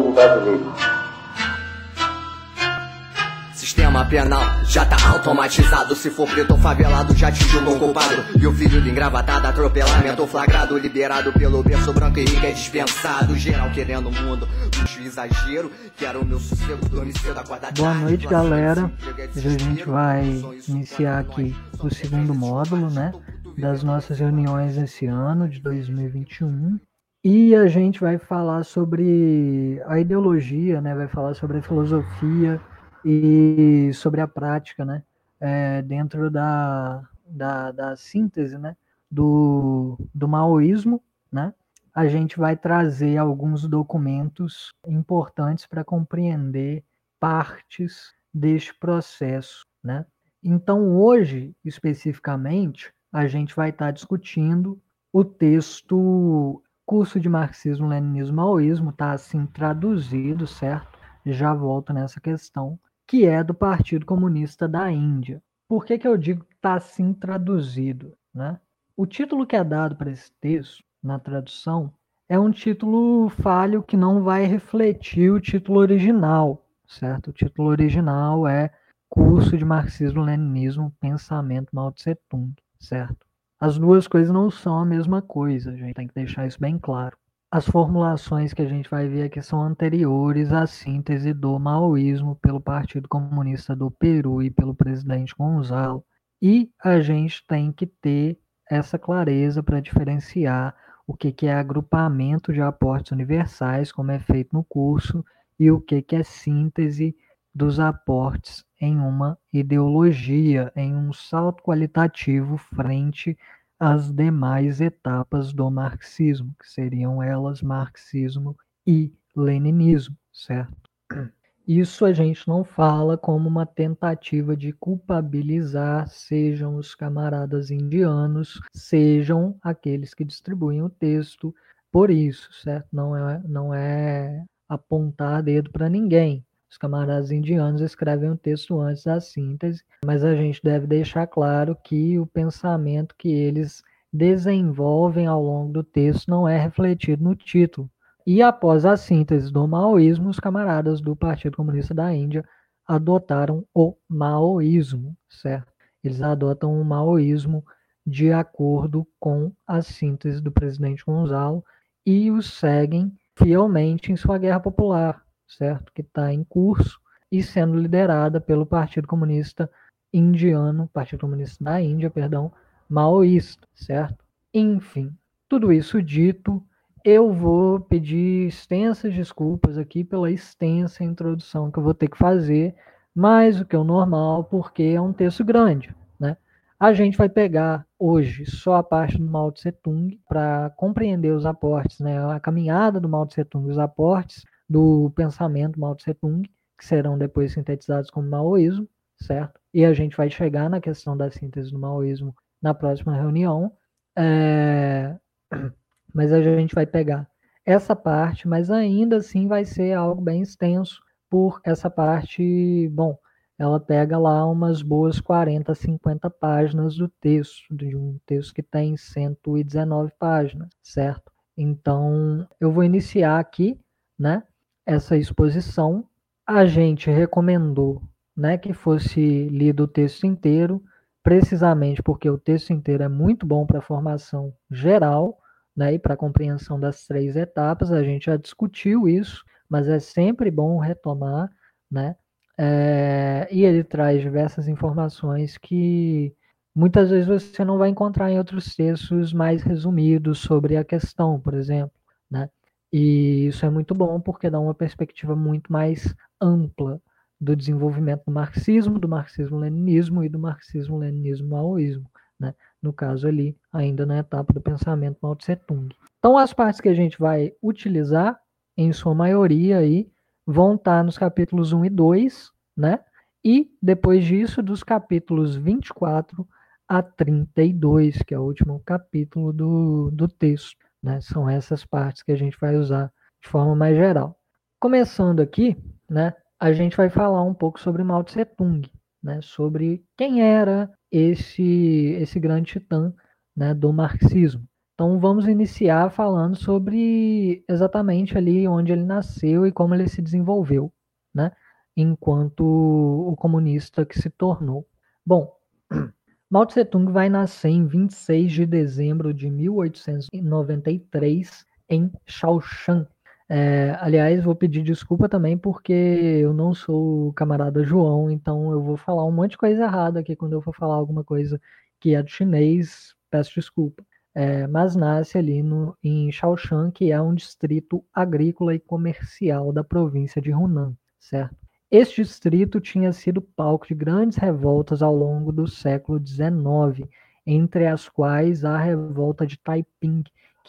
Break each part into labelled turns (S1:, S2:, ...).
S1: povo brasileiro.
S2: Sistema penal já tá automatizado. Se for preto ou favelado, já te julgam culpado. E o filho de engravatado, atropelamento flagrado. Liberado pelo berço branco e rico é dispensado. Geral querendo o mundo, luxo e exagero. Quero o meu sossego, dormir cedo, acordar tarde.
S3: Boa noite, galera. Hoje a gente vai iniciar aqui o segundo módulo, né, das nossas reuniões esse ano de 2021. E a gente vai falar sobre a ideologia, né, vai falar sobre a filosofia e sobre a prática, né, dentro da síntese, né, do maoísmo, né. A gente vai trazer alguns documentos importantes para compreender partes deste processo, né. Então, hoje, especificamente, a gente vai estar discutindo o texto Curso de Marxismo-Leninismo Maoísmo, está assim traduzido, certo? Já volto nessa questão, que é do Partido Comunista da Índia. Por que eu digo que está assim traduzido, né? O título que é dado para esse texto, na tradução, é um título falho que não vai refletir o título original, certo? O título original é Curso de Marxismo-Leninismo, Pensamento Mao Tse-tung, certo? As duas coisas não são a mesma coisa, a gente tem que deixar isso bem claro. As formulações que a gente vai ver aqui são anteriores à síntese do maoísmo pelo Partido Comunista do Peru e pelo presidente Gonzalo. E a gente tem que ter essa clareza para diferenciar o que é agrupamento de aportes universais, como é feito no curso, e o que é síntese dos aportes em uma ideologia, em um salto qualitativo frente às demais etapas do marxismo, que seriam elas marxismo e leninismo, certo? Isso a gente não fala como uma tentativa de culpabilizar, sejam os camaradas indianos, sejam aqueles que distribuem o texto, por isso, certo? Não é apontar dedo para ninguém. Os camaradas indianos escrevem o texto antes da síntese, mas a gente deve deixar claro que o pensamento que eles desenvolvem ao longo do texto não é refletido no título. E após a síntese do maoísmo, os camaradas do Partido Comunista da Índia adotaram o maoísmo, certo? Eles adotam o maoísmo de acordo com a síntese do presidente Gonzalo e o seguem fielmente em sua guerra popular, certo? Que está em curso e sendo liderada pelo Partido Comunista Indiano, Partido Comunista da Índia, perdão, maoísta, certo? Enfim, tudo isso dito, eu vou pedir extensas desculpas aqui pela extensa introdução que eu vou ter que fazer, mais do que o normal, porque é um texto grande, né? A gente vai pegar hoje só a parte do Mao Tse Tung para compreender os aportes, né? A caminhada do Mao Tse Tung, os aportes do pensamento Mao Tse Tung, que serão depois sintetizados como maoísmo, certo? E a gente vai chegar na questão da síntese do maoísmo na próxima reunião. Mas a gente vai pegar essa parte, mas ainda assim vai ser algo bem extenso, por essa parte, bom, ela pega lá umas boas 40, 50 páginas do texto, de um texto que tem 119 páginas, certo? Então, eu vou iniciar aqui, né, essa exposição. A gente recomendou, né, que fosse lido o texto inteiro, precisamente porque o texto inteiro é muito bom para a formação geral, né, e para a compreensão das 3 etapas. A gente já discutiu isso, mas é sempre bom retomar, né? E ele traz diversas informações que muitas vezes você não vai encontrar em outros textos mais resumidos sobre a questão, por exemplo, né? E isso é muito bom porque dá uma perspectiva muito mais ampla do desenvolvimento do marxismo-leninismo e do marxismo-leninismo-maoísmo, né? No caso ali, ainda na etapa do pensamento Mao Tse Tung. Então, as partes que a gente vai utilizar, em sua maioria, aí, vão estar nos capítulos 1 e 2, né? E, depois disso, dos capítulos 24 a 32, que é o último capítulo do texto, né? São essas partes que a gente vai usar de forma mais geral. Começando aqui, né? A gente vai falar um pouco sobre Mao Tse Tung, né? Sobre quem era esse grande titã, né, do marxismo. Então vamos iniciar falando sobre exatamente ali onde ele nasceu e como ele se desenvolveu, né? Enquanto o comunista que se tornou. Bom, Mao Tse-tung vai nascer em 26 de dezembro de 1893 em Shaoshan. Aliás, vou pedir desculpa também porque eu não sou o camarada João, então eu vou falar um monte de coisa errada aqui quando eu for falar alguma coisa que é do chinês, peço desculpa. Mas nasce ali em Shaoshan, que é um distrito agrícola e comercial da província de Hunan, certo? Este distrito tinha sido palco de grandes revoltas ao longo do século XIX, entre as quais a revolta de Taiping,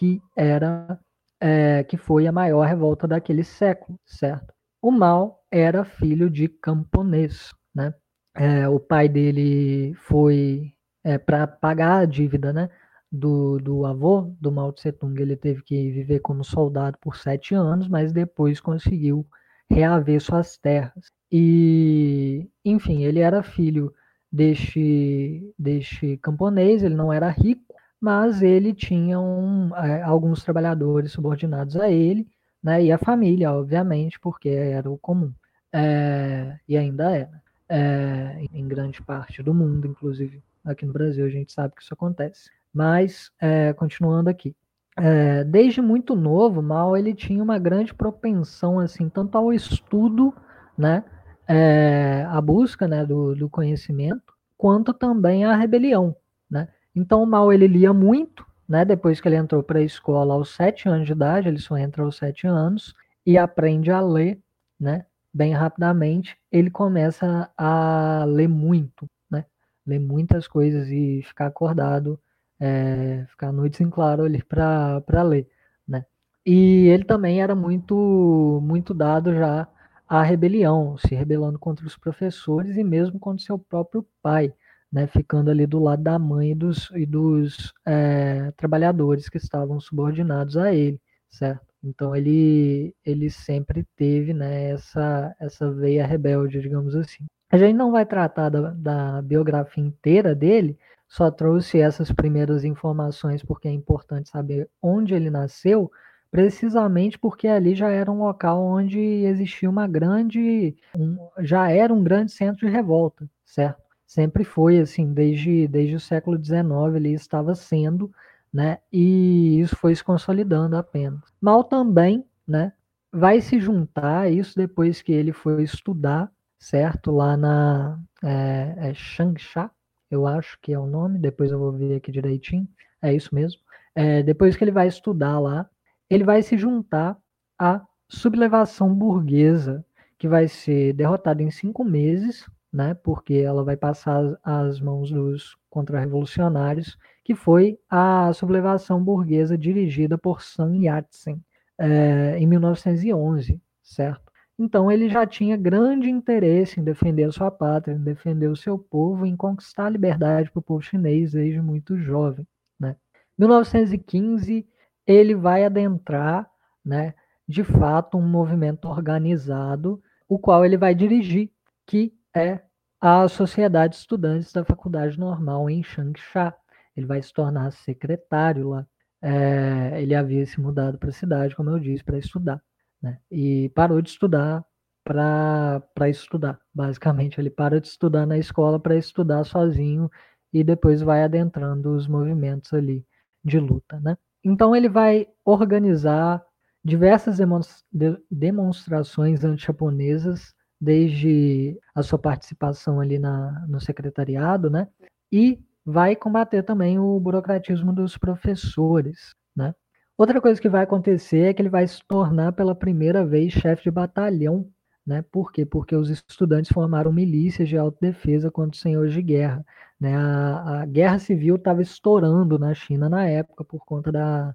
S3: que foi a maior revolta daquele século, certo? O Mao era filho de camponês, né? O pai dele foi para pagar a dívida, né? Do avô do Mao Tse Tung, ele teve que viver como soldado por 7 anos, mas depois conseguiu reaver suas terras. E, enfim, ele era filho deste camponês, ele não era rico, mas ele tinha alguns trabalhadores subordinados a ele, né, e a família, obviamente, porque era o comum, e ainda é, né, em grande parte do mundo, inclusive aqui no Brasil a gente sabe que isso acontece. Mas, continuando aqui, desde muito novo, Mao ele tinha uma grande propensão assim, tanto ao estudo, né, a busca, né, do conhecimento, quanto também à rebelião, né? Então, o Mao ele lia muito, né? Depois que ele entrou para a escola aos 7 anos de idade, ele só entra aos 7 anos e aprende a ler, né? Bem rapidamente, ele começa a ler muito, né? Ler muitas coisas e ficar acordado, ficar noites em claro ali para ler, né? E ele também era muito dado já à rebelião, se rebelando contra os professores e mesmo contra seu próprio pai, né, ficando ali do lado da mãe e dos trabalhadores que estavam subordinados a ele, certo? Então ele sempre teve, né, essa veia rebelde, digamos assim. A gente não vai tratar da biografia inteira dele, só trouxe essas primeiras informações porque é importante saber onde ele nasceu, precisamente porque ali já era um local onde existia já era um grande centro de revolta, certo? Sempre foi assim, desde o século XIX ele estava sendo, né? E isso foi se consolidando apenas. Mal também, né? Vai se juntar isso depois que ele foi estudar, certo? Lá na Changsha, eu acho que é o nome, depois eu vou ver aqui direitinho, é isso mesmo. Depois que ele vai estudar lá, ele vai se juntar à sublevação burguesa, que vai ser derrotada em 5 meses, né, porque ela vai passar às mãos dos contra-revolucionários, que foi a sublevação burguesa dirigida por Sun Yat-sen em 1911, certo? Então ele já tinha grande interesse em defender a sua pátria, em defender o seu povo, em conquistar a liberdade para o povo chinês desde muito jovem, né? Em 1915 ele vai adentrar, né, de fato um movimento organizado, o qual ele vai dirigir, que é a Sociedade de Estudantes da Faculdade Normal em Changsha. Ele vai se tornar secretário lá. Ele havia se mudado para a cidade, como eu disse, para estudar, né? E parou de estudar para estudar. Basicamente, ele para de estudar na escola para estudar sozinho e depois vai adentrando os movimentos ali de luta, né? Então ele vai organizar diversas demonstrações anti-japonesas desde a sua participação ali no secretariado, né? E vai combater também o burocratismo dos professores, né? Outra coisa que vai acontecer é que ele vai se tornar pela primeira vez chefe de batalhão, né? Por quê? Porque os estudantes formaram milícias de autodefesa contra os senhores de guerra, né? A guerra civil estava estourando na China na época por conta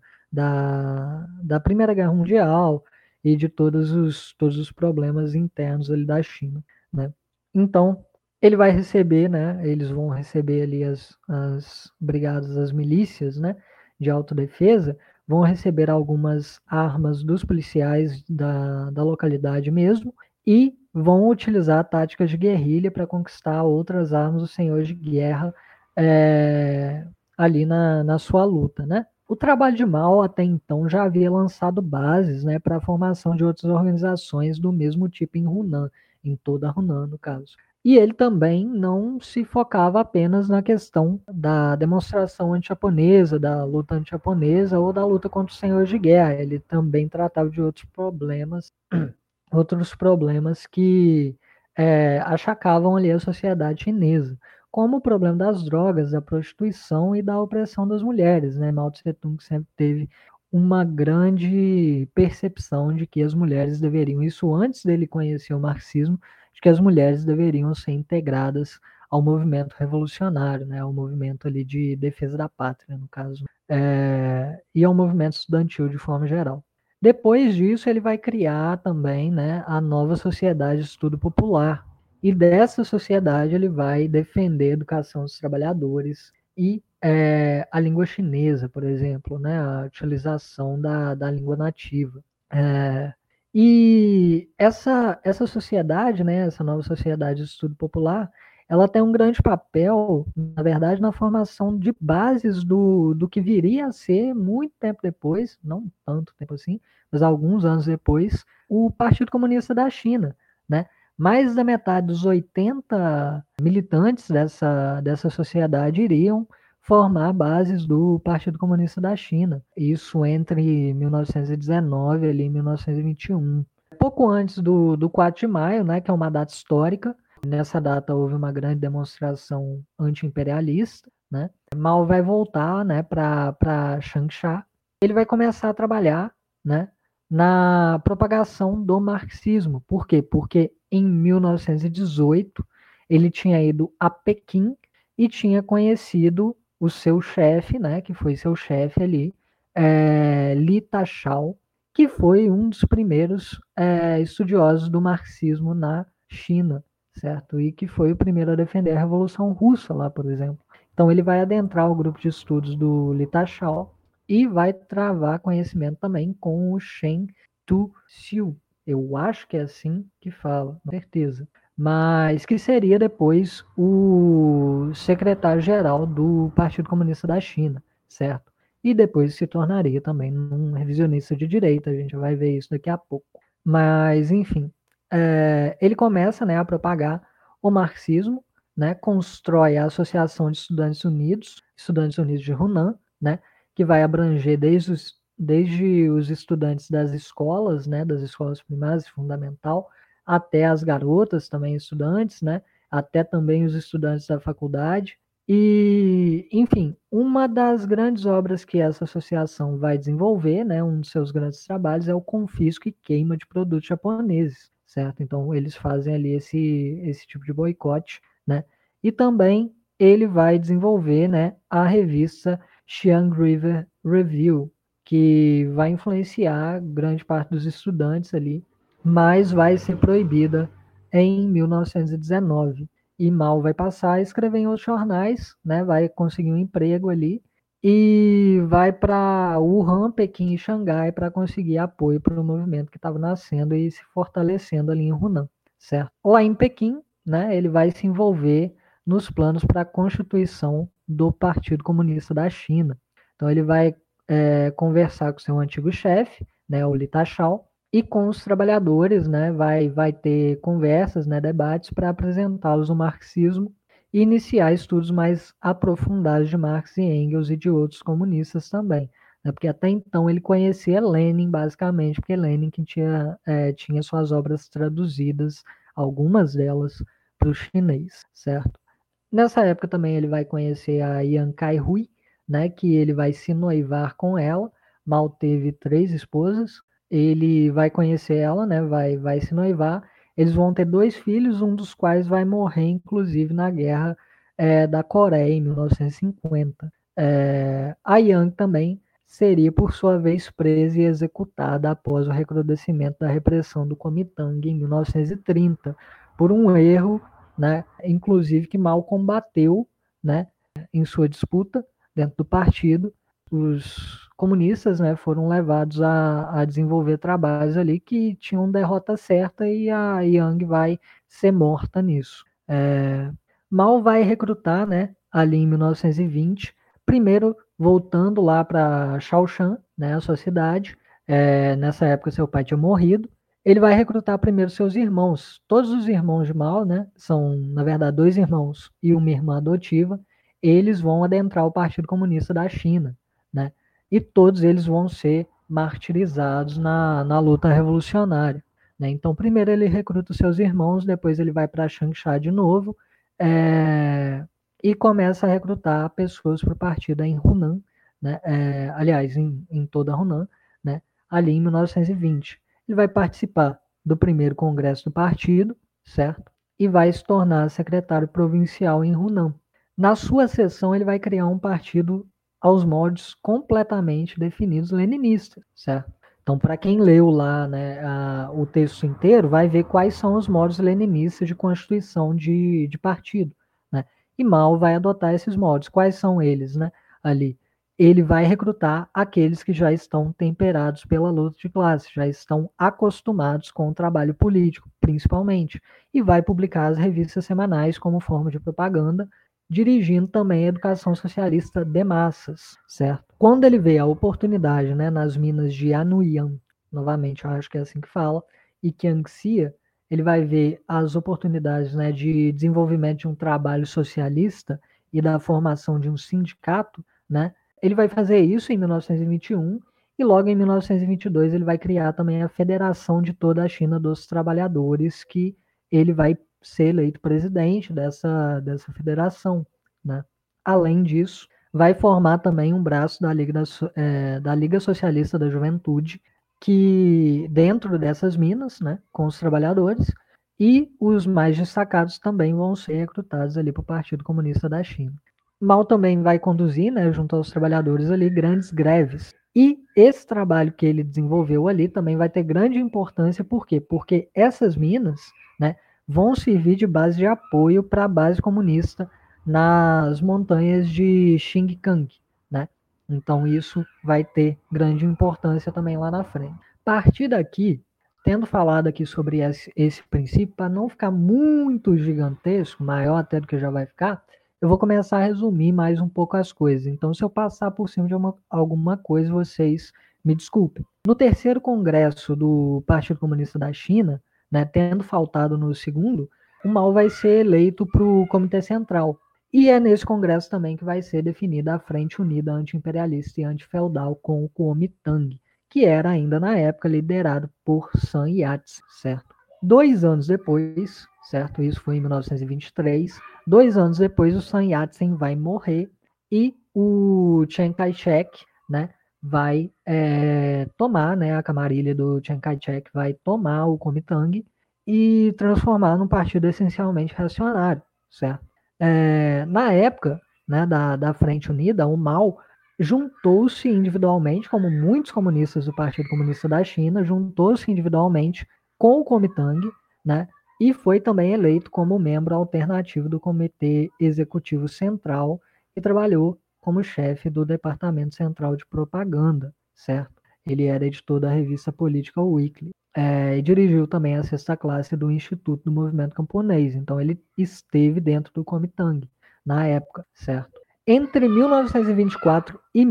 S3: da Primeira Guerra Mundial e de todos os problemas internos ali da China, né? Então, ele vai receber, né? Eles vão receber ali as brigadas, as milícias, né? De autodefesa, vão receber algumas armas dos policiais da localidade mesmo e vão utilizar táticas de guerrilha para conquistar outras armas dos senhores de guerra ali na sua luta, né? O trabalho de Mao até então já havia lançado bases, né, para a formação de outras organizações do mesmo tipo em Hunan, em toda a Hunan, no caso. E ele também não se focava apenas na questão da demonstração anti-japonesa, da luta anti-japonesa ou da luta contra os senhores de guerra. Ele também tratava de outros problemas que achacavam ali a sociedade chinesa, como o problema das drogas, da prostituição e da opressão das mulheres, né? Mao Tse Tung sempre teve uma grande percepção de que as mulheres deveriam, isso antes dele conhecer o marxismo, de que as mulheres deveriam ser integradas ao movimento revolucionário, né? Ao movimento ali de defesa da pátria, no caso, e ao movimento estudantil de forma geral. Depois disso, ele vai criar também, né, a nova Sociedade de Estudo Popular. E dessa sociedade ele vai defender a educação dos trabalhadores e a língua chinesa, por exemplo, né, a utilização da língua nativa. E essa sociedade, né, essa nova Sociedade de Estudo Popular, ela tem um grande papel, na verdade, na formação de bases do que viria a ser, muito tempo depois, não tanto tempo assim, mas alguns anos depois, o Partido Comunista da China, né? Mais da metade dos 80 militantes dessa sociedade iriam formar bases do Partido Comunista da China. Isso entre 1919 e 1921. Pouco antes do 4 de maio, né, que é uma data histórica, nessa data houve uma grande demonstração anti-imperialista, né? Mao vai voltar, né, para Changsha. Ele vai começar a trabalhar, né, na propagação do marxismo. Por quê? Porque em 1918 ele tinha ido a Pequim e tinha conhecido o seu chefe, né, que foi seu chefe ali, Li Tachao, que foi um dos primeiros estudiosos do marxismo na China, certo? E que foi o primeiro a defender a Revolução Russa lá, por exemplo. Então ele vai adentrar o grupo de estudos do Li Tachao e vai travar conhecimento também com o Shen Tu-Xiu. Eu acho que é assim que fala, com certeza. Mas que seria depois o secretário-geral do Partido Comunista da China, certo? E depois se tornaria também um revisionista de direita, a gente vai ver isso daqui a pouco. Mas, enfim, ele começa, né, a propagar o marxismo, né, constrói a Associação de Estudantes Unidos de Hunan, né, que vai abranger desde os estudantes das escolas, né, das escolas primárias e fundamental, até as garotas também estudantes, né, até também os estudantes da faculdade. E, enfim, uma das grandes obras que essa associação vai desenvolver, né, um dos seus grandes trabalhos é o confisco e queima de produtos japoneses, certo? Então, eles fazem ali esse tipo de boicote, né? E também ele vai desenvolver, né, a revista Xiang River Review, que vai influenciar grande parte dos estudantes ali, mas vai ser proibida em 1919. E Mao vai passar a escrever em outros jornais, né? Vai conseguir um emprego ali e vai para Wuhan, Pequim e Xangai para conseguir apoio para o movimento que estava nascendo e se fortalecendo ali em Hunan, certo? Lá em Pequim, né? Ele vai se envolver nos planos para a constituição do Partido Comunista da China. Então ele vai conversar com seu antigo chefe, né? O Li Tachao, e com os trabalhadores, né, vai ter conversas, né, debates para apresentá-los o marxismo e iniciar estudos mais aprofundados de Marx e Engels e de outros comunistas também, né, porque até então ele conhecia Lenin basicamente, porque Lenin que tinha suas obras traduzidas, algumas delas para o chinês, certo? Nessa época também ele vai conhecer a Yang Kai-hui, né, que ele vai se noivar com ela. Mal teve 3 esposas, ele vai conhecer ela, né? Vai se noivar. Eles vão ter 2 filhos, um dos quais vai morrer, inclusive, na guerra da Coreia, em 1950. A Yang também seria, por sua vez, presa e executada após o recrudescimento da repressão do Kuomintang em 1930, por um erro, né? Inclusive que Mao combateu, né? Em sua disputa dentro do partido. Os comunistas, né, foram levados a desenvolver trabalhos ali que tinham derrota certa e a Yang vai ser morta nisso. Mao vai recrutar, né, ali em 1920, primeiro voltando lá para Shaoshan, né, a sua cidade. Nessa época seu pai tinha morrido. Ele vai recrutar primeiro seus irmãos. Todos os irmãos de Mao, né, são na verdade 2 irmãos e uma irmã adotiva. Eles vão adentrar o Partido Comunista da China, né? E todos eles vão ser martirizados na luta revolucionária, né? Então, primeiro ele recruta os seus irmãos, depois ele vai para Changsha de novo, e começa a recrutar pessoas para o partido em Hunan, né? Aliás, em toda Hunan, né? Ali em 1920. Ele vai participar do primeiro congresso do partido, certo? E vai se tornar secretário provincial em Hunan. Na sua sessão, ele vai criar um partido aos moldes completamente definidos leninistas, certo? Então, para quem leu lá, né, o texto inteiro, vai ver quais são os moldes leninistas de constituição de partido, né? E Mao vai adotar esses moldes. Quais são eles, né? Ali, ele vai recrutar aqueles que já estão temperados pela luta de classe, já estão acostumados com o trabalho político, principalmente, e vai publicar as revistas semanais como forma de propaganda, dirigindo também a educação socialista de massas, certo? Quando ele vê a oportunidade, né, nas minas de Anhuyan, novamente, eu acho que é assim que fala, e Qiangxia, ele vai ver as oportunidades, né, de desenvolvimento de um trabalho socialista e da formação de um sindicato, né? Ele vai fazer isso em 1921 e logo em 1922 ele vai criar também a Federação de toda a China dos Trabalhadores, que ele vai ser eleito presidente dessa federação, né? Além disso, vai formar também um braço da Liga Socialista da Juventude, que dentro dessas minas, né, com os trabalhadores, e os mais destacados também vão ser recrutados ali para o Partido Comunista da China. Mao também vai conduzir, né, junto aos trabalhadores ali, grandes greves. E esse trabalho que ele desenvolveu ali também vai ter grande importância, por quê? Porque essas minas, né, vão servir de base de apoio para a base comunista nas montanhas de Xinjiang, né? Então isso vai ter grande importância também lá na frente. A partir daqui, tendo falado aqui sobre esse princípio, para não ficar muito gigantesco, maior até do que já vai ficar, eu vou começar a resumir mais um pouco as coisas. Então, se eu passar por cima de alguma coisa, vocês me desculpem. No terceiro congresso do Partido Comunista da China, né, tendo faltado no segundo, o Mao vai ser eleito para o Comitê Central. E é nesse congresso também que vai ser definida a Frente Unida Anti-Imperialista e Anti-Feudal com o Kuomintang, que era ainda na época liderado por Sun Yat-sen, certo? 2 anos depois, certo? Isso foi em 1923. 2 anos depois, o Sun Yat-sen vai morrer e o Chiang Kai-shek, né, vai tomar, né, a camarilha do Chiang Kai-shek vai tomar o Kuomintang e transformar num partido essencialmente reacionário, certo? Na época, né, da Frente Unida, o Mao juntou-se individualmente, como muitos comunistas do Partido Comunista da China, juntou-se individualmente com o Kuomintang, né, e foi também eleito como membro alternativo do Comitê Executivo Central e trabalhou como chefe do Departamento Central de Propaganda, certo? Ele era editor da revista Political Weekly. E dirigiu também a sexta classe do Instituto do Movimento Camponês. Então ele esteve dentro do Kuomintang na época, certo? Entre 1924 e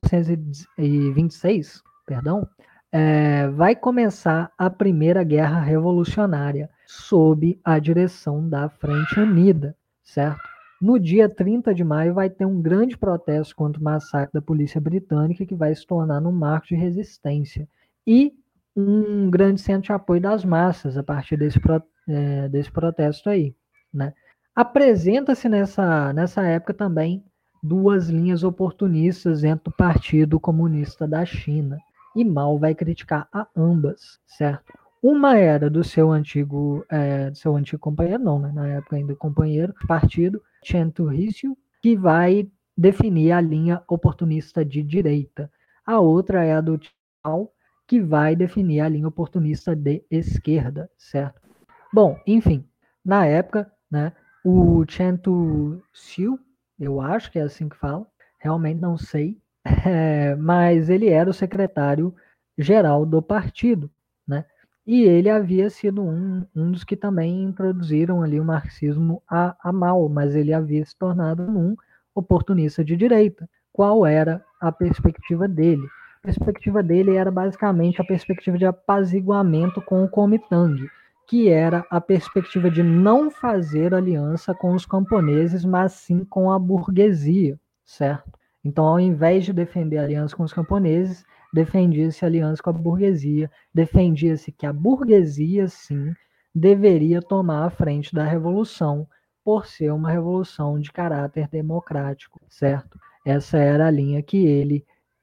S3: 1926, perdão, vai começar a Primeira Guerra Revolucionária sob a direção da Frente Unida, certo? No dia 30 de maio vai ter um grande protesto contra o massacre da polícia britânica que vai se tornar um marco de resistência e um grande centro de apoio das massas a partir desse protesto aí, né? Apresenta-se nessa época também 2 linhas oportunistas dentro do Partido Comunista da China, e Mao vai criticar a ambas, certo? Uma era do seu antigo companheiro, não, né? Na época ainda companheiro, partido, Chen Tu-hsiu, que vai definir a linha oportunista de direita. A outra é a do Mao, que vai definir a linha oportunista de esquerda, certo? Bom, enfim, na época, né, o Chen Tu-hsiu, eu acho que é assim que fala, realmente não sei, mas ele era o secretário-geral do partido, né? E ele havia sido um dos que também introduziram ali o marxismo a Mao, mas ele havia se tornado um oportunista de direita. qual era a perspectiva dele. A perspectiva dele era basicamente a perspectiva de apaziguamento com o Kuomintang, que era a perspectiva de não fazer aliança com os camponeses, mas sim com a burguesia, certo? Então, ao invés de defender a aliança com os camponeses, defendia-se a aliança com a burguesia, defendia-se que a burguesia, sim, deveria tomar a frente da revolução, por ser uma revolução de caráter democrático, certo? Essa era a linha que ele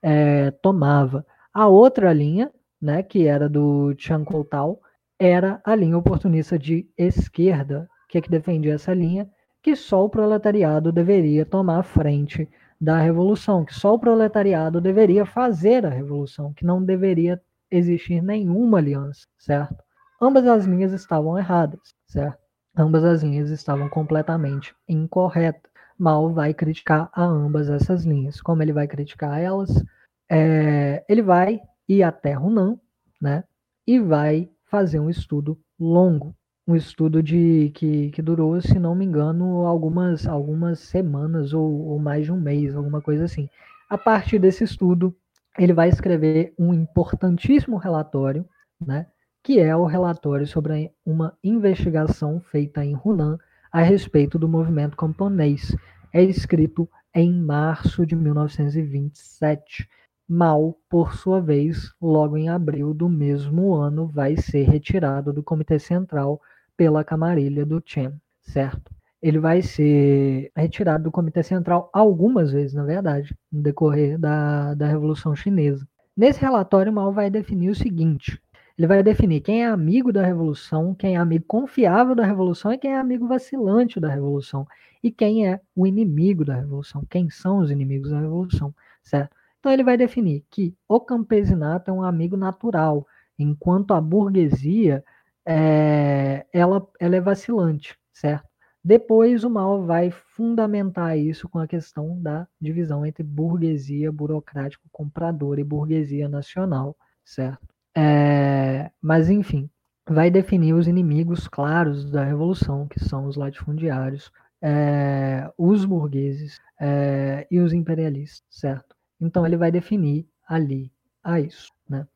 S3: tomava. A outra linha, né, que era do Chiang Kai-shek, era a linha oportunista de esquerda, que defendia essa linha, que só o proletariado deveria tomar a frente da revolução, que só o proletariado deveria fazer a revolução, que não deveria existir nenhuma aliança, certo? Ambas as linhas estavam erradas, certo? Ambas as linhas estavam completamente incorretas. Mao vai criticar a ambas essas linhas. Como ele vai criticar elas? Ele vai ir até Hunan, né? E vai fazer um estudo longo, um estudo que durou, se não me engano, algumas semanas ou mais de um mês, alguma coisa assim. A partir desse estudo, ele vai escrever um importantíssimo relatório, né, que é o relatório sobre uma investigação feita em Hunan a respeito do movimento camponês. É escrito em março de 1927. Mao, por sua vez, logo em abril do mesmo ano, vai ser retirado do Comitê Central pela camarilha do Chen, certo? Ele vai ser retirado do Comitê Central algumas vezes, na verdade, no decorrer da Revolução Chinesa. Nesse relatório, Mao vai definir o seguinte: ele vai definir quem é amigo da Revolução, quem é amigo confiável da Revolução e quem é amigo vacilante da Revolução. E quem é o inimigo da Revolução, quem são os inimigos da Revolução, certo? Então ele vai definir que o campesinato é um amigo natural, enquanto a burguesia ela é vacilante, certo? Depois o Mao vai fundamentar isso com a questão da divisão entre burguesia burocrático compradora e burguesia nacional, certo? Mas enfim, vai definir os inimigos claros da revolução, que são os latifundiários, os burgueses e os imperialistas, certo? Então ele vai definir ali a isso, né?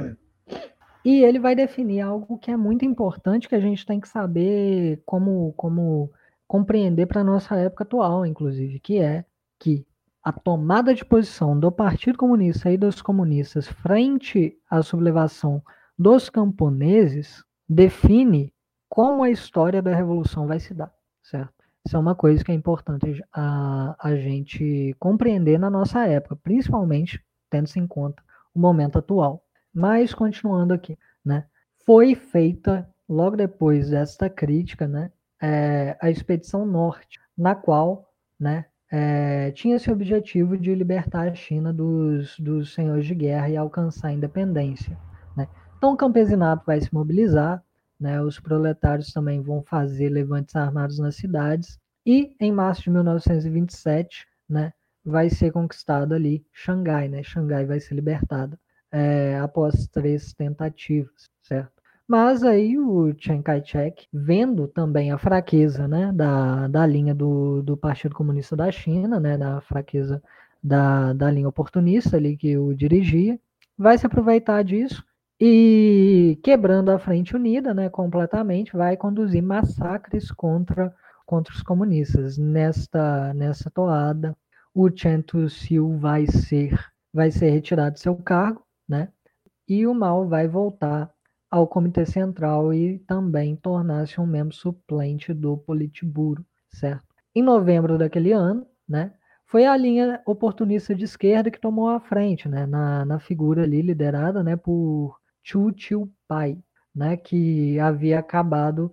S3: E ele vai definir algo que é muito importante, que a gente tem que saber como compreender para a nossa época atual, inclusive, que é que a tomada de posição do Partido Comunista e dos comunistas frente à sublevação dos camponeses define como a história da revolução vai se dar, certo? Isso é uma coisa que é importante a gente compreender na nossa época, principalmente tendo-se em conta o momento atual. Mas, continuando aqui, né, foi feita, logo depois desta crítica, né, a Expedição Norte, na qual, né, tinha esse objetivo de libertar a China dos senhores de guerra e alcançar a independência, né? Então o campesinato vai se mobilizar, né, os proletários também vão fazer levantes armados nas cidades, e em março de 1927, né, vai ser conquistada ali Xangai, né? Xangai vai ser libertada após 3 tentativas, certo? Mas aí o Chiang Kai-shek, vendo também a fraqueza, né, da linha do Partido Comunista da China, né, da fraqueza da linha oportunista ali que o dirigia, vai se aproveitar disso e, quebrando a Frente Unida, né, completamente, vai conduzir massacres contra os comunistas. Nessa toada, o Chen Tu-sil vai ser retirado de seu cargo, né? E o Mao vai voltar ao Comitê Central e também tornar-se um membro suplente do Politburo, certo? Em novembro daquele ano, né, foi a linha oportunista de esquerda que tomou a frente, né, na figura ali liderada, né, por Chu Chiu-pai, né, que havia acabado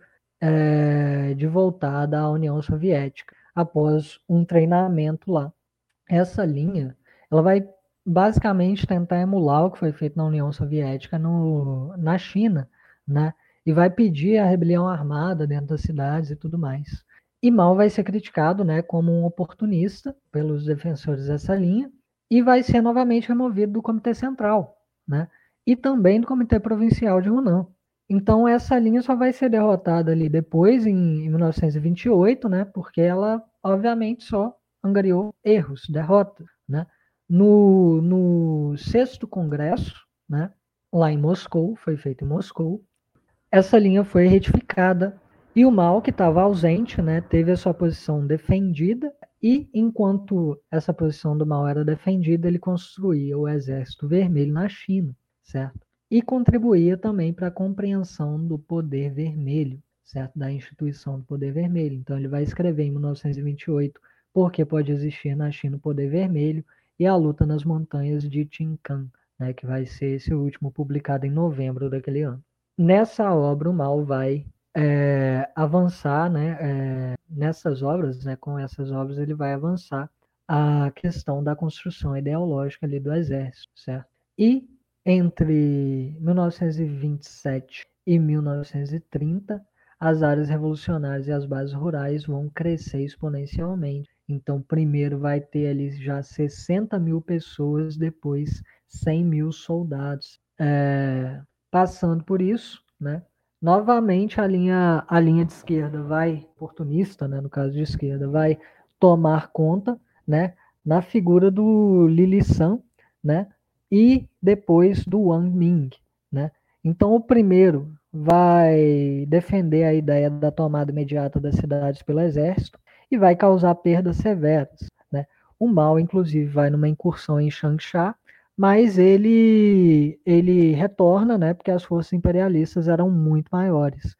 S3: de voltar da União Soviética após um treinamento lá. Essa linha, ela vai basicamente tentar emular o que foi feito na União Soviética na China, né? E vai pedir a rebelião armada dentro das cidades e tudo mais. E Mao vai ser criticado, né, como um oportunista pelos defensores dessa linha e vai ser novamente removido do Comitê Central, né? E também do Comitê Provincial de Hunan. Então essa linha só vai ser derrotada ali depois, em 1928, né? Porque ela, obviamente, só angariou erros, derrotas, né? No sexto congresso, né, lá em Moscou, foi feito em Moscou, essa linha foi retificada e o Mao, que estava ausente, né, teve a sua posição defendida e, enquanto essa posição do Mao era defendida, ele construía o Exército Vermelho na China, certo? E contribuía também para a compreensão do poder vermelho, certo? Da instituição do poder vermelho. Então ele vai escrever em 1928 por que pode existir na China o poder vermelho e a luta nas montanhas de Tincan, né, que vai ser esse último publicado em novembro daquele ano. Nessa obra, o Mao vai avançar, né, nessas obras, né, com essas obras, ele vai avançar a questão da construção ideológica ali do exército, certo? E entre 1927 e 1930, as áreas revolucionárias e as bases rurais vão crescer exponencialmente. Então, primeiro vai ter ali já 60 mil pessoas, depois 100 mil soldados. Passando por isso, né? Novamente a linha de esquerda vai, oportunista, né, no caso de esquerda, vai tomar conta, né, na figura do Lili San, né, e depois do Wang Ming, né. Então o primeiro vai defender a ideia da tomada imediata das cidades pelo exército e vai causar perdas severas, né. O Mao, inclusive, vai numa incursão em Changsha, mas ele retorna, né, porque as forças imperialistas eram muito maiores.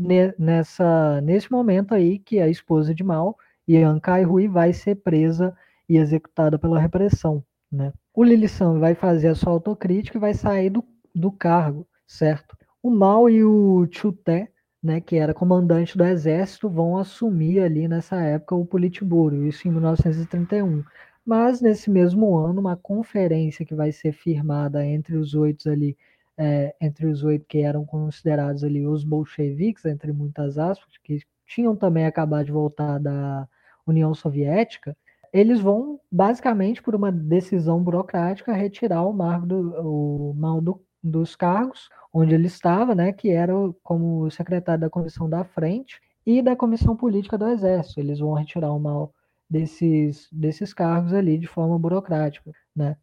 S3: Nesse momento aí que a esposa de Mao, Yang Kai-hui, vai ser presa e executada pela repressão, né. O Lili San vai fazer a sua autocrítica e vai sair do cargo, certo? O Mao e o Chu Te, né, que era comandante do exército, vão assumir ali nessa época o Politburo, isso em 1931. Mas nesse mesmo ano, uma conferência que vai ser firmada entre os oito ali, entre os oito que eram considerados ali os bolcheviques, entre muitas aspas, que tinham também acabado de voltar da União Soviética, eles vão, basicamente, por uma decisão burocrática, retirar o Mao dos cargos onde ele estava, né, que era como secretário da Comissão da Frente e da Comissão Política do Exército. Eles vão retirar o Mao desses cargos ali de forma burocrática, né?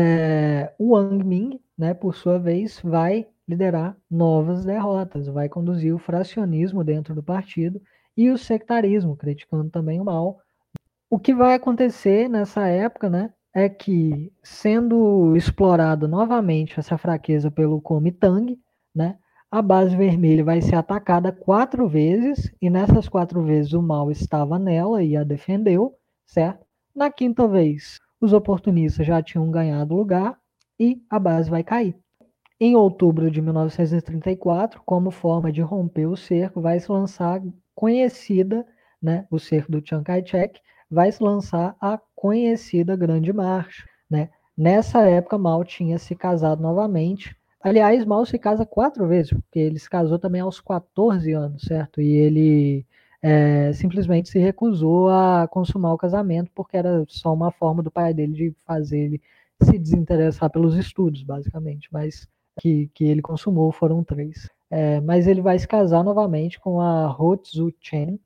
S3: O Wang Ming, né, por sua vez, vai liderar novas derrotas, vai conduzir o fracionismo dentro do partido e o sectarismo, criticando também o Mao. O que vai acontecer nessa época, né, é que, sendo explorada novamente essa fraqueza pelo Kuomintang, né, a base vermelha vai ser atacada 4 vezes, e nessas 4 vezes o Mao estava nela e a defendeu, certo? Na quinta vez, os oportunistas já tinham ganhado lugar e a base vai cair. Em outubro de 1934, como forma de romper o cerco, vai se lançar conhecida, né, o cerco do Chiang Kai-shek, vai se lançar a conhecida Grande Marcha, né? Nessa época, Mao tinha se casado novamente. Aliás, Mao se casa 4 vezes, porque ele se casou também aos 14 anos, certo? E ele simplesmente se recusou a consumar o casamento, porque era só uma forma do pai dele de fazer ele se desinteressar pelos estudos, basicamente. Mas que ele consumou foram 3. Mas ele vai se casar novamente com a Ho Tzu Chen,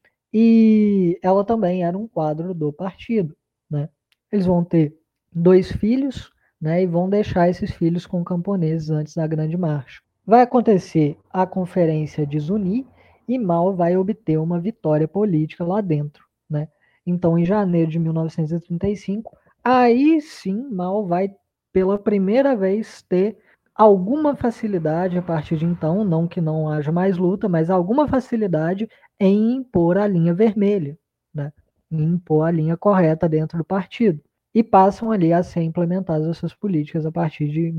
S3: e ela também era um quadro do partido, né? Eles vão ter 2 filhos, né, e vão deixar esses filhos com camponeses antes da Grande Marcha. Vai acontecer a Conferência de Zuni e Mao vai obter uma vitória política lá dentro, né? Então, em janeiro de 1935, aí sim Mao vai pela primeira vez ter alguma facilidade a partir de então, não que não haja mais luta, mas alguma facilidade em impor a linha vermelha, né? Em impor a linha correta dentro do partido. E passam ali a ser implementadas as suas políticas a partir de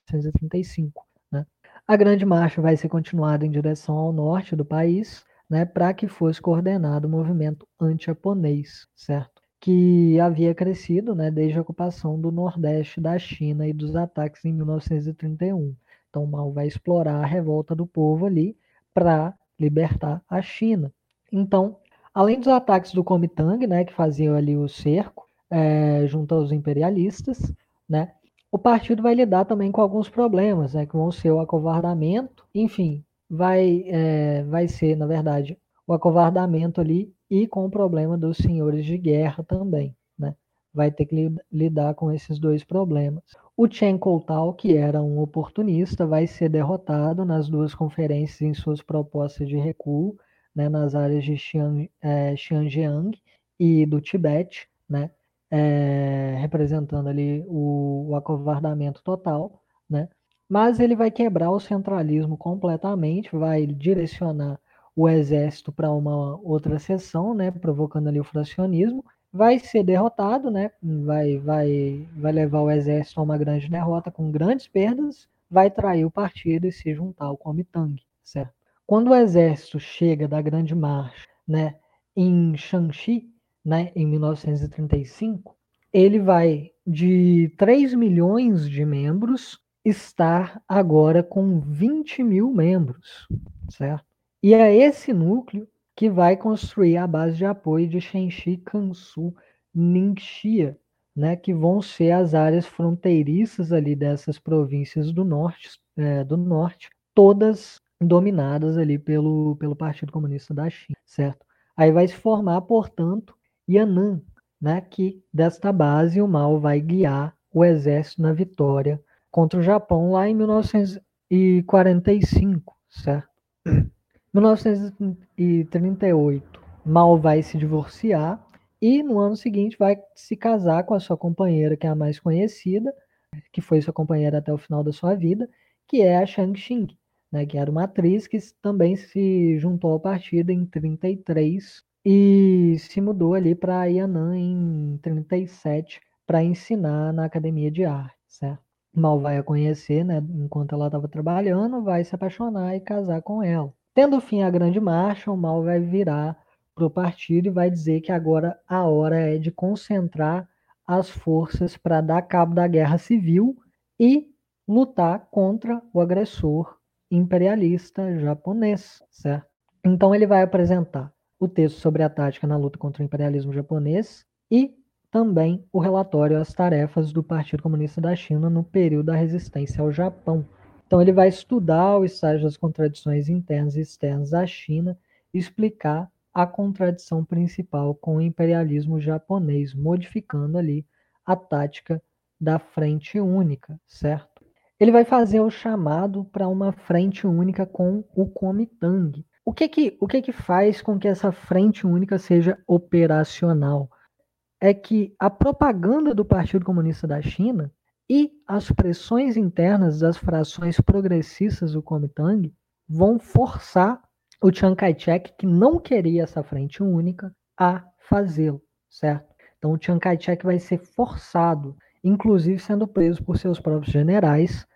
S3: 1935. Né? A Grande Marcha vai ser continuada em direção ao norte do país, né, para que fosse coordenado o movimento anti-japonês, certo? Que havia crescido, né, desde a ocupação do Nordeste da China e dos ataques em 1931. Então, Mao vai explorar a revolta do povo ali para libertar a China. Então, além dos ataques do Kuomintang, né, que faziam ali o cerco junto aos imperialistas, né, o partido vai lidar também com alguns problemas, né, que vão ser o acovardamento, enfim, vai ser, na verdade, o acovardamento ali e com o problema dos senhores de guerra também, né? vai ter que lidar com esses dois problemas. O Chen Kuo-tao, que era um oportunista, vai ser derrotado nas duas conferências em suas propostas de recuo, né, nas áreas de Xinjiang e do Tibete, né, representando ali o acovardamento total, né, mas ele vai quebrar o centralismo completamente, vai direcionar o exército para uma outra seção, né, provocando ali o fracionismo, vai ser derrotado, né, vai levar o exército a uma grande derrota com grandes perdas, vai trair o partido e se juntar ao Kuomintang, certo? Quando o exército chega da Grande Marcha, né, em Shanxi, né, em 1935, ele vai de 3 milhões de membros estar agora com 20 mil membros, certo? E é esse núcleo que vai construir a base de apoio de Shenxi, Kansu, Ningxia, né, que vão ser as áreas fronteiriças ali dessas províncias do norte, todas dominadas ali pelo Partido Comunista da China, certo? Aí vai se formar, portanto, Yan'an, né, que desta base o Mao vai guiar o exército na vitória contra o Japão lá em 1945, certo? 1938, Mao vai se divorciar e no ano seguinte vai se casar com a sua companheira, que é a mais conhecida, que foi sua companheira até o final da sua vida, que é a Shang Xing, né, que era uma atriz que também se juntou ao partido em 33 e se mudou ali para Yan'an em 37 para ensinar na academia de arte, certo? Mal vai a conhecer, né, enquanto ela estava trabalhando, vai se apaixonar e casar com ela. Tendo fim a grande marcha, o Mal vai virar para o partido e vai dizer que agora a hora é de concentrar as forças para dar cabo da guerra civil e lutar contra o agressor imperialista japonês, certo? Então ele vai apresentar o texto sobre a tática na luta contra o imperialismo japonês e também o relatório As Tarefas do Partido Comunista da China no período da resistência ao Japão. Então ele vai estudar o estágio das contradições internas e externas da China e explicar a contradição principal com o imperialismo japonês, modificando ali a tática da frente única, certo? Ele vai fazer o chamado para uma frente única com o Kuomintang. O que faz com que essa frente única seja operacional? É que a propaganda do Partido Comunista da China e as pressões internas das frações progressistas do Kuomintang vão forçar o Chiang Kai-shek, que não queria essa frente única, a fazê-lo, certo? Então o Chiang Kai-shek vai ser forçado, inclusive sendo preso por seus próprios generais,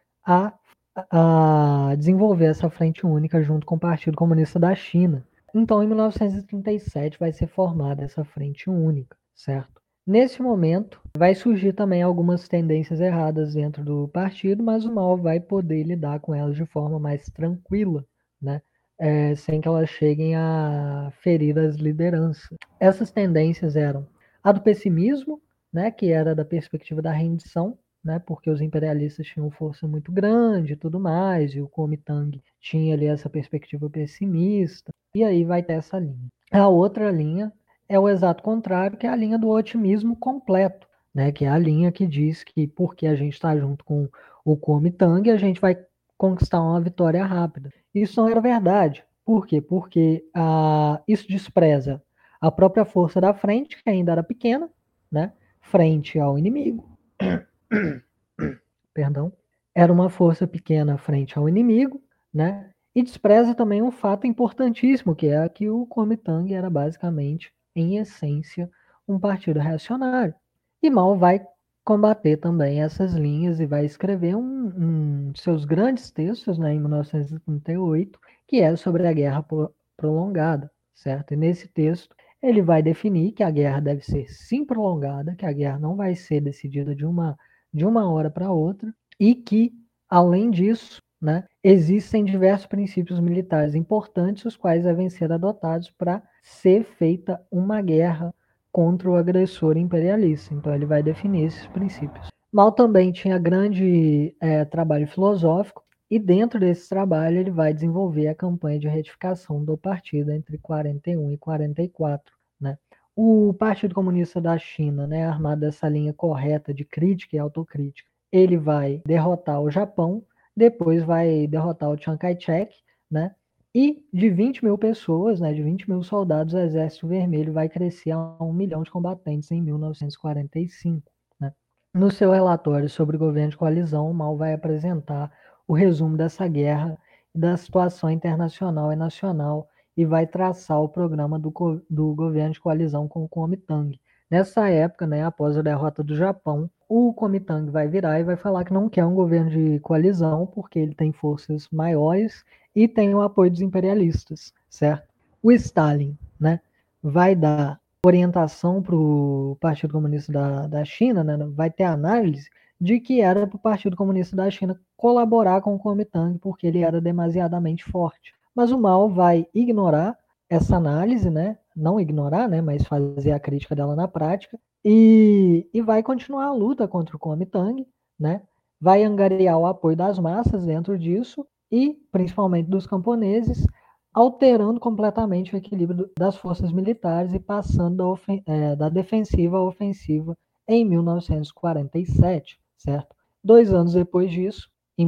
S3: a desenvolver essa frente única junto com o Partido Comunista da China. Então, em 1937, vai ser formada essa frente única, certo? Nesse momento, vai surgir também algumas tendências erradas dentro do partido, mas o Mao vai poder lidar com elas de forma mais tranquila, né? Sem que elas cheguem a ferir as lideranças. Essas tendências eram a do pessimismo, né, que era da perspectiva da rendição, né, porque os imperialistas tinham força muito grande e tudo mais, e o Kuomintang tinha ali essa perspectiva pessimista, e aí vai ter essa linha. A outra linha é o exato contrário, que é a linha do otimismo completo, né, que é a linha que diz que porque a gente está junto com o Kuomintang, a gente vai conquistar uma vitória rápida. Isso não era verdade. Por quê? Porque isso despreza a própria força da frente, que ainda era pequena, né, frente ao inimigo. Perdão. Era uma força pequena frente ao inimigo, né, e despreza também um fato importantíssimo, que é que o Kuomintang era basicamente, em essência, um partido reacionário. E Mao vai combater também essas linhas e vai escrever um de seus grandes textos, né, em 1938, que é sobre a guerra prolongada, certo? E nesse texto ele vai definir que a guerra deve ser sim prolongada, que a guerra não vai ser decidida de uma hora para outra, e que, além disso, né, existem diversos princípios militares importantes, os quais devem ser adotados para ser feita uma guerra contra o agressor imperialista. Então ele vai definir esses princípios. Mao também tinha grande trabalho filosófico, e dentro desse trabalho ele vai desenvolver a campanha de retificação do partido entre 41 e 44. Né? o Partido Comunista da China, né, armado dessa linha correta de crítica e autocrítica, ele vai derrotar o Japão, depois vai derrotar o Chiang Kai-shek, né, e de 20 mil pessoas, né, de 20 mil soldados, o Exército Vermelho vai crescer a 1 milhão de combatentes em 1945. Né. No seu relatório sobre o governo de coalizão, o Mao vai apresentar o resumo dessa guerra e da situação internacional e nacional e vai traçar o programa do governo de coalizão com o Kuomintang. Nessa época, né, após a derrota do Japão, o Kuomintang vai virar e vai falar que não quer um governo de coalizão porque ele tem forças maiores e tem o apoio dos imperialistas, certo? O Stalin, né, vai dar orientação para o Partido Comunista da China, né, vai ter análise de que era para o Partido Comunista da China colaborar com o Kuomintang porque ele era demasiadamente forte. Mas o Mao vai ignorar essa análise, né? Não ignorar, né? Mas fazer a crítica dela na prática e vai continuar a luta contra o Kuomintang, né? Vai angariar o apoio das massas dentro disso e principalmente dos camponeses, alterando completamente o equilíbrio das forças militares e passando da defensiva à ofensiva em 1947, certo? 2 anos depois disso, em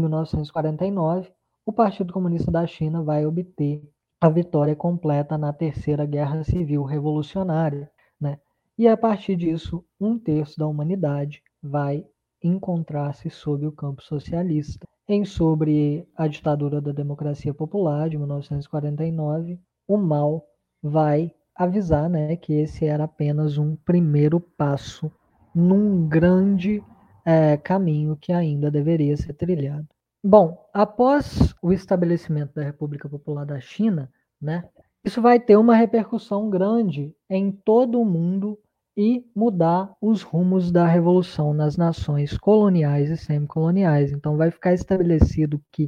S3: 1949, o Partido Comunista da China vai obter a vitória completa na Terceira Guerra Civil Revolucionária, né? E a partir disso, 1/3 da humanidade vai encontrar-se sob o campo socialista. Em Sobre a Ditadura da Democracia Popular, de 1949, o Mao vai avisar, né, que esse era apenas um primeiro passo num grande caminho que ainda deveria ser trilhado. Bom, após o estabelecimento da República Popular da China, né, isso vai ter uma repercussão grande em todo o mundo e mudar os rumos da revolução nas nações coloniais e semicoloniais. Então, vai ficar estabelecido que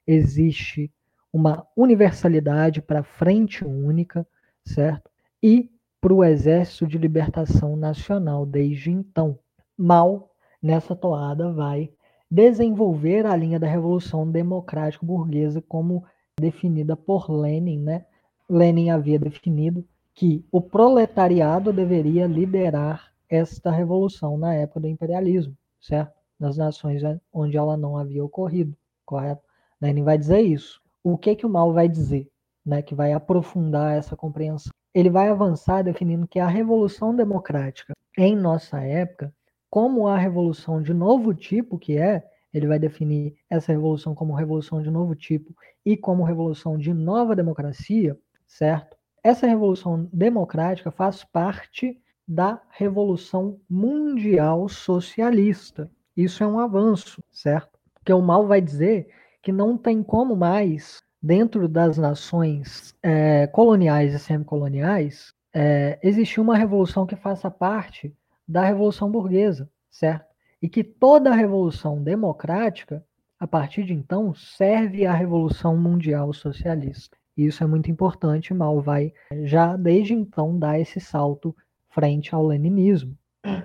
S3: existe uma universalidade para a frente única, certo? E para o Exército de Libertação Nacional desde então. Mao, nessa toada, vai desenvolver a linha da Revolução Democrática Burguesa como definida por Lenin, né? Lenin havia definido que o proletariado deveria liderar esta revolução na época do imperialismo, certo? Nas nações onde ela não havia ocorrido, correto? Lenin vai dizer isso. O que o Mao vai dizer, né, que vai aprofundar essa compreensão? Ele vai avançar definindo que a revolução democrática em nossa época, como a revolução de novo tipo que ele vai definir essa revolução como revolução de novo tipo e como revolução de nova democracia, certo? Essa revolução democrática faz parte da revolução mundial socialista. Isso é um avanço, certo? Porque o Mao vai dizer que não tem como mais, dentro das nações coloniais e semicoloniais, existir uma revolução que faça parte da revolução burguesa, certo? E que toda a revolução democrática, a partir de então, serve à revolução mundial socialista. E isso é muito importante, Mao vai já desde então dar esse salto frente ao leninismo.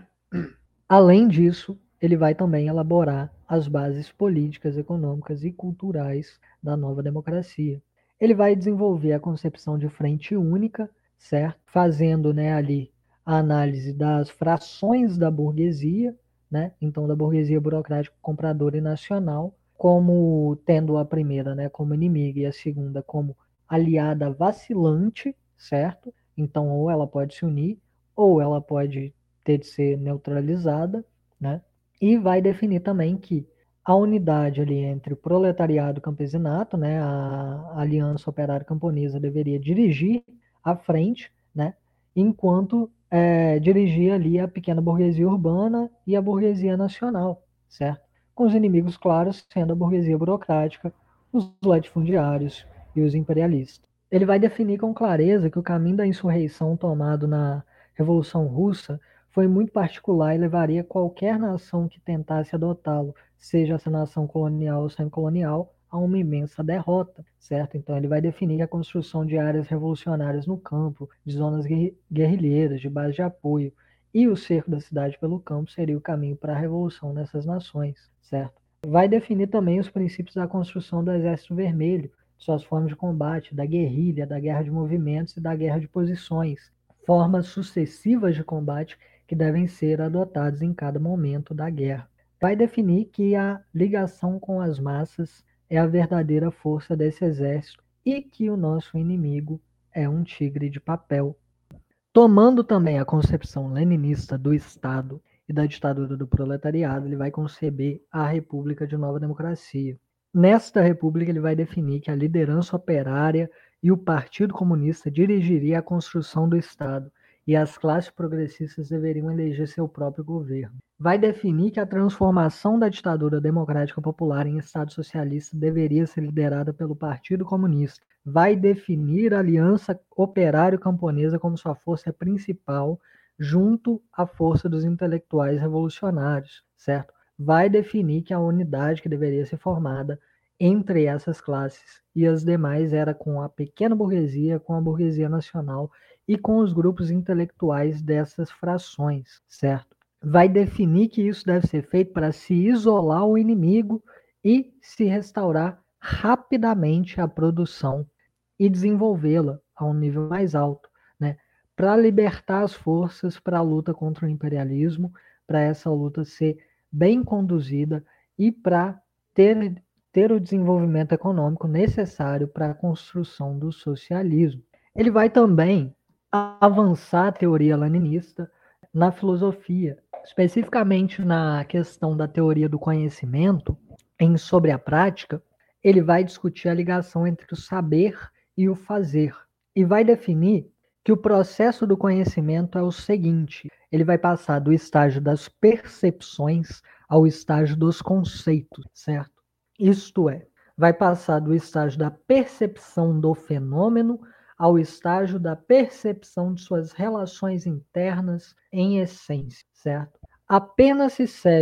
S3: Além disso, ele vai também elaborar as bases políticas, econômicas e culturais da nova democracia. Ele vai desenvolver a concepção de frente única, certo? Fazendo, né, ali a análise das frações da burguesia, né? Então, da burguesia burocrática, compradora e nacional, como tendo a primeira, né, como inimiga e a segunda como aliada vacilante, certo? Então, ou ela pode se unir, ou ela pode ter de ser neutralizada, né? E vai definir também que a unidade ali entre o proletariado e o campesinato, né, a Aliança Operária Camponesa deveria dirigir à frente, né, enquanto dirigia ali a pequena burguesia urbana e a burguesia nacional, certo? Com os inimigos claros sendo a burguesia burocrática, os latifundiários e os imperialistas. Ele vai definir com clareza que o caminho da insurreição tomado na Revolução Russa foi muito particular e levaria qualquer nação que tentasse adotá-lo, seja essa nação colonial ou semicolonial, a uma imensa derrota, certo? Então ele vai definir a construção de áreas revolucionárias no campo, de zonas guerrilheiras, de base de apoio, e o cerco da cidade pelo campo seria o caminho para a revolução nessas nações, certo? Vai definir também os princípios da construção do Exército Vermelho, suas formas de combate, da guerrilha, da guerra de movimentos e da guerra de posições, formas sucessivas de combate que devem ser adotadas em cada momento da guerra. Vai definir que a ligação com as massas é a verdadeira força desse exército e que o nosso inimigo é um tigre de papel. Tomando também a concepção leninista do Estado e da ditadura do proletariado, ele vai conceber a República de Nova Democracia. Nesta república, ele vai definir que a liderança operária e o Partido Comunista dirigiria a construção do Estado e as classes progressistas deveriam eleger seu próprio governo. Vai definir que a transformação da ditadura democrática popular em Estado socialista deveria ser liderada pelo Partido Comunista. Vai definir a aliança operário-camponesa como sua força principal, junto à força dos intelectuais revolucionários, certo? Vai definir que a unidade que deveria ser formada entre essas classes e as demais era com a pequena burguesia, com a burguesia nacional e com os grupos intelectuais dessas frações, certo? Vai definir que isso deve ser feito para se isolar o inimigo e se restaurar rapidamente a produção e desenvolvê-la a um nível mais alto, né? Para libertar as forças para a luta contra o imperialismo, para essa luta ser bem conduzida e para ter o desenvolvimento econômico necessário para a construção do socialismo. Ele vai também avançar a teoria leninista na filosofia, especificamente na questão da teoria do conhecimento, sobre a prática. Ele vai discutir a ligação entre o saber e o fazer, e vai definir que o processo do conhecimento é o seguinte: ele vai passar do estágio das percepções ao estágio dos conceitos, certo? Isto é, vai passar do estágio da percepção do fenômeno ao estágio da percepção de suas relações internas em essência, certo? Apenas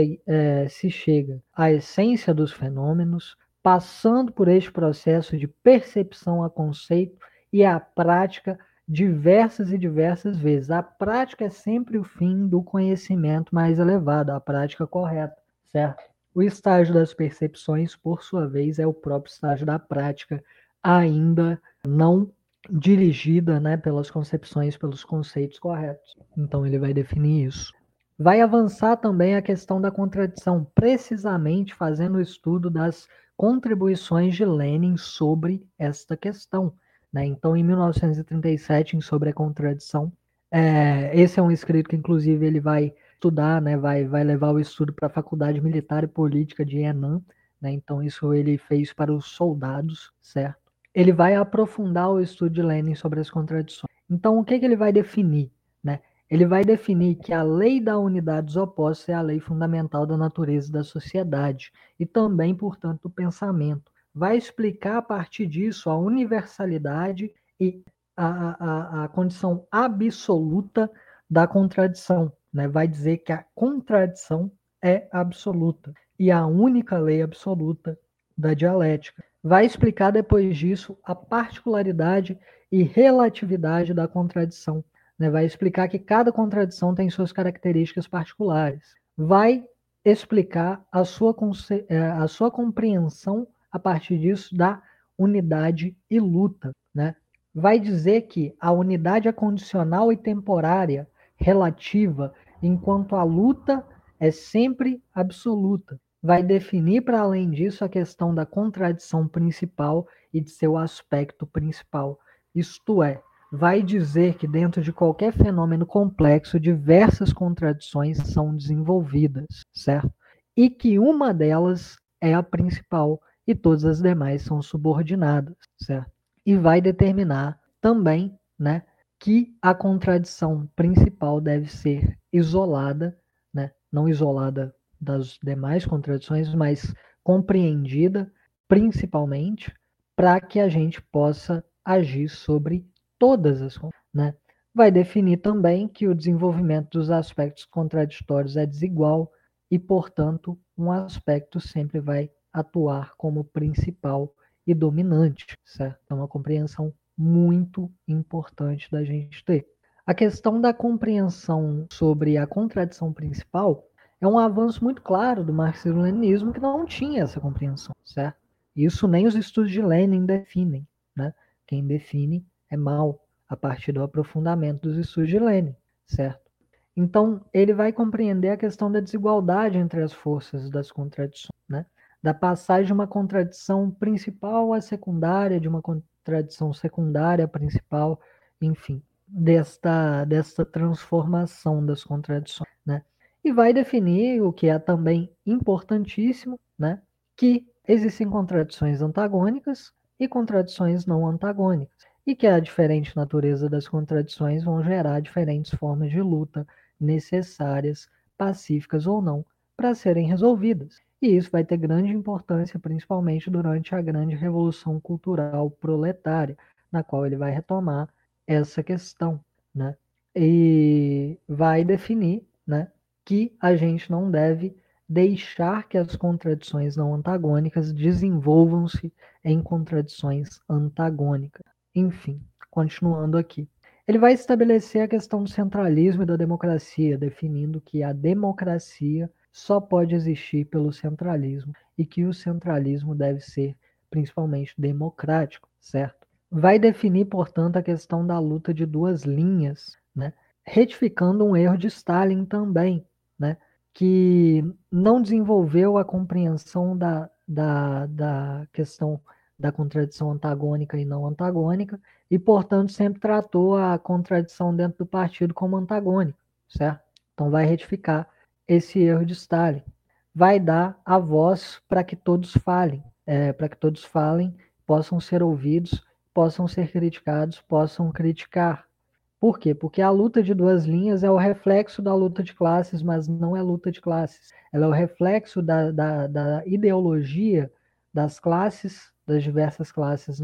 S3: se chega à essência dos fenômenos, passando por este processo de percepção a conceito e a prática diversas e diversas vezes. A prática é sempre o fim do conhecimento mais elevado, a prática correta, certo? O estágio das percepções, por sua vez, é o próprio estágio da prática, ainda não dirigida, né, pelas concepções, pelos conceitos corretos. Então ele vai definir isso. Vai avançar também a questão da contradição, precisamente fazendo o estudo das contribuições de Lenin sobre esta questão, né? Então, em 1937, em Sobre a Contradição, esse é um escrito que, inclusive, ele vai estudar, né? vai levar o estudo para a Faculdade Militar e Política de Henan, né? Então, isso ele fez para os soldados, certo? Ele vai aprofundar o estudo de Lenin sobre as contradições. Então, o que ele vai definir, né? Ele vai definir que a lei da unidade dos opostos é a lei fundamental da natureza da sociedade e também, portanto, do pensamento. Vai explicar a partir disso a universalidade e a condição absoluta da contradição, né? Vai dizer que a contradição é absoluta e a única lei absoluta da dialética. Vai explicar depois disso a particularidade e relatividade da contradição. Vai explicar que cada contradição tem suas características particulares. Vai explicar a sua compreensão a partir disso da unidade e luta, né? Vai dizer que a unidade é condicional e temporária, relativa, enquanto a luta é sempre absoluta. Vai definir, para além disso, a questão da contradição principal e de seu aspecto principal. Isto é, vai dizer que dentro de qualquer fenômeno complexo, diversas contradições são desenvolvidas, certo? E que uma delas é a principal e todas as demais são subordinadas, certo? E vai determinar também, né, que a contradição principal deve ser isolada, né? Não isolada das demais contradições, mas compreendida principalmente para que a gente possa agir sobre todas as, né? Vai definir também que o desenvolvimento dos aspectos contraditórios é desigual e, portanto, um aspecto sempre vai atuar como principal e dominante, certo? É uma compreensão muito importante da gente ter. A questão da compreensão sobre a contradição principal é um avanço muito claro do marxismo-leninismo que não tinha essa compreensão, certo? Isso nem os estudos de Lenin definem, né? Quem define é Mao. a partir do aprofundamento dos estudos de Lenin, certo? Então, ele vai compreender a questão da desigualdade entre as forças das contradições, né? Da passagem de uma contradição principal à secundária, de uma contradição secundária à principal, enfim, desta transformação das contradições, né? E vai definir o que é também importantíssimo, né? Que existem contradições antagônicas e contradições não antagônicas, e que a diferente natureza das contradições vão gerar diferentes formas de luta necessárias, pacíficas ou não, para serem resolvidas. E isso vai ter grande importância, principalmente durante a grande revolução cultural proletária, na qual ele vai retomar essa questão, né? E vai definir, né, que a gente não deve deixar que as contradições não antagônicas desenvolvam-se em contradições antagônicas. Enfim, continuando aqui. Ele vai estabelecer a questão do centralismo e da democracia, definindo que a democracia só pode existir pelo centralismo e que o centralismo deve ser principalmente democrático, certo? Vai definir, portanto, a questão da luta de duas linhas, né? Retificando um erro de Stalin também, né? Que não desenvolveu a compreensão da questão da contradição antagônica e não antagônica, e, portanto, sempre tratou a contradição dentro do partido como antagônica, certo? Então, vai retificar esse erro de Stalin. Vai dar a voz para que todos falem, para que todos falem, possam ser ouvidos, possam ser criticados, possam criticar. Por quê? Porque a luta de duas linhas é o reflexo da luta de classes, mas não é luta de classes. Ela é o reflexo da ideologia das classes, das diversas classes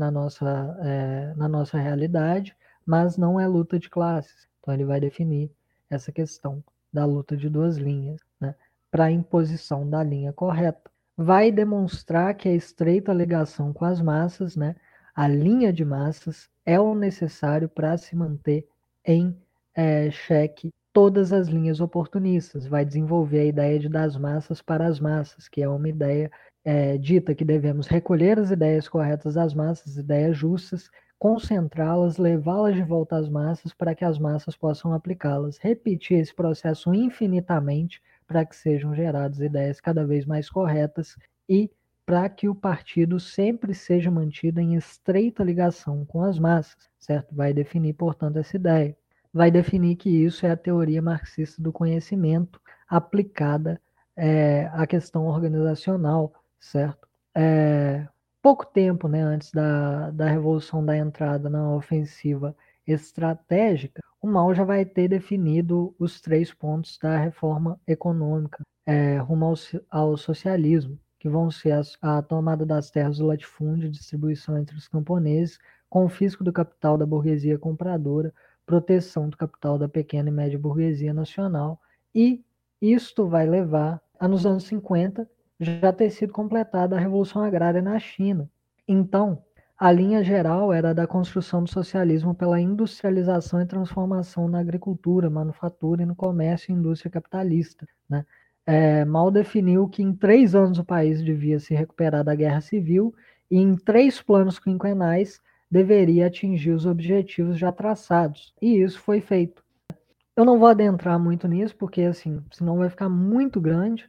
S3: na nossa realidade, mas não é luta de classes. Então ele vai definir essa questão da luta de duas linhas, né, para a imposição da linha correta. Vai demonstrar que a estreita ligação com as massas, né, a linha de massas, é o necessário para se manter em xeque todas as linhas oportunistas. Vai desenvolver a ideia de das massas para as massas, que é uma ideia dita que devemos recolher as ideias corretas das massas, ideias justas, concentrá-las, levá-las de volta às massas para que as massas possam aplicá-las. Repetir esse processo infinitamente para que sejam geradas ideias cada vez mais corretas e para que o partido sempre seja mantido em estreita ligação com as massas, certo? Vai definir, portanto, essa ideia. Vai definir que isso é a teoria marxista do conhecimento aplicada à questão organizacional, certo? Pouco tempo, né, antes da revolução da entrada na ofensiva estratégica, o Mao já vai ter definido os 3 pontos da reforma econômica rumo ao socialismo, que vão ser a tomada das terras do latifúndio, distribuição entre os camponeses, confisco do capital da burguesia compradora, proteção do capital da pequena e média burguesia nacional, e isto vai levar a, nos anos 50, já ter sido completada a Revolução Agrária na China. Então, a linha geral era da construção do socialismo pela industrialização e transformação na agricultura, manufatura e no comércio e indústria capitalista, né? Mao definiu que em 3 anos o país devia se recuperar da guerra civil e em 3 planos quinquenais deveria atingir os objetivos já traçados. E isso foi feito. Eu não vou adentrar muito nisso, porque assim, senão vai ficar muito grande,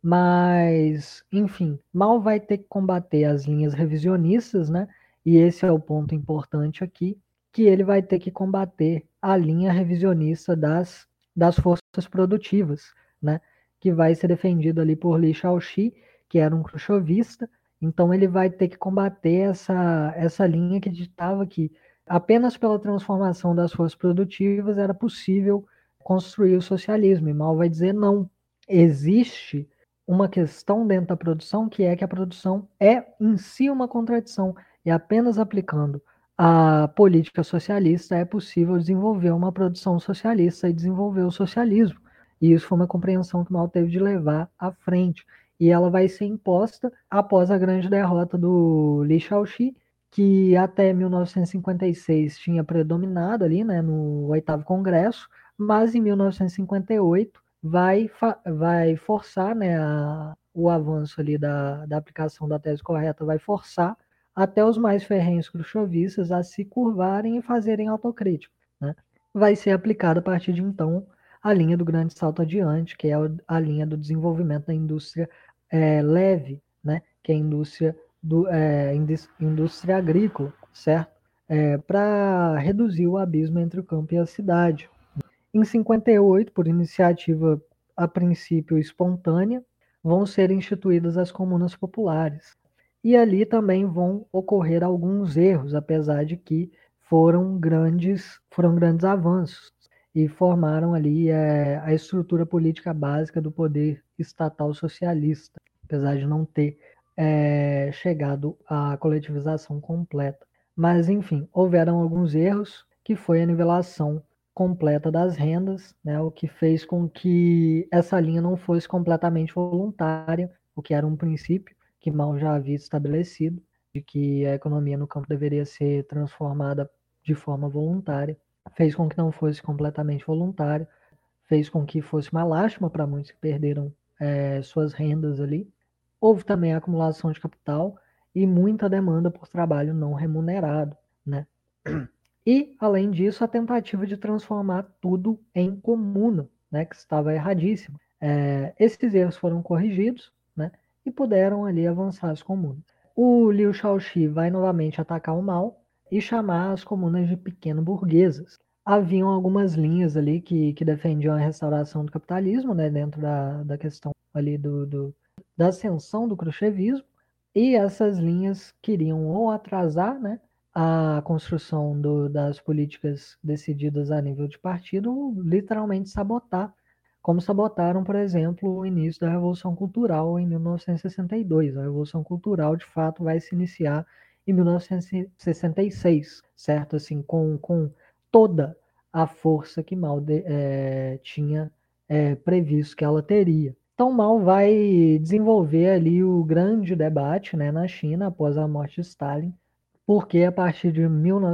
S3: mas, enfim, Mao vai ter que combater as linhas revisionistas, né? E esse é o ponto importante aqui, que ele vai ter que combater a linha revisionista das forças produtivas, né? Que vai ser defendido ali por Li Shaoqi, que era um khrushchevista. Então ele vai ter que combater essa linha que ditava que apenas pela transformação das forças produtivas era possível construir o socialismo. E Mao vai dizer não. Existe uma questão dentro da produção que é que a produção é em si uma contradição. E apenas aplicando a política socialista é possível desenvolver uma produção socialista e desenvolver o socialismo. E isso foi uma compreensão que Mao teve de levar à frente. E ela vai ser imposta após a grande derrota do Li Shaoqi, que até 1956 tinha predominado ali, né, no 8º Congresso, mas em 1958 vai forçar, né, o avanço ali da aplicação da tese correta, vai forçar até os mais ferrenhos khrushchevistas a se curvarem e fazerem autocrítica, né? Vai ser aplicada a partir de então a linha do grande salto adiante, que é a linha do desenvolvimento da indústria leve, né? Que é a indústria agrícola, certo? Para reduzir o abismo entre o campo e a cidade. Em 58, por iniciativa a princípio espontânea, vão ser instituídas as comunas populares. E ali também vão ocorrer alguns erros, apesar de que foram grandes avanços e formaram ali a estrutura política básica do poder estatal socialista, apesar de não ter chegado à coletivização completa. Mas, enfim, houveram alguns erros, que foi a nivelação completa das rendas, né, o que fez com que essa linha não fosse completamente voluntária, o que era um princípio que Mao já havia estabelecido, de que a economia no campo deveria ser transformada de forma voluntária, fez com que não fosse completamente voluntário, fez com que fosse uma lástima para muitos que perderam suas rendas ali. Houve também a acumulação de capital e muita demanda por trabalho não remunerado, né? E, além disso, a tentativa de transformar tudo em comuna, né, que estava erradíssimo. Esses erros foram corrigidos, né, e puderam ali avançar as comunas. O Liu Shaoxi vai novamente atacar o Mao e chamar as comunas de pequeno-burguesas. Haviam algumas linhas ali que defendiam a restauração do capitalismo, né, dentro da questão ali da ascensão do khrushchevismo, e essas linhas queriam ou atrasar, né, a construção das políticas decididas a nível de partido, literalmente sabotar, como sabotaram, por exemplo, o início da Revolução Cultural em 1962. A Revolução Cultural, de fato, vai se iniciar em 1966, certo? Assim, com toda a força que Mao tinha previsto que ela teria. Então, Mao vai desenvolver ali o grande debate, né, na China após a morte de Stalin, porque a partir de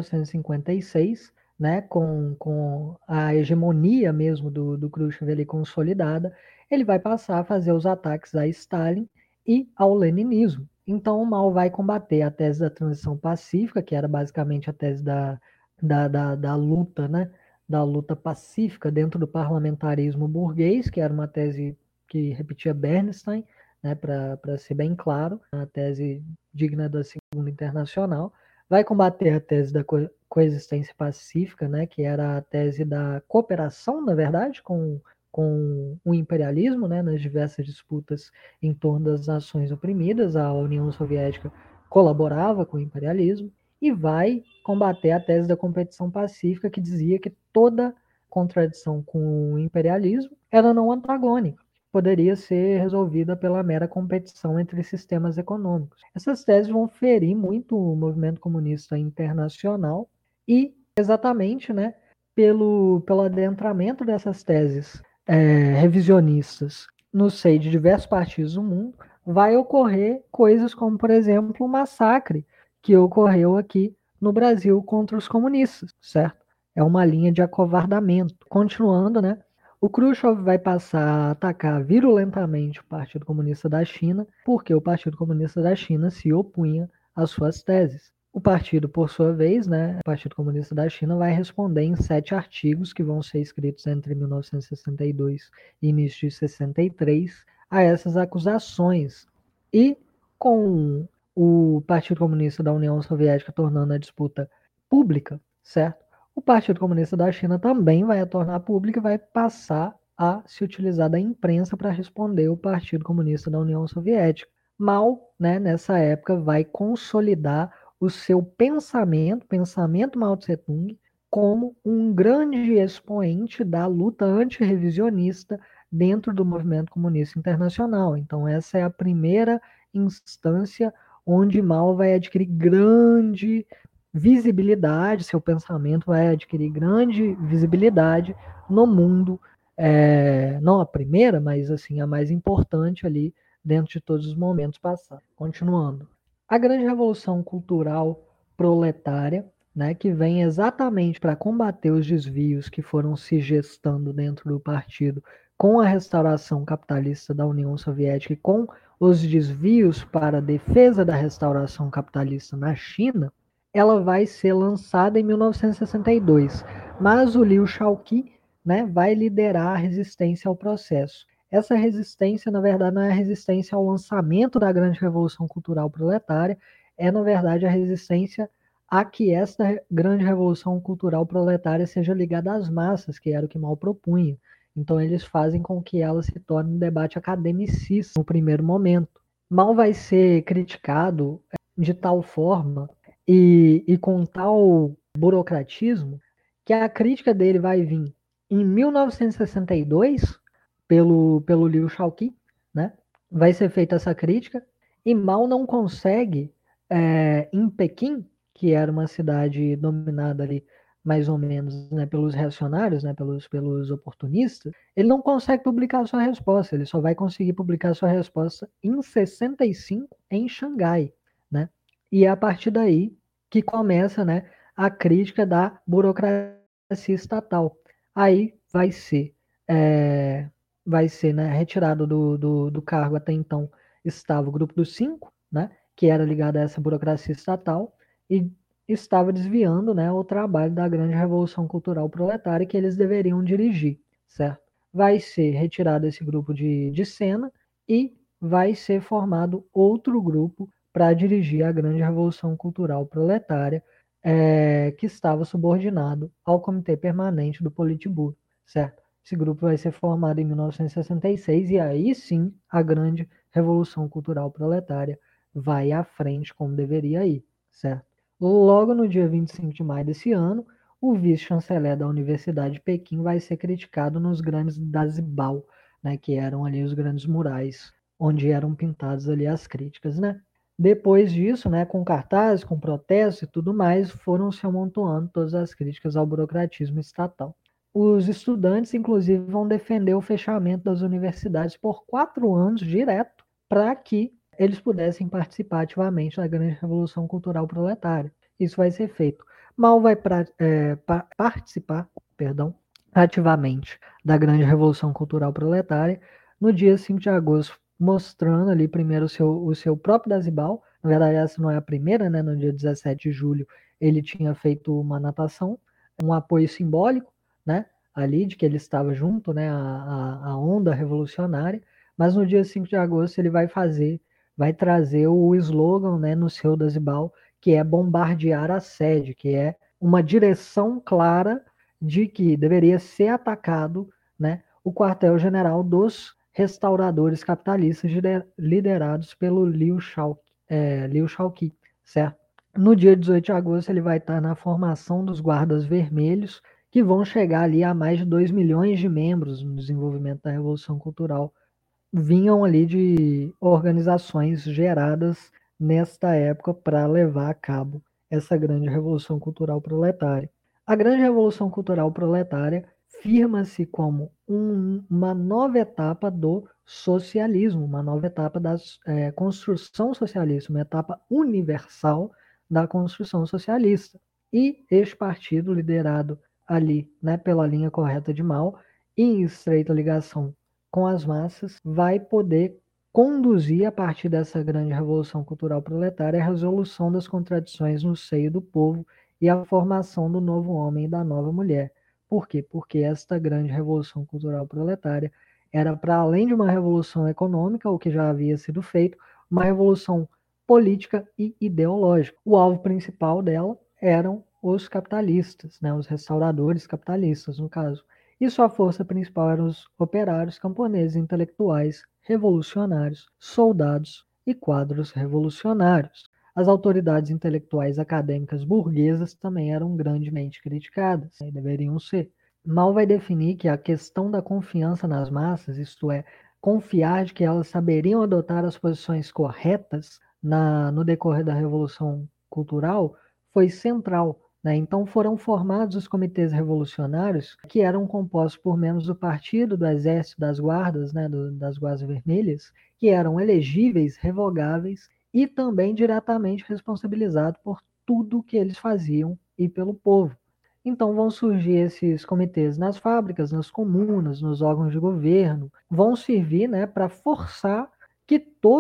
S3: 1956, né, com a hegemonia mesmo do Khrushchev ali consolidada, ele vai passar a fazer os ataques a Stalin e ao leninismo. Então, o Mao vai combater a tese da transição pacífica, que era basicamente a tese da luta, né, da luta pacífica dentro do parlamentarismo burguês, que era uma tese que repetia Bernstein, né, para ser bem claro, a tese digna da Segunda Internacional. Vai combater a tese da coexistência pacífica, né, que era a tese da cooperação, na verdade, com o imperialismo, né, nas diversas disputas em torno das nações oprimidas. A União Soviética colaborava com o imperialismo, e vai combater a tese da competição pacífica, que dizia que toda contradição com o imperialismo era não antagônica, poderia ser resolvida pela mera competição entre sistemas econômicos. Essas teses vão ferir muito o movimento comunista internacional e, exatamente, né, pelo adentramento dessas teses revisionistas no seio de diversos partidos do mundo, vai ocorrer coisas como, por exemplo, o massacre que ocorreu aqui no Brasil contra os comunistas, certo? É uma linha de acovardamento. Continuando, né? O Khrushchev vai passar a atacar virulentamente o Partido Comunista da China, porque o Partido Comunista da China se opunha às suas teses. O partido, por sua vez, né, o Partido Comunista da China, vai responder em 7 artigos que vão ser escritos entre 1962 e início de 63 a essas acusações. E com o Partido Comunista da União Soviética tornando a disputa pública, certo? O Partido Comunista da China também vai a tornar pública e vai passar a se utilizar da imprensa para responder o Partido Comunista da União Soviética. Mao, né, nessa época, vai consolidar o seu pensamento Mao Tse-tung, como um grande expoente da luta antirrevisionista dentro do movimento comunista internacional. Então, essa é a primeira instância onde Mao vai adquirir grande visibilidade, seu pensamento vai adquirir grande visibilidade no mundo, não a primeira, mas assim a mais importante ali dentro de todos os momentos passados. Continuando. A grande revolução cultural proletária, né, que vem exatamente para combater os desvios que foram se gestando dentro do partido com a restauração capitalista da União Soviética e com os desvios para a defesa da restauração capitalista na China, ela vai ser lançada em 1962, mas o Liu Shaoqi, né, vai liderar a resistência ao processo. Essa resistência, na verdade, não é a resistência ao lançamento da grande revolução cultural proletária, é, na verdade, a resistência a que esta grande revolução cultural proletária seja ligada às massas, que era o que Mao propunha. Então, eles fazem com que ela se torne um debate academicista no primeiro momento. Mao vai ser criticado de tal forma e com tal burocratismo que a crítica dele vai vir em 1962 pelo Liu Shaoqi, né? Vai ser feita essa crítica e Mao não consegue em Pequim, que era uma cidade dominada ali mais ou menos, né, pelos reacionários, né, pelos oportunistas, ele não consegue publicar sua resposta, ele só vai conseguir publicar sua resposta em 65 em Xangai, né? E é a partir daí que começa, né, a crítica da burocracia estatal. Aí vai ser, né, retirado do cargo até então estava o Grupo dos Cinco, né, que era ligado a essa burocracia estatal, e estava desviando, né, o trabalho da grande revolução cultural proletária que eles deveriam dirigir, certo? Vai ser retirado esse grupo de cena e vai ser formado outro grupo para dirigir a grande revolução cultural proletária, que estava subordinado ao Comitê Permanente do Politburo, certo? Esse grupo vai ser formado em 1966 e aí sim a grande revolução cultural proletária vai à frente como deveria ir, certo? Logo no dia 25 de maio desse ano, o vice-chanceler da Universidade de Pequim vai ser criticado nos grandes Dazibao, né, que eram ali os grandes murais onde eram pintadas ali as críticas, né? Depois disso, né, com cartazes, com protestos e tudo mais, foram se amontoando todas as críticas ao burocratismo estatal. Os estudantes, inclusive, vão defender o fechamento das universidades por 4 anos direto para que eles pudessem participar ativamente da grande revolução cultural proletária. Isso vai ser feito. Mao vai participar, perdão, ativamente da grande revolução cultural proletária no dia 5 de agosto, mostrando ali primeiro o seu próprio Dazibao. Na verdade, essa não é a primeira, né? No dia 17 de julho, ele tinha feito uma natação, um apoio simbólico, né? Ali, de que ele estava junto, né? A onda revolucionária. Mas no dia 5 de agosto, ele vai trazer o slogan, né? No seu Dazibao, que é bombardear a sede, que é uma direção clara de que deveria ser atacado, né? O quartel-general dos restauradores capitalistas liderados pelo Liu Shaoqi, certo? No dia 18 de agosto, ele vai estar na formação dos guardas vermelhos, que vão chegar ali a mais de 2 milhões de membros no desenvolvimento da Revolução Cultural. Vinham ali de organizações geradas nesta época para levar a cabo essa grande Revolução Cultural proletária. A grande Revolução Cultural proletária firma-se como uma nova etapa do socialismo, uma nova etapa da construção socialista, uma etapa universal da construção socialista. E este partido, liderado ali, né, pela linha correta de Mao, em estreita ligação com as massas, vai poder conduzir, a partir dessa grande revolução cultural proletária, a resolução das contradições no seio do povo e a formação do novo homem e da nova mulher. Por quê? Porque esta grande revolução cultural proletária era, para além de uma revolução econômica, o que já havia sido feito, uma revolução política e ideológica. O alvo principal dela eram os capitalistas, né, os restauradores capitalistas, no caso. E sua força principal eram os operários, camponeses, intelectuais, revolucionários, soldados e quadros revolucionários. As autoridades intelectuais acadêmicas burguesas também eram grandemente criticadas, e deveriam ser. Mao vai definir que a questão da confiança nas massas, isto é, confiar de que elas saberiam adotar as posições corretas no decorrer da Revolução Cultural, foi central, né? Então foram formados os comitês revolucionários, que eram compostos por membros do partido, do exército, das guardas, né, das guardas vermelhas, que eram elegíveis, revogáveis e também diretamente responsabilizados por tudo que eles faziam e pelo povo. Então vão surgir esses comitês nas fábricas, nas comunas, nos órgãos de governo, vão servir, né, para forçar que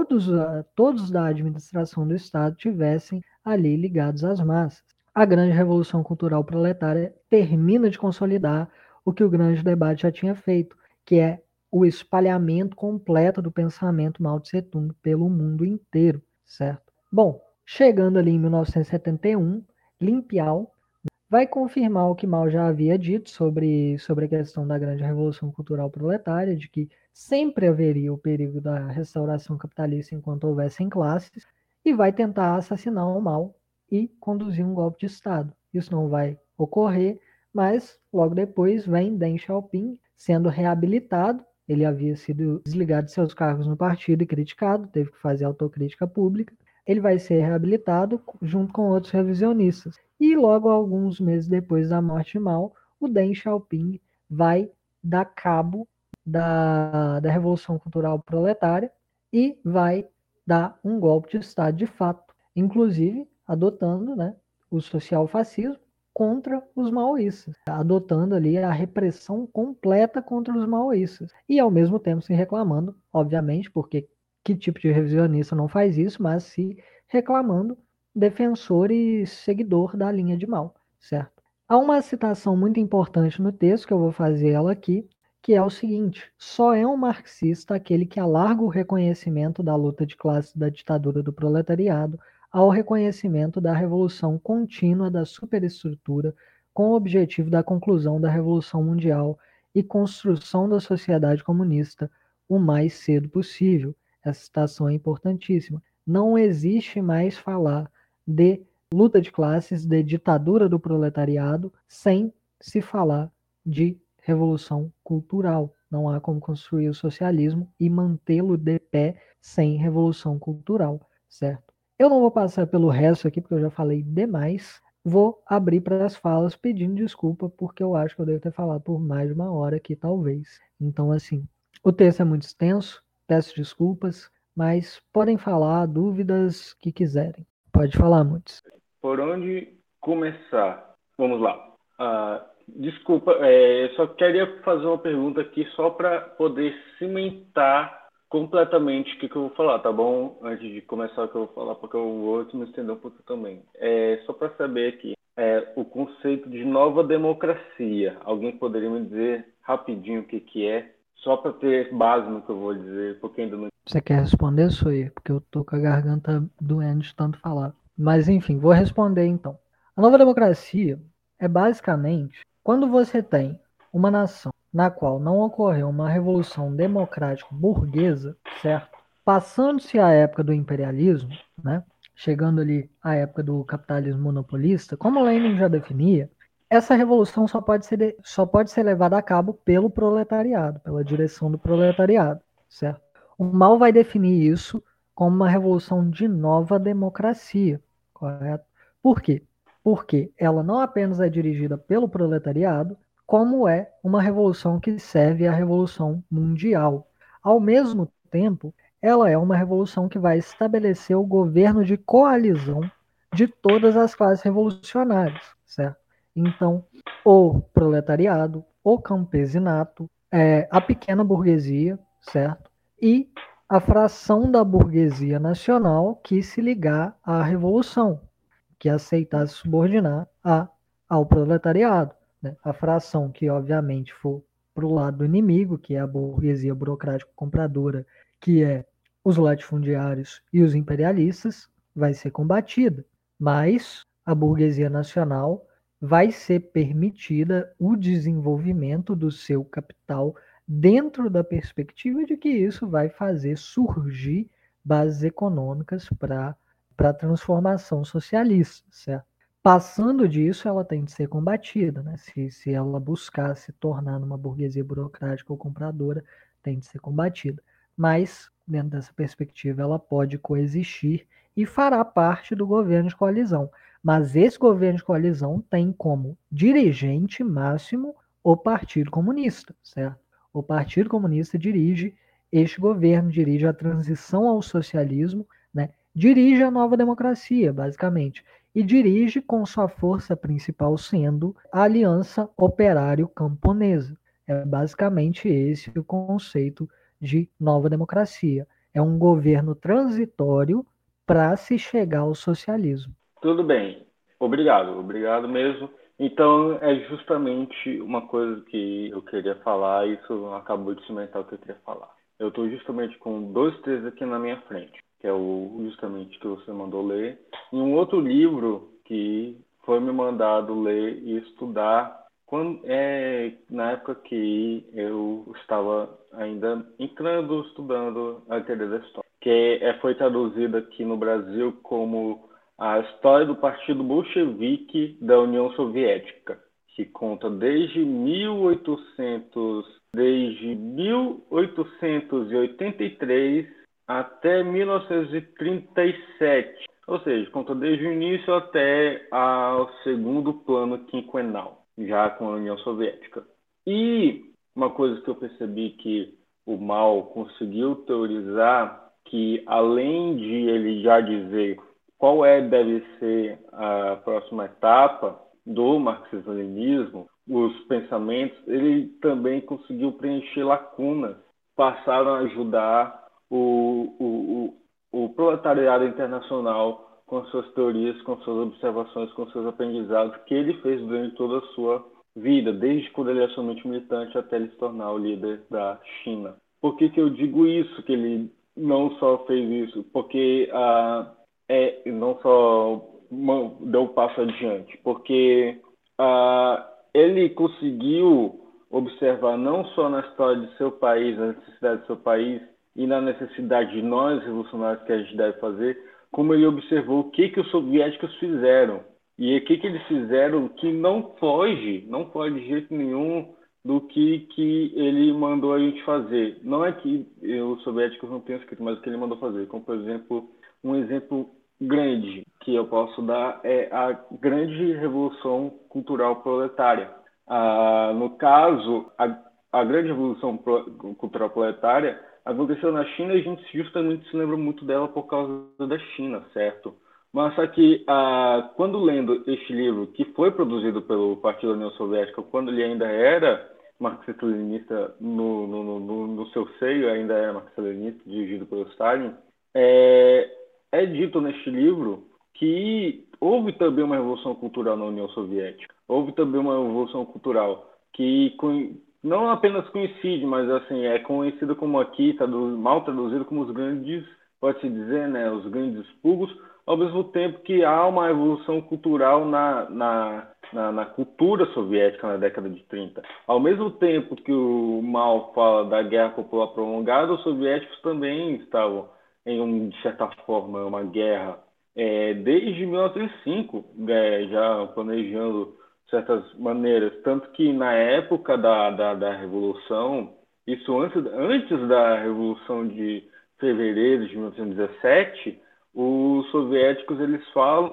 S3: todos da administração do Estado tivessem ali ligados às massas. A grande revolução cultural proletária termina de consolidar o que o grande debate já tinha feito, que é o espalhamento completo do pensamento Mao Tse Tung pelo mundo inteiro, certo? Bom, chegando ali em 1971, Lin Piao vai confirmar o que Mao já havia dito sobre a questão da grande revolução cultural proletária, de que sempre haveria o perigo da restauração capitalista enquanto houvessem classes, e vai tentar assassinar o Mao e conduzir um golpe de Estado. Isso não vai ocorrer, mas logo depois vem Deng Xiaoping sendo reabilitado. Ele havia sido desligado de seus cargos no partido e criticado, teve que fazer autocrítica pública. Ele vai ser reabilitado junto com outros revisionistas. E logo alguns meses depois da morte de Mao, o Deng Xiaoping vai dar cabo da Revolução Cultural Proletária e vai dar um golpe de Estado de fato, inclusive adotando, né, o social-fascismo contra os maoístas, adotando ali a repressão completa contra os maoístas e ao mesmo tempo se reclamando, obviamente, porque que tipo de revisionista não faz isso, mas se reclamando defensor e seguidor da linha de Mao, certo? Há uma citação muito importante no texto, que eu vou fazer ela aqui, que é o seguinte: só é um marxista aquele que alarga o reconhecimento da luta de classe da ditadura do proletariado ao reconhecimento da revolução contínua da superestrutura com o objetivo da conclusão da Revolução Mundial e construção da sociedade comunista o mais cedo possível. Essa citação é importantíssima. Não existe mais falar de luta de classes, de ditadura do proletariado, sem se falar de revolução cultural. Não há como construir o socialismo e mantê-lo de pé sem revolução cultural, certo? Eu não vou passar pelo resto aqui, porque eu já falei demais. Vou abrir para as falas pedindo desculpa, porque eu acho que eu devo ter falado por mais de uma hora aqui, talvez. Então, assim, o texto é muito extenso, peço desculpas, mas podem falar dúvidas que quiserem. Pode falar, Mudes.
S1: Por onde começar? Vamos lá. Desculpa, eu só queria fazer uma pergunta aqui só para poder cimentar completamente o que eu vou falar, tá bom? Antes de começar o que eu vou falar, porque eu vou me estender um pouco também. Só para saber aqui, o conceito de nova democracia. Alguém poderia me dizer rapidinho o que é? Só para ter base no que eu vou dizer, porque ainda não...
S3: Você quer responder, Soia? Porque eu tô com a garganta doendo de tanto falar. Mas enfim, vou responder então. A nova democracia é basicamente quando você tem uma nação na qual não ocorreu uma revolução democrática burguesa, certo? Passando-se a época do imperialismo, né? Chegando ali à época do capitalismo monopolista, como Lenin já definia, essa revolução só pode ser levada a cabo pelo proletariado, pela direção do proletariado, certo? O Mao vai definir isso como uma revolução de nova democracia, correto? Por quê? Porque ela não apenas é dirigida pelo proletariado, como é uma revolução que serve à revolução mundial. Ao mesmo tempo, ela é uma revolução que vai estabelecer o governo de coalizão de todas as classes revolucionárias, certo? Então, o proletariado, o campesinato, a pequena burguesia, certo? E a fração da burguesia nacional que se ligar à revolução, que aceitar se subordinar ao proletariado, né? A fração que, obviamente, for para o lado do inimigo, que é a burguesia burocrática compradora, que é os latifundiários e os imperialistas, vai ser combatida. Mas a burguesia nacional vai ser permitida o desenvolvimento do seu capital dentro da perspectiva de que isso vai fazer surgir bases econômicas para a transformação socialista, certo? Passando disso, ela tem de ser combatida, né? Se ela buscar se tornar numa burguesia burocrática ou compradora, tem de ser combatida. Mas, dentro dessa perspectiva, ela pode coexistir e fará parte do governo de coalizão. Mas esse governo de coalizão tem como dirigente máximo o Partido Comunista, certo? O Partido Comunista dirige este governo, dirige a transição ao socialismo, né? Dirige a nova democracia, basicamente, e dirige com sua força principal sendo a Aliança Operário-Camponesa. É basicamente esse o conceito de nova democracia. é um governo transitório para se chegar ao socialismo.
S1: Tudo bem. Obrigado mesmo. Então, é justamente uma coisa que eu queria falar, e isso acabou de cimentar o que eu queria falar. Eu estou justamente com 2 textos aqui na minha frente, que é justamente que você mandou ler, e um outro livro que foi me mandado ler e estudar na época que eu estava ainda entrando, estudando a teoria da história, que foi traduzido aqui no Brasil como A História do Partido Bolchevique da União Soviética, que conta desde 1883 até 1937, ou seja, conta desde o início até o segundo plano quinquenal, já com a União Soviética. E uma coisa que eu percebi que o Mao conseguiu teorizar, que além de ele já dizer qual deve ser a próxima etapa do marxismo-leninismo, os pensamentos, ele também conseguiu preencher lacunas, passaram a ajudar o proletariado internacional com suas teorias, com suas observações, com seus aprendizados, que ele fez durante toda a sua vida, desde quando ele é somente militante até ele se tornar o líder da China. Por que eu digo isso, que ele não só fez isso? Porque não só deu um passo adiante, porque ele conseguiu observar não só na história de seu país, na necessidade do seu país e na necessidade de nós revolucionários que a gente deve fazer, como ele observou o que os soviéticos fizeram. E o que eles fizeram que não foge de jeito nenhum do que ele mandou a gente fazer. Não é que os soviéticos não tenham escrito, mas o que ele mandou fazer. Como, por exemplo, um exemplo grande que eu posso dar é a grande revolução cultural proletária. No caso, a grande revolução cultural proletária aconteceu na China e a gente justamente se lembra muito dela por causa da China, certo? Mas só que, quando lendo este livro, que foi produzido pelo Partido da União Soviética, quando ele ainda era marxista-leninista no seu seio, ainda era marxista-leninista, dirigido pelo Stalin, é dito neste livro que houve também uma revolução cultural na União Soviética. Houve também uma revolução cultural que não apenas coincide, mas assim, é conhecida como aqui, mal traduzido como os grandes, pode-se dizer, né, os grandes expurgos, ao mesmo tempo que há uma evolução cultural na cultura soviética na década de 30. Ao mesmo tempo que o Mao fala da guerra popular prolongada, os soviéticos também estavam de certa forma, uma guerra desde 1905, já planejando certas maneiras. Tanto que na época da Revolução, isso antes da Revolução de Fevereiro de 1917, os soviéticos, eles falam,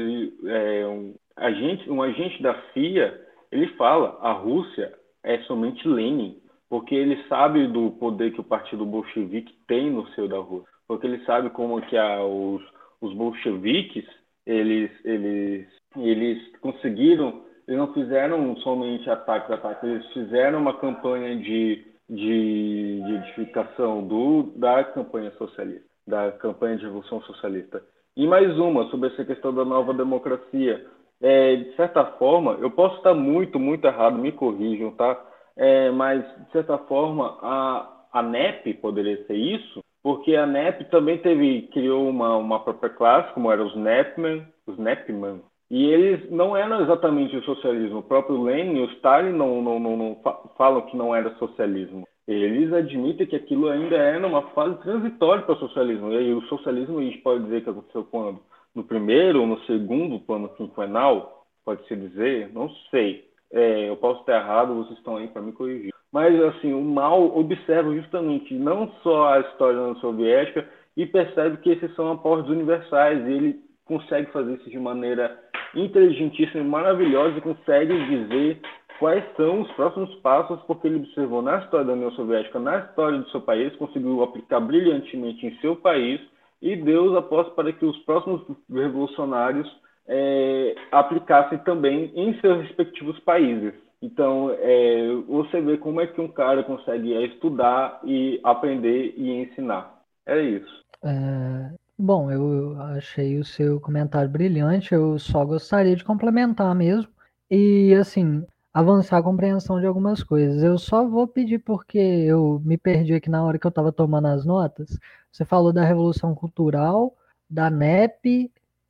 S1: um agente da CIA, ele fala, a Rússia é somente Lenin, porque ele sabe do poder que o Partido Bolchevique tem no seio da Rússia, porque ele sabe como que os bolcheviques, eles conseguiram, eles não fizeram somente ataques, eles fizeram uma campanha de edificação da campanha socialista, da campanha de revolução socialista. E mais uma, sobre essa questão da nova democracia. De certa forma, eu posso estar muito, muito errado, me corrijam, tá? Mas, de certa forma, a NEP poderia ser isso, porque a NEP também criou uma própria classe, como eram os NEPman, e eles não eram exatamente o socialismo. O próprio Lenin e o Stalin não falam que não era socialismo. Eles admitem que aquilo ainda era uma fase transitória para o socialismo. E aí, o socialismo, a gente pode dizer que aconteceu quando? No primeiro ou no segundo plano quinquenal? Pode-se dizer? Não sei. Eu posso estar errado, vocês estão aí para me corrigir. Mas, assim, o Mao observa justamente não só a história da União Soviética e percebe que esses são aportes universais. E ele consegue fazer isso de maneira inteligentíssima e maravilhosa e consegue dizer quais são os próximos passos, porque ele observou na história da União Soviética, na história do seu país, conseguiu aplicar brilhantemente em seu país e deu os apostos para que os próximos revolucionários aplicassem também em seus respectivos países. Então, você vê como é que um cara consegue estudar e aprender e ensinar. É isso.
S3: Bom, eu achei o seu comentário brilhante, eu só gostaria de complementar mesmo e, assim, avançar a compreensão de algumas coisas. Eu só vou pedir porque eu me perdi aqui na hora que eu estava tomando as notas. Você falou da Revolução Cultural, da NEP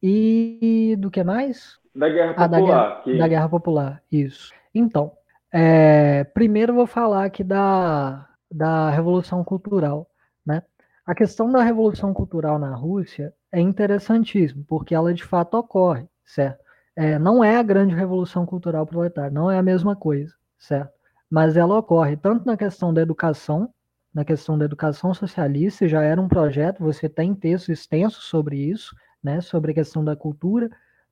S3: e do que mais?
S1: Da Guerra
S3: Ah,
S1: Popular,
S3: da
S1: que
S3: Guerra Popular, isso. Então, primeiro eu vou falar aqui da Revolução Cultural, né? A questão da Revolução Cultural na Rússia é interessantíssimo, porque ela de fato ocorre, certo? Não é a grande Revolução Cultural proletária, não é a mesma coisa, certo? Mas ela ocorre tanto na questão da educação socialista, já era um projeto, você tem texto extenso sobre isso, né? Sobre a questão da cultura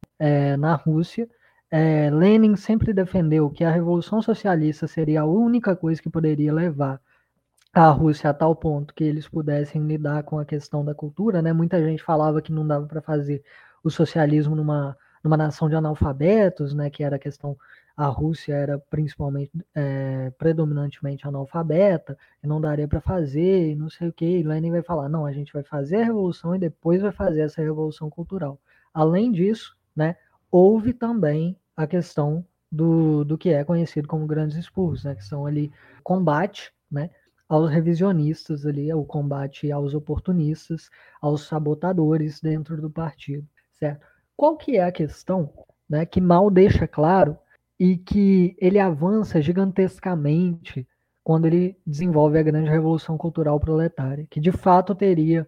S3: na Rússia. Lenin sempre defendeu que a Revolução Socialista seria a única coisa que poderia levar a Rússia a tal ponto que eles pudessem lidar com a questão da cultura, né? Muita gente falava que não dava para fazer o socialismo numa nação de analfabetos, né? Que era a questão, a Rússia era principalmente, predominantemente analfabeta, e não daria para fazer, e não sei o que. E Lenin vai falar, não, a gente vai fazer a revolução e depois vai fazer essa revolução cultural. Além disso, né? Houve também a questão do que é conhecido como grandes expurgos, né? Que são ali combate, né? Aos revisionistas ali, ao combate aos oportunistas, aos sabotadores dentro do partido, certo? Qual que é a questão, né, que Mao deixa claro e que ele avança gigantescamente quando ele desenvolve a grande revolução cultural proletária, que de fato teria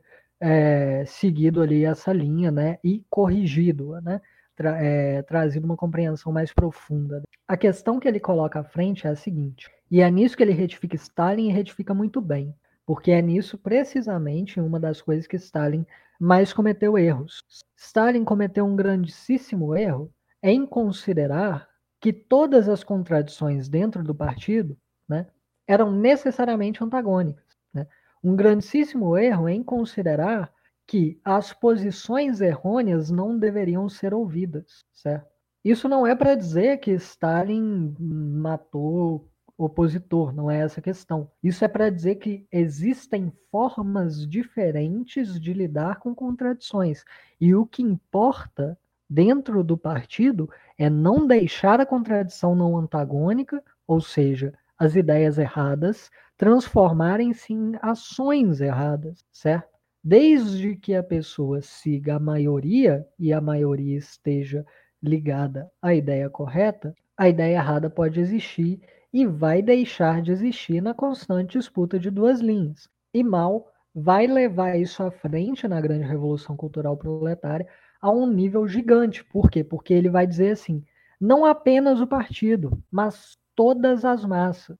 S3: seguido ali essa linha, né, e corrigido, né, trazido uma compreensão mais profunda. A questão que ele coloca à frente é a seguinte, e é nisso que ele retifica Stalin e retifica muito bem, porque é nisso precisamente uma das coisas que Stalin mais cometeu erros. Stalin cometeu um grandíssimo erro em considerar que todas as contradições dentro do partido, né, eram necessariamente antagônicas. Né? Um grandíssimo erro em considerar que as posições errôneas não deveriam ser ouvidas, certo? Isso não é para dizer que Stalin matou opositor, não é essa a questão. Isso é para dizer que existem formas diferentes de lidar com contradições. E o que importa dentro do partido é não deixar a contradição não antagônica, ou seja, as ideias erradas, transformarem-se em ações erradas, certo? Desde que a pessoa siga a maioria e a maioria esteja ligada à ideia correta, a ideia errada pode existir e vai deixar de existir na constante disputa de duas linhas. E Mao vai levar isso à frente na grande revolução cultural proletária a um nível gigante. Por quê? Porque ele vai dizer assim: não apenas o partido, mas todas as massas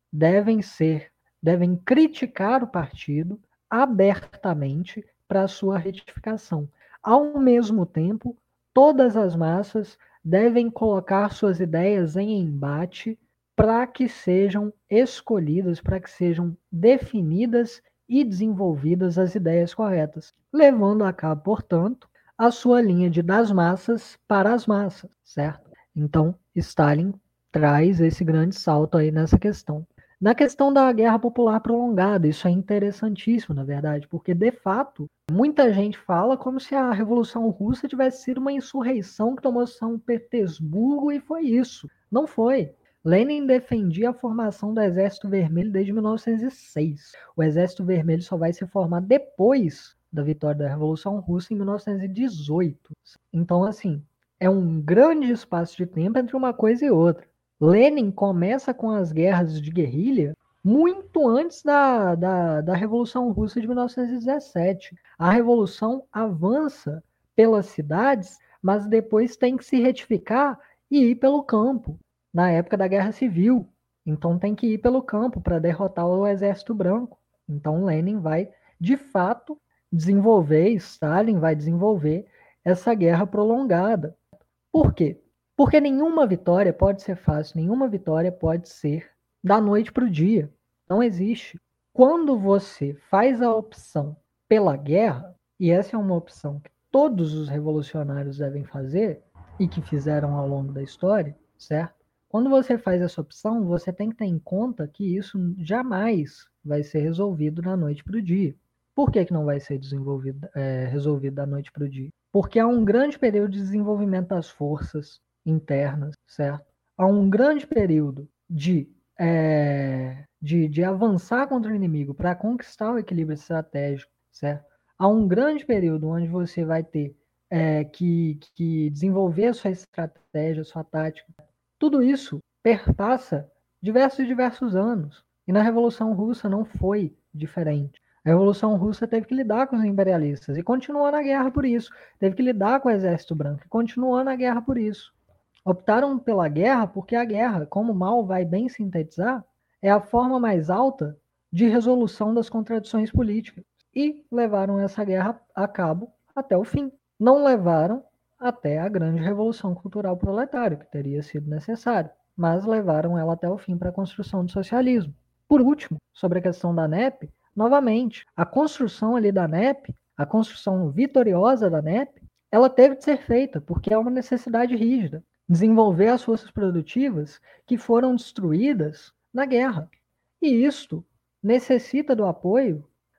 S3: devem criticar o partido abertamente para sua retificação. Ao mesmo tempo, todas as massas devem colocar suas ideias em embate para que sejam escolhidas, para que sejam definidas e desenvolvidas as ideias corretas, levando a cabo, portanto, a sua linha de das massas para as massas, certo? Então, Stalin traz esse grande salto aí nessa questão. Na questão da guerra popular prolongada, isso é interessantíssimo, na verdade, porque de fato muita gente fala como se a Revolução Russa tivesse sido uma insurreição que tomou São Petersburgo e foi isso. Não foi. Lenin defendia a formação do Exército Vermelho desde 1906. O Exército Vermelho só vai se formar depois da vitória da Revolução Russa em 1918. Então, assim, é um grande espaço de tempo entre uma coisa e outra. Lenin começa com as guerras de guerrilha muito antes da Revolução Russa de 1917. A Revolução avança pelas cidades, mas depois tem que se retificar e ir pelo campo, na época da Guerra Civil. Então tem que ir pelo campo para derrotar o Exército Branco. Então Lenin vai, de fato, desenvolver, Stalin vai desenvolver essa guerra prolongada. Por quê? Porque nenhuma vitória pode ser fácil, nenhuma vitória pode ser da noite para o dia. Não existe. Quando você faz a opção pela guerra, e essa é uma opção que todos os revolucionários devem fazer, e que fizeram ao longo da história, certo? Quando você faz essa opção, você tem que ter em conta que isso jamais vai ser resolvido da noite para o dia. Por que não vai ser resolvido da noite para o dia? Porque há um grande período de desenvolvimento das forças internas, certo? Há um grande período de avançar contra o inimigo para conquistar o equilíbrio estratégico, certo? Há um grande período onde você vai ter que desenvolver a sua estratégia, a sua tática. Tudo isso perpassa diversos anos. E na Revolução Russa não foi diferente. A Revolução Russa teve que lidar com os imperialistas e continuou na guerra por isso. Teve que lidar com o Exército Branco e continuou na guerra por isso. Optaram pela guerra porque a guerra, como Mao vai bem sintetizar, é a forma mais alta de resolução das contradições políticas. E levaram essa guerra a cabo até o fim. Não levaram até a grande revolução cultural proletária, que teria sido necessária, mas levaram ela até o fim para a construção do socialismo. Por último, sobre a questão da NEP, novamente, a construção ali da NEP, a construção vitoriosa da NEP, ela teve de ser feita, porque é uma necessidade rígida. Desenvolver as forças produtivas que foram destruídas na guerra. E isto necessita do apoio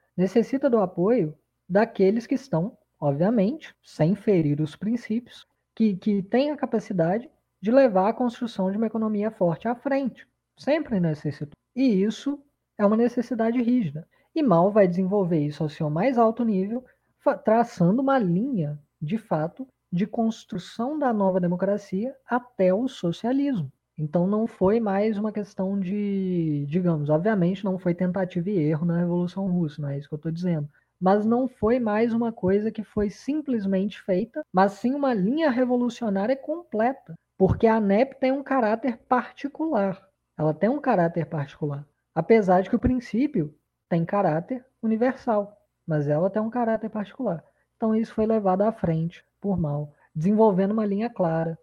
S3: daqueles que estão, obviamente, sem ferir os princípios, que têm a capacidade de levar a construção de uma economia forte à frente. Sempre necessitou. E isso é uma necessidade rígida. E Mao vai desenvolver isso ao seu mais alto nível, traçando uma linha, de fato, de construção da nova democracia até o socialismo. Então não foi mais uma questão de, digamos, obviamente não foi tentativa e erro na Revolução Russa, não é isso que eu estou dizendo. Mas não foi mais uma coisa que foi simplesmente feita, mas sim uma linha revolucionária completa. Porque a NEP tem um caráter particular. Ela tem um caráter particular. Apesar de que o princípio tem caráter universal, mas ela tem um caráter particular. Então isso foi levado à frente por Mao, desenvolvendo uma linha clara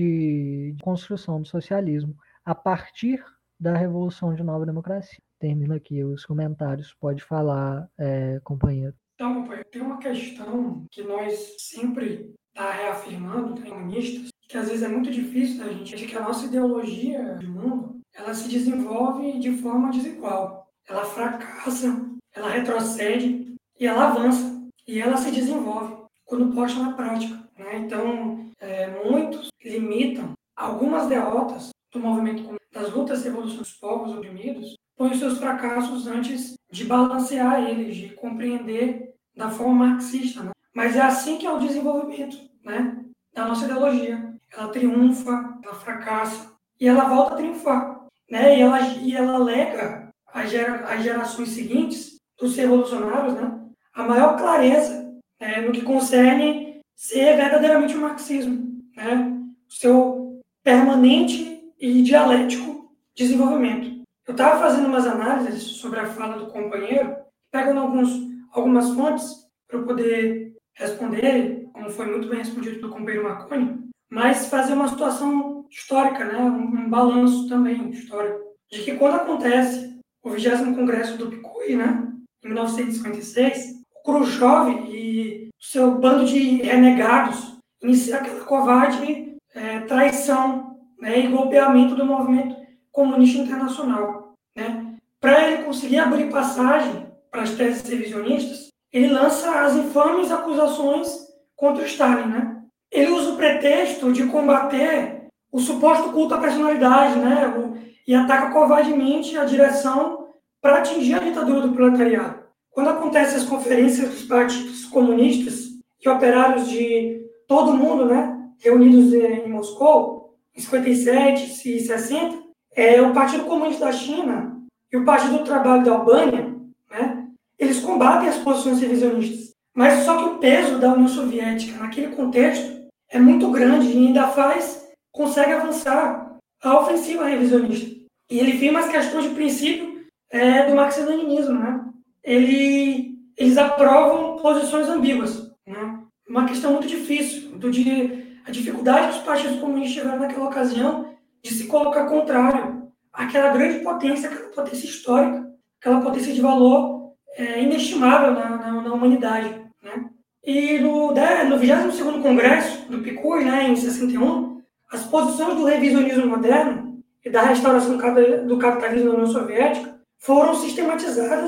S3: de construção do socialismo a partir da Revolução de Nova Democracia. Termino aqui os comentários. Pode falar, companheiro.
S4: Então, companheiro, tem uma questão que nós sempre está reafirmando, comunistas, que às vezes é muito difícil da gente, de que a nossa ideologia de mundo, ela se desenvolve de forma desigual. Ela fracassa, ela retrocede e ela avança. E ela se desenvolve quando posta na prática, né? Então, muitos limitam algumas derrotas do movimento das lutas e revoluções dos povos oprimidos, põem os seus fracassos antes de balancear eles, de compreender da forma marxista, né? Mas é assim que é o desenvolvimento, né, da nossa ideologia. Ela triunfa, ela fracassa e ela volta a triunfar, né? E ela lega às gerações seguintes dos revolucionários, né, a maior clareza no que concerne ser verdadeiramente o marxismo, né? O seu permanente e dialético desenvolvimento. Eu estava fazendo umas análises sobre a fala do companheiro, pegando algumas fontes para eu poder responder, como foi muito bem respondido pelo companheiro Marconi, mas fazer uma situação histórica, né? Um balanço também histórico, de que quando acontece o 20º Congresso do PICUI, né, em 1956, o Khrushchev e o seu bando de renegados inicia aquela covarde traição, né, e golpeamento do movimento comunista internacional, né? Para ele conseguir abrir passagem para as teses revisionistas, ele lança as infames acusações contra o Stalin, né? Ele usa o pretexto de combater o suposto culto à personalidade, né? E ataca covardemente a direção para atingir a ditadura do proletariado. Quando acontecem as conferências dos partidos comunistas e operários de todo o mundo, né, reunidos em Moscou, em 57 e 60, o Partido Comunista da China e o Partido do Trabalho da Albânia, né, eles combatem as posições revisionistas. Mas só que o peso da União Soviética naquele contexto é muito grande e ainda consegue avançar a ofensiva revisionista. E ele firma as questões de princípio do marxismo-leninismo, né? Eles aprovam posições ambíguas, né? Uma questão muito difícil, a dificuldade que os partidos comunistas tiveram naquela ocasião de se colocar contrário àquela grande potência, aquela potência histórica, aquela potência de valor inestimável na humanidade, né? E no 22º Congresso do PICUI, né, em 61, as posições do revisionismo moderno e da restauração do capitalismo na União Soviética foram sistematizadas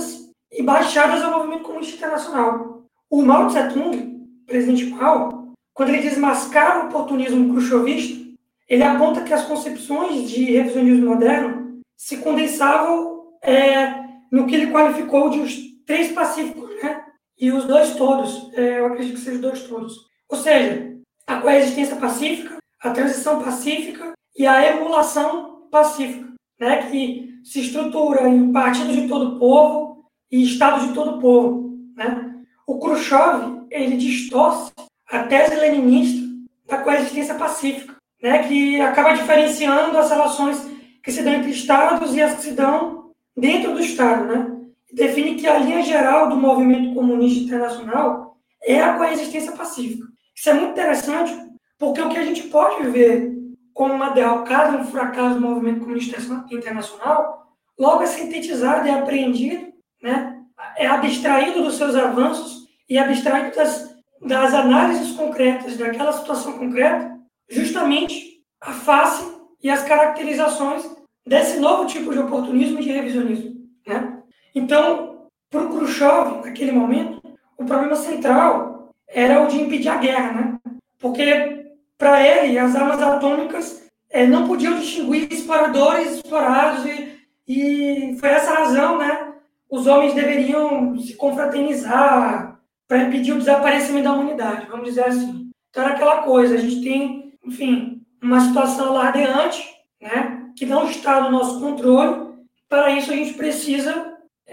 S4: e baixadas ao movimento comunista internacional. O Mao Tse-tung, presidente Mao, quando ele desmascara o oportunismo khrushchevista, ele aponta que as concepções de revisionismo moderno se condensavam no que ele qualificou de os 3 pacíficos, né? E os 2 todos, eu acredito que sejam os 2 todos. Ou seja, a coexistência pacífica, a transição pacífica e a emulação pacífica, né? Que se estrutura em partido de todo o povo e estado de todo o povo, né? O Khrushchev, ele distorce a tese leninista da coexistência pacífica, né? Que acaba diferenciando as relações que se dão entre estados e as que se dão dentro do estado, né? Define que a linha geral do movimento comunista internacional é a coexistência pacífica. Isso é muito interessante, porque o que a gente pode ver como uma derrocada, um fracasso do movimento comunista internacional, logo é sintetizado e apreendido, né? É abstraído dos seus avanços e abstraído das análises concretas daquela situação concreta, justamente a face e as caracterizações desse novo tipo de oportunismo e de revisionismo, né? Então, para o Khrushchev, naquele momento, o problema central era o de impedir a guerra, né? Porque, para ele, as armas atômicas não podiam distinguir exploradores e explorados, e foi essa razão, né? Os homens deveriam se confraternizar para impedir o desaparecimento da humanidade, vamos dizer assim. Então, era aquela coisa, a gente tem, enfim, uma situação alardeante, né? Que não está no nosso controle. Para isso, a gente precisa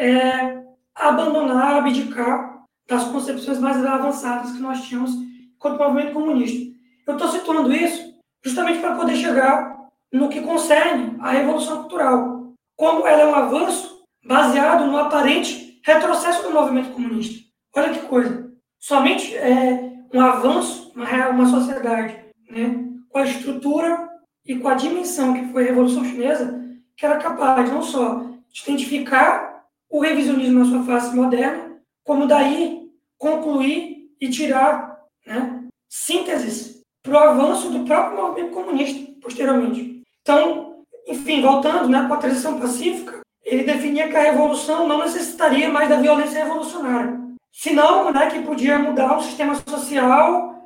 S4: abandonar, abdicar das concepções mais avançadas que nós tínhamos enquanto movimento comunista. Eu estou situando isso justamente para poder chegar no que concerne à Revolução Cultural, como ela é um avanço baseado no aparente retrocesso do movimento comunista. Olha que coisa! Somente um avanço, uma sociedade, né, com a estrutura e com a dimensão que foi a Revolução Chinesa, que era capaz não só de identificar o revisionismo na sua face moderna, como daí concluir e tirar, né, sínteses para o avanço do próprio movimento comunista, posteriormente. Então, enfim, voltando, né, com a transição pacífica, ele definia que a revolução não necessitaria mais da violência revolucionária, senão, né, que podia mudar um sistema social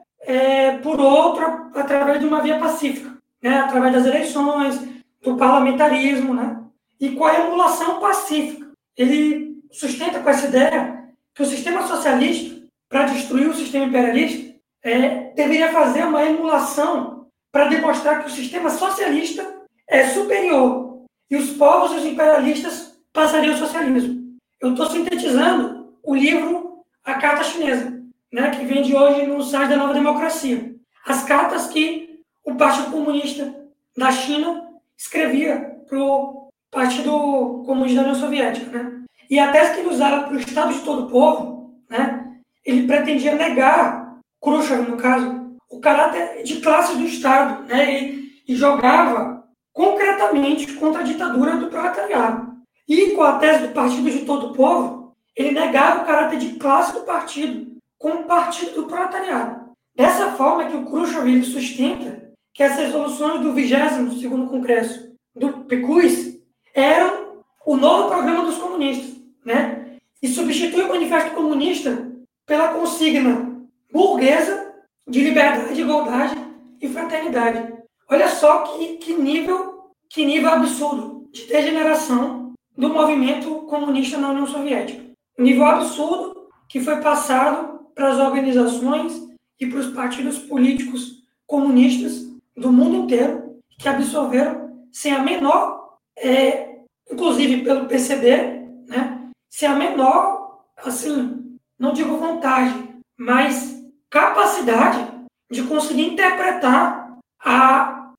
S4: por outro através de uma via pacífica, né, através das eleições, do parlamentarismo, né, e com a emulação pacífica. Ele sustenta com essa ideia que o sistema socialista, para destruir o sistema imperialista, deveria fazer uma emulação para demonstrar que o sistema socialista é superior e os povos e os imperialistas passariam ao socialismo. Eu estou sintetizando o livro A Carta Chinesa, né, que vem de hoje no site da Nova Democracia. As cartas que o Partido Comunista da China escrevia para o Partido Comunista da União Soviética, né? E a tese que ele usava para o Estado de todo o povo, né, ele pretendia negar, Khrushchev no caso, o caráter de classes do Estado, né, e jogava concretamente contra a ditadura do proletariado. E com a tese do Partido de todo o povo, ele negava o caráter de classe do partido, como partido do proletariado. Dessa forma que o Khrushchev ele sustenta que as resoluções do 22º Congresso do PCUS eram o novo programa dos comunistas, né? E substitui o Manifesto Comunista pela consigna burguesa de liberdade, igualdade e fraternidade. Olha só que nível absurdo de degeneração do movimento comunista na União Soviética. Um nível absurdo que foi passado para as organizações e para os partidos políticos comunistas do mundo inteiro, que absorveram sem a menor, inclusive pelo PCB, né, sem a menor, assim, não digo vontade, mas capacidade de conseguir interpretar a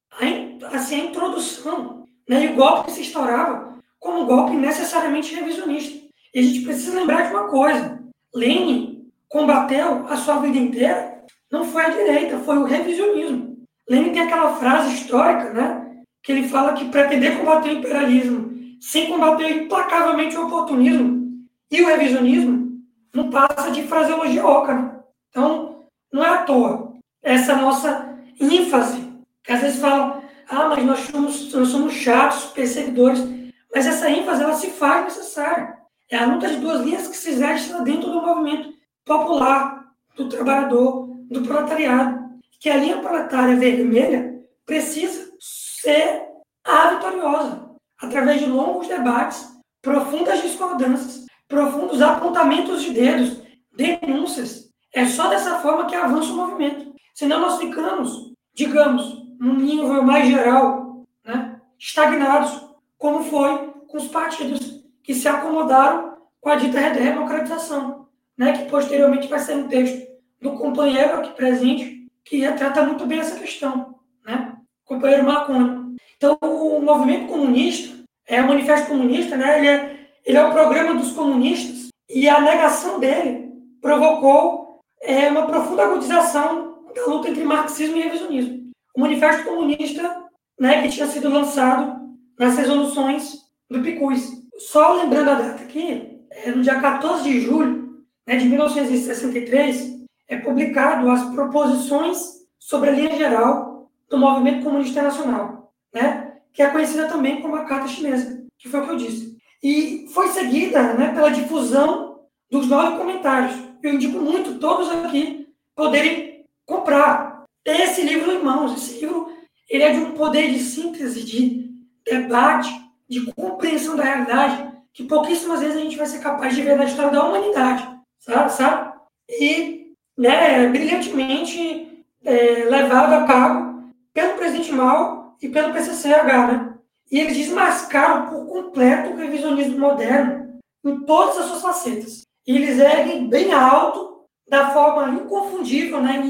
S4: introdução, né, e o golpe que se instaurava como um golpe necessariamente revisionista. E a gente precisa lembrar de uma coisa: Lenin combateu a sua vida inteira, não foi a direita, foi o revisionismo. Lenin tem aquela frase histórica, né, que ele fala que pretender combater o imperialismo sem combater implacavelmente o oportunismo e o revisionismo não passa de fraseologia oca, né? Então, não é à toa essa nossa ênfase, que às vezes falam, mas nós somos chatos, perseguidores, mas essa ênfase ela se faz necessária. É a luta de duas linhas que se exerce dentro do movimento popular, do trabalhador, do proletariado. Que a linha proletária vermelha precisa ser a vitoriosa, através de longos debates, profundas discordâncias, profundos apontamentos de dedos, denúncias. É só dessa forma que avança o movimento. Senão nós ficamos, digamos, num nível mais geral, né, estagnados, como foi com os partidos que se acomodaram com a dita redemocratização, né, que posteriormente vai ser um texto do companheiro aqui presente, que retrata muito bem essa questão, né, o companheiro Marconi. Então, o movimento comunista, o Manifesto Comunista, né, ele é o programa dos comunistas, e a negação dele provocou uma profunda agudização da luta entre marxismo e revisionismo. O Manifesto Comunista, né, que tinha sido lançado nas resoluções do PICUS. Só lembrando a data aqui, no dia 14 de julho, né, de 1963, é publicado as proposições sobre a linha geral do Movimento Comunista Internacional, né, que é conhecida também como a Carta Chinesa, que foi o que eu disse. E foi seguida, né, pela difusão dos 9 comentários. Eu indico muito todos aqui poderem comprar. Ter esse livro em mãos. Esse livro ele é de um poder de síntese, de debate, de compreensão da realidade, que pouquíssimas vezes a gente vai ser capaz de ver na história da humanidade, sabe? E, né, brilhantemente levado a cabo pelo presidente Mao e pelo PCCH, né? E eles desmascaram por completo o revisionismo moderno em todas as suas facetas. E eles erguem bem alto, da forma inconfundível, né,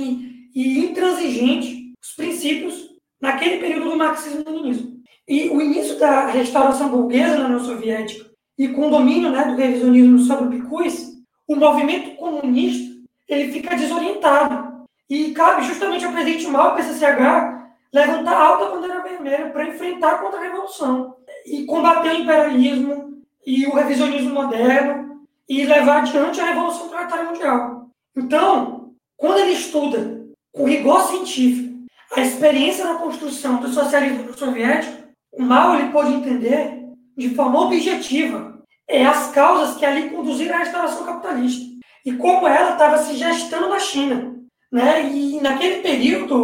S4: e intransigente, os princípios naquele período do marxismo-leninismo. E o início da restauração burguesa na União Soviética e com o domínio, né, do revisionismo sobre o PICUS, o movimento comunista ele fica desorientado. E cabe justamente ao presidente Mao, PCCH, levantar alta a bandeira vermelha para enfrentar contra a revolução e combater o imperialismo e o revisionismo moderno e levar adiante a Revolução Proletária Mundial. Então, quando ele estuda com rigor científico a experiência na construção do socialismo soviético, o Mao ele pôde entender de forma objetiva as causas que ali conduziram à restauração capitalista e como ela estava se gestando na China, né? E naquele período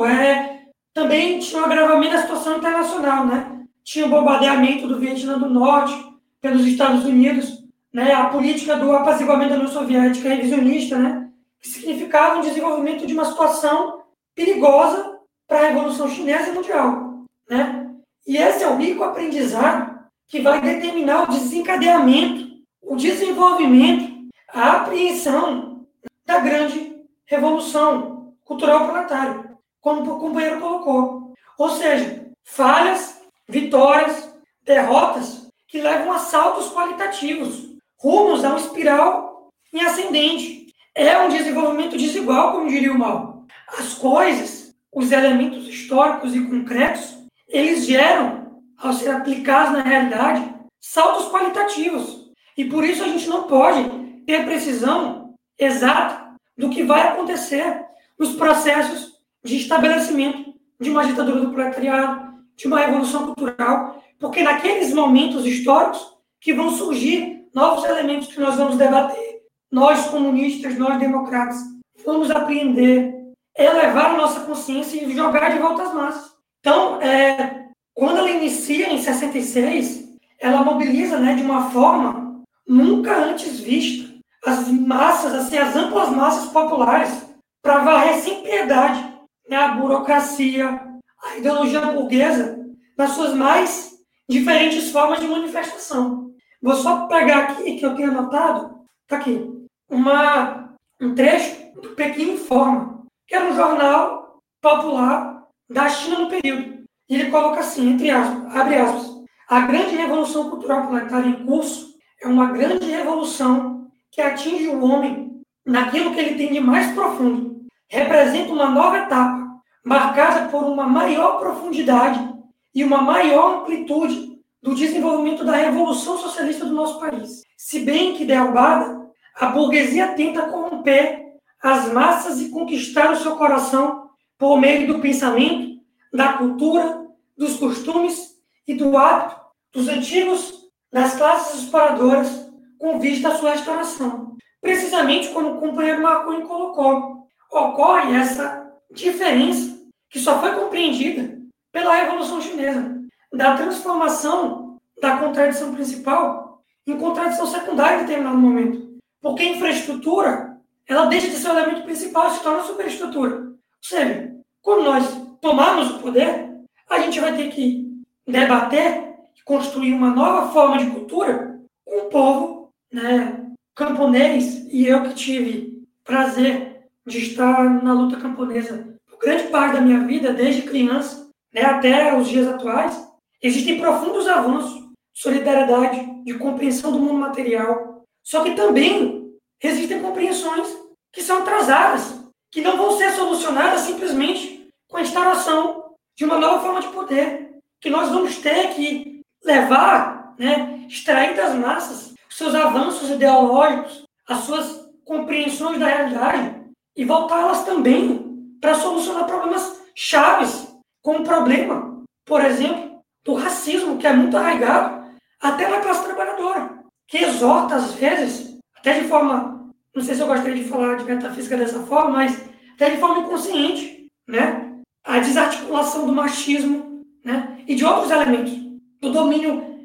S4: também tinha um agravamento da situação internacional, né? Tinha o bombardeamento do Vietnã do Norte pelos Estados Unidos, né? A política do apaziguamento da União Soviética revisionista, né? Que significava um desenvolvimento de uma situação perigosa para a Revolução Chinesa e Mundial, né? E esse é o rico aprendizado que vai determinar o desencadeamento, o desenvolvimento, a apreensão da grande revolução cultural proletária, como o companheiro colocou. Ou seja, falhas, vitórias, derrotas que levam a saltos qualitativos, rumos a uma espiral em ascendente. É um desenvolvimento desigual, como diria o Mao. As coisas, os elementos históricos e concretos, eles geram, ao ser aplicados na realidade, saltos qualitativos. E por isso a gente não pode ter precisão exata do que vai acontecer nos processos de estabelecimento de uma ditadura do proletariado, de uma revolução cultural, porque naqueles momentos históricos que vão surgir novos elementos que nós vamos debater, nós comunistas, nós democratas, vamos apreender, elevar a nossa consciência e jogar de volta às massas. Então, quando ela inicia em 66, ela mobiliza, né, de uma forma nunca antes vista as massas, assim, as amplas massas populares, para varrer sem piedade, né, a burocracia, a ideologia burguesa, nas suas mais diferentes formas de manifestação. Vou só pegar aqui, que eu tenho anotado, tá aqui, um trecho do Pequim Informa, que era um jornal popular da China no período. E ele coloca assim, entre aspas, abre aspas, a grande revolução cultural proletária em curso é uma grande revolução que atinge o homem naquilo que ele tem de mais profundo. Representa uma nova etapa, marcada por uma maior profundidade e uma maior amplitude do desenvolvimento da revolução socialista do nosso país. Se bem que derrubada, a burguesia tenta corromper as massas e conquistar o seu coração por meio do pensamento, da cultura, dos costumes e do hábito dos antigos, das classes exploradoras, com vista à sua restauração. Precisamente como o companheiro Marconi colocou, ocorre essa diferença que só foi compreendida pela Revolução Chinesa, da transformação da contradição principal em contradição secundária em determinado momento. Porque a infraestrutura, ela deixa de ser o elemento principal e se torna superestrutura. Ou seja, quando nós tomarmos o poder, a gente vai ter que debater e construir uma nova forma de cultura com o povo, né, camponês, e eu que tive prazer de estar na luta camponesa por grande parte da minha vida, desde criança, né, até os dias atuais, existem profundos avanços de solidariedade, de compreensão do mundo material, só que também existem compreensões que são atrasadas, que não vão ser solucionadas simplesmente com a instalação de uma nova forma de poder, que nós vamos ter que levar, né, extrair das massas os seus avanços ideológicos, as suas compreensões da realidade e voltá-las também para solucionar problemas chaves, como o problema, por exemplo, do racismo, que é muito arraigado até na classe trabalhadora, que exorta, às vezes, até de forma, não sei se eu gostaria de falar de metafísica dessa forma, mas até de forma inconsciente, né, a desarticulação do machismo, né, e de outros elementos, do domínio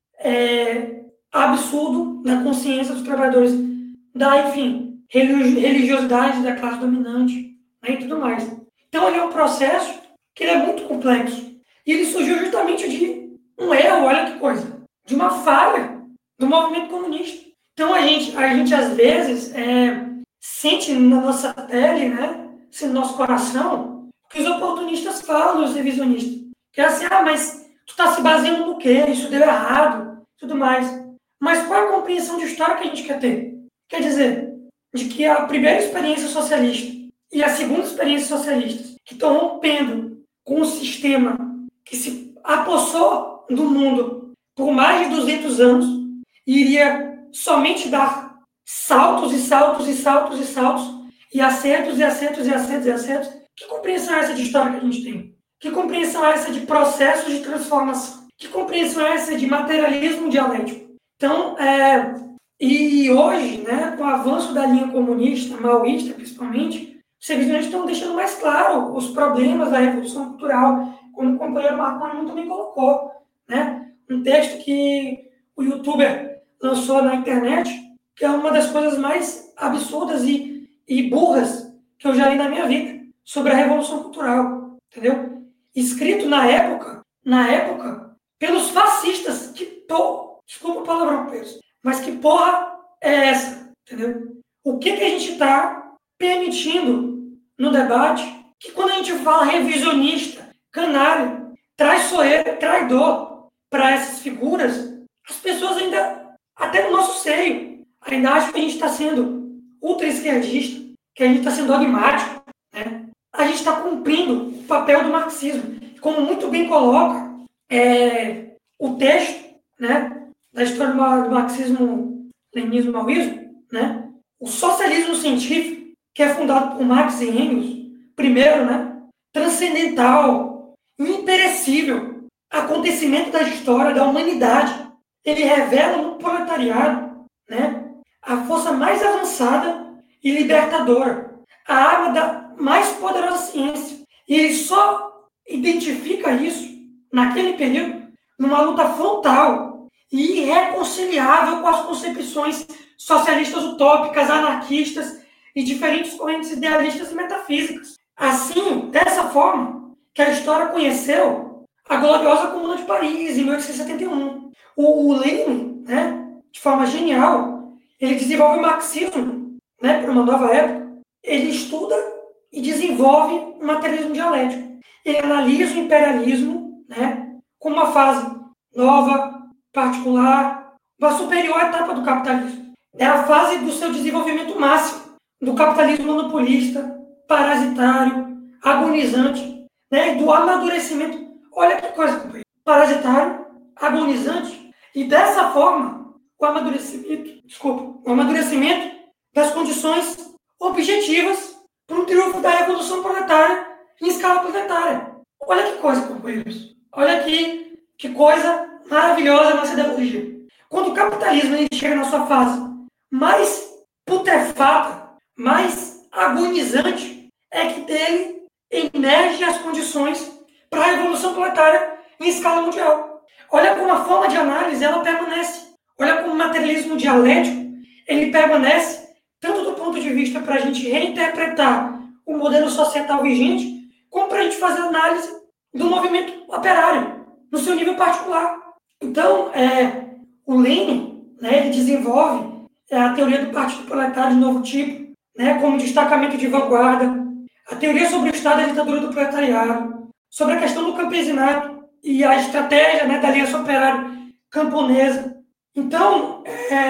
S4: absurdo da consciência dos trabalhadores, da, enfim, religiosidade da classe dominante, né, e tudo mais. Então, ele é um processo que ele é muito complexo. E ele surgiu justamente de um erro, olha que coisa, de uma falha do movimento comunista. Então, a gente às vezes, sente na nossa pele, né, assim, no nosso coração, que os oportunistas falam, os revisionistas. Que é assim, mas tu está se baseando no quê? Isso deu errado, tudo mais. Mas qual é a compreensão de história que a gente quer ter? Quer dizer, de que a primeira experiência socialista e a segunda experiência socialista, que estão rompendo com um sistema que se apossou do mundo por mais de 200 anos e iria somente dar saltos e saltos e saltos e saltos e acertos e acertos e acertos e acertos. Que compreensão é essa de história que a gente tem? Que compreensão é essa de processos de transformação? Que compreensão é essa de materialismo dialético? Então, e hoje, né, com o avanço da linha comunista, maoísta principalmente, os revisionistas estão deixando mais claro os problemas da revolução cultural, como o companheiro Marconi muito bem colocou, né? Um texto que o youtuber lançou na internet, que é uma das coisas mais absurdas e burras que eu já li na minha vida, sobre a revolução cultural, entendeu? Escrito na época, pelos fascistas, desculpa o palavrão, Pedro, mas que porra é essa, entendeu? O que a gente está permitindo no debate, que quando a gente fala revisionista, canalha, traiçoeiro, traidor para essas figuras, as pessoas ainda, até no nosso seio, ainda acham que a gente está sendo ultra-esquerdista, que a gente está sendo dogmático, né? A gente está cumprindo o papel do marxismo. Como muito bem coloca o texto, né, da história do marxismo, leninismo, maoísmo, né, o socialismo científico, que é fundado por Marx e Engels, primeiro, né, transcendental, imperecível, acontecimento da história, da humanidade. Ele revela no proletariado, né, a força mais avançada e libertadora, a arma da mais poderosa ciência. E ele só identifica isso, naquele período, numa luta frontal e irreconciliável com as concepções socialistas utópicas, anarquistas e diferentes correntes idealistas e metafísicas. Assim, dessa forma, que a história conheceu a gloriosa Comuna de Paris, em 1871. O Lenin, né, de forma genial, ele desenvolve o marxismo, né, para uma nova época. Ele estuda e desenvolve o materialismo dialético. Ele analisa o imperialismo, né, como uma fase nova, particular, uma superior etapa do capitalismo. É a fase do seu desenvolvimento máximo, do capitalismo monopolista, parasitário, agonizante, né, do amadurecimento. Olha que coisa, companheiro. Parasitário, agonizante, e dessa forma, o amadurecimento das condições objetivas para o triunfo da revolução proletária em escala planetária. Olha que coisa, companheiros. Olha que coisa maravilhosa a nossa ideologia. Quando o capitalismo ele chega na sua fase mais putrefata, mais agonizante é que dele emergem as condições para a revolução proletária em escala mundial. Olha como a forma de análise ela permanece. Olha como o materialismo dialético ele permanece tanto do ponto de vista para a gente reinterpretar o modelo societal vigente, como para a gente fazer análise do movimento operário, no seu nível particular. Então, o Lenin, né, ele desenvolve a teoria do Partido Proletário de novo tipo, né, como destacamento de vanguarda, a teoria sobre o Estado e a ditadura do proletariado, sobre a questão do campesinato e a estratégia, né, da aliança operária camponesa. Então,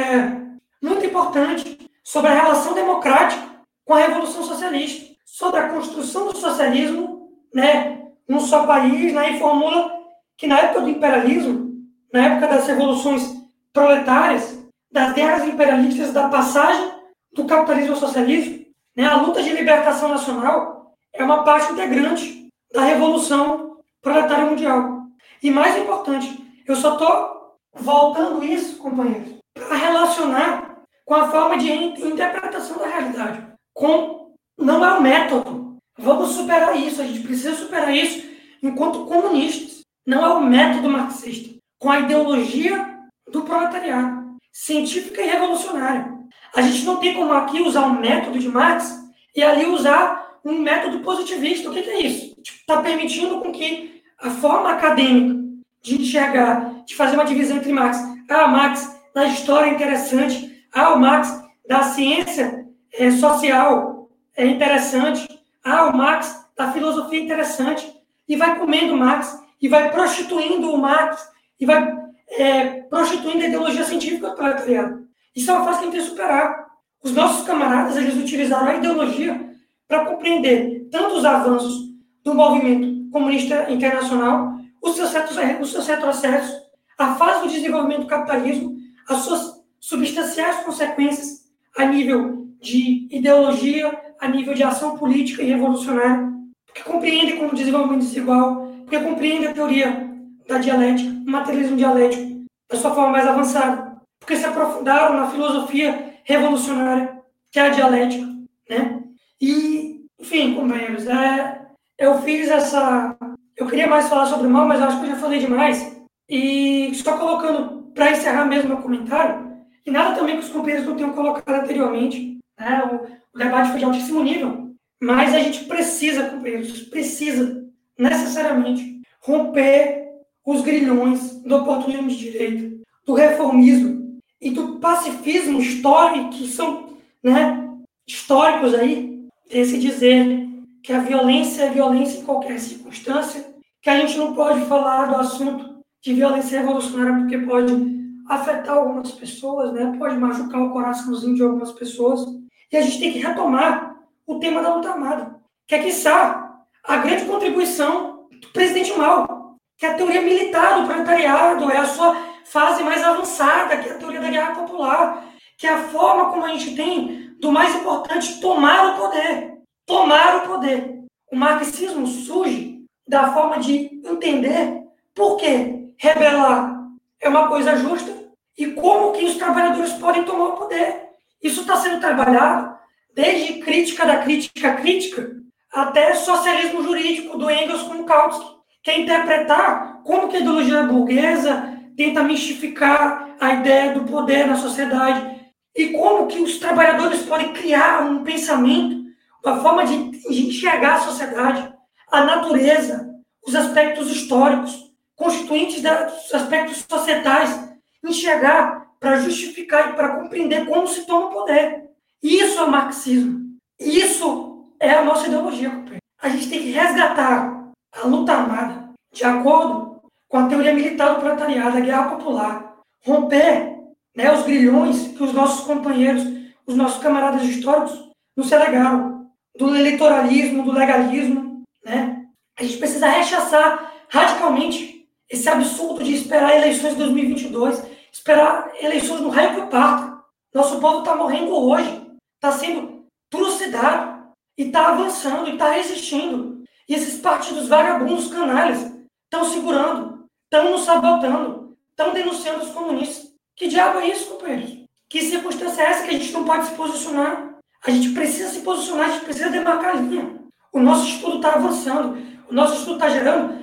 S4: muito importante sobre a relação democrática com a Revolução Socialista, sobre a construção do socialismo, né, num só país, né, e formula que na época do imperialismo, na época das revoluções proletárias, das guerras imperialistas, da passagem do capitalismo ao socialismo, né, a luta de libertação nacional é uma parte integrante da Revolução Proletária Mundial. E mais importante, eu só estou voltando isso, companheiros, para relacionar com a forma de interpretação da realidade. Não é o método. Vamos superar isso, a gente precisa superar isso enquanto comunistas. Não é o método marxista, com a ideologia do proletariado, científica e revolucionária. A gente não tem como aqui usar um método de Marx e ali usar um método positivista. O que é isso? Está permitindo com que a forma acadêmica de enxergar, de fazer uma divisão entre Marx. Marx da história é interessante. O Marx da ciência social é interessante. O Marx da filosofia é interessante. E vai comendo Marx, e vai prostituindo o Marx, e vai prostituindo a ideologia científica do proletariado. Isso é uma fase que a gente tem que superar. Os nossos camaradas, eles utilizaram a ideologia para compreender tanto os avanços do movimento comunista internacional, os seus retrocessos, a fase do desenvolvimento do capitalismo, as suas substanciais consequências a nível de ideologia, a nível de ação política e revolucionária, porque compreendem como o desenvolvimento desigual, porque compreendem a teoria da dialética, o materialismo dialético, da sua forma mais avançada, porque se aprofundaram na filosofia revolucionária, que é a dialética, né? E, enfim, companheiros, eu fiz essa... Eu queria mais falar sobre o mal, mas eu acho que eu já falei demais. E só colocando, para encerrar mesmo meu comentário, e nada também que os companheiros não tenham colocado anteriormente, né? O debate foi de altíssimo nível, mas a gente precisa, companheiros, precisa necessariamente romper os grilhões do oportunismo de direita, do reformismo e do pacifismo histórico, que são, né, históricos aí, esse dizer que a violência é violência em qualquer circunstância, que a gente não pode falar do assunto de violência revolucionária porque pode afetar algumas pessoas, né, pode machucar o coraçãozinho de algumas pessoas, e a gente tem que retomar o tema da luta armada, que é, quiçá, a grande contribuição do presidente Mao, que é a teoria militar do proletariado, é a sua fase mais avançada, que é a teoria da guerra popular, que é a forma como a gente tem do mais importante, tomar o poder. Tomar o poder. O marxismo surge da forma de entender por que rebelar é uma coisa justa e como que os trabalhadores podem tomar o poder. Isso está sendo trabalhado desde crítica da crítica até socialismo jurídico do Engels com Kautsky, que é interpretar como que a ideologia burguesa tenta mistificar a ideia do poder na sociedade e como que os trabalhadores podem criar um pensamento, uma forma de enxergar a sociedade, a natureza, os aspectos históricos, constituintes dos aspectos societais, enxergar para justificar e para compreender como se toma o poder. Isso é o marxismo. Isso é a nossa ideologia. A gente tem que resgatar a luta armada de acordo com a teoria militar do proletariado, a guerra popular, romper, né, os grilhões que os nossos companheiros, os nossos camaradas históricos nos relegaram, do eleitoralismo, do legalismo, né? A gente precisa rechaçar radicalmente esse absurdo de esperar eleições de 2022, esperar eleições no raio que parta. Nosso povo está morrendo hoje, está sendo trucidado e está avançando e está resistindo. E esses partidos vagabundos, canalhas, estão segurando, estão nos sabotando, estão denunciando os comunistas. Que diabo é isso, companheiros? Que circunstância é essa que a gente não pode se posicionar? A gente precisa se posicionar, a gente precisa demarcar a linha. O nosso estudo está avançando, o nosso estudo está gerando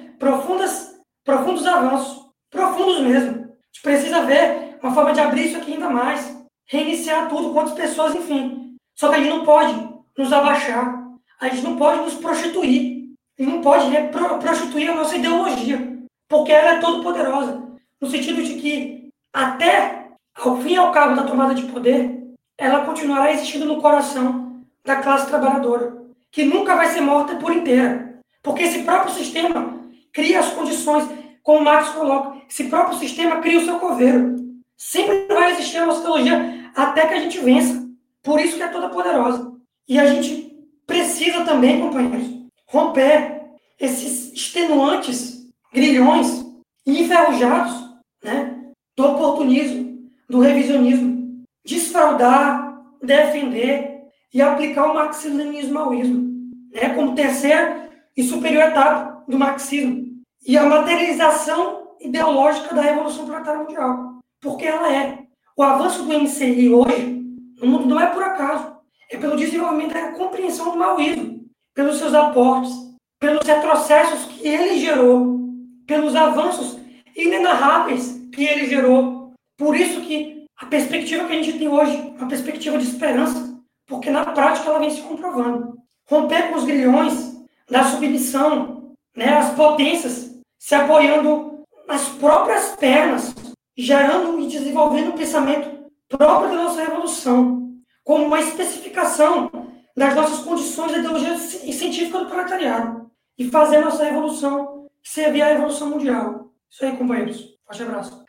S4: profundos avanços, profundos mesmo. A gente precisa ver uma forma de abrir isso aqui ainda mais, reiniciar tudo, quantas pessoas, enfim. Só que a gente não pode nos abaixar, a gente não pode nos prostituir, a gente não pode prostituir a nossa ideologia, porque ela é todo poderosa, no sentido de que até ao fim e ao cabo da tomada de poder, ela continuará existindo no coração da classe trabalhadora, que nunca vai ser morta por inteira. Porque esse próprio sistema cria as condições, como Marx coloca, esse próprio sistema cria o seu coveiro. Sempre vai existir a nossa ideologia até que a gente vença. Por isso que é toda poderosa. E a gente precisa também, companheiros, romper esses extenuantes grilhões enferrujados, né, do oportunismo, do revisionismo, desfraudar, defender e aplicar o marxismo-leninismo-maoísmo, né, como terceira e superior etapa do marxismo, e a materialização ideológica da Revolução Proletária Mundial, porque ela é. O avanço do MCI hoje no mundo não é por acaso, é pelo desenvolvimento da compreensão do maoísmo, pelos seus aportes, pelos retrocessos que ele gerou, pelos avanços inenarráveis que ele gerou. Por isso que a perspectiva que a gente tem hoje é uma perspectiva de esperança, porque na prática ela vem se comprovando. Romper com os grilhões da submissão, né, as potências se apoiando nas próprias pernas, gerando e desenvolvendo um pensamento próprio da nossa revolução, como uma especificação das nossas condições da ideologia científica do proletariado, e fazer a nossa revolução servir à revolução mundial. Isso aí, companheiros. Forte abraço.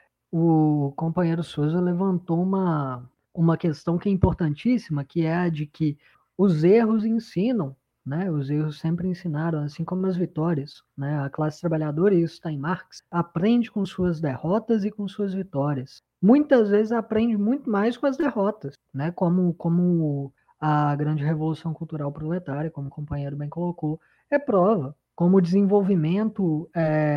S3: O companheiro Souza levantou uma questão que é importantíssima, que é a de que os erros ensinam, né? Os erros sempre ensinaram, assim como as vitórias, né? A classe trabalhadora, e isso está em Marx, aprende com suas derrotas e com suas vitórias. Muitas vezes aprende muito mais com as derrotas, né? Como a grande revolução cultural proletária, como o companheiro bem colocou, é prova. Como o desenvolvimento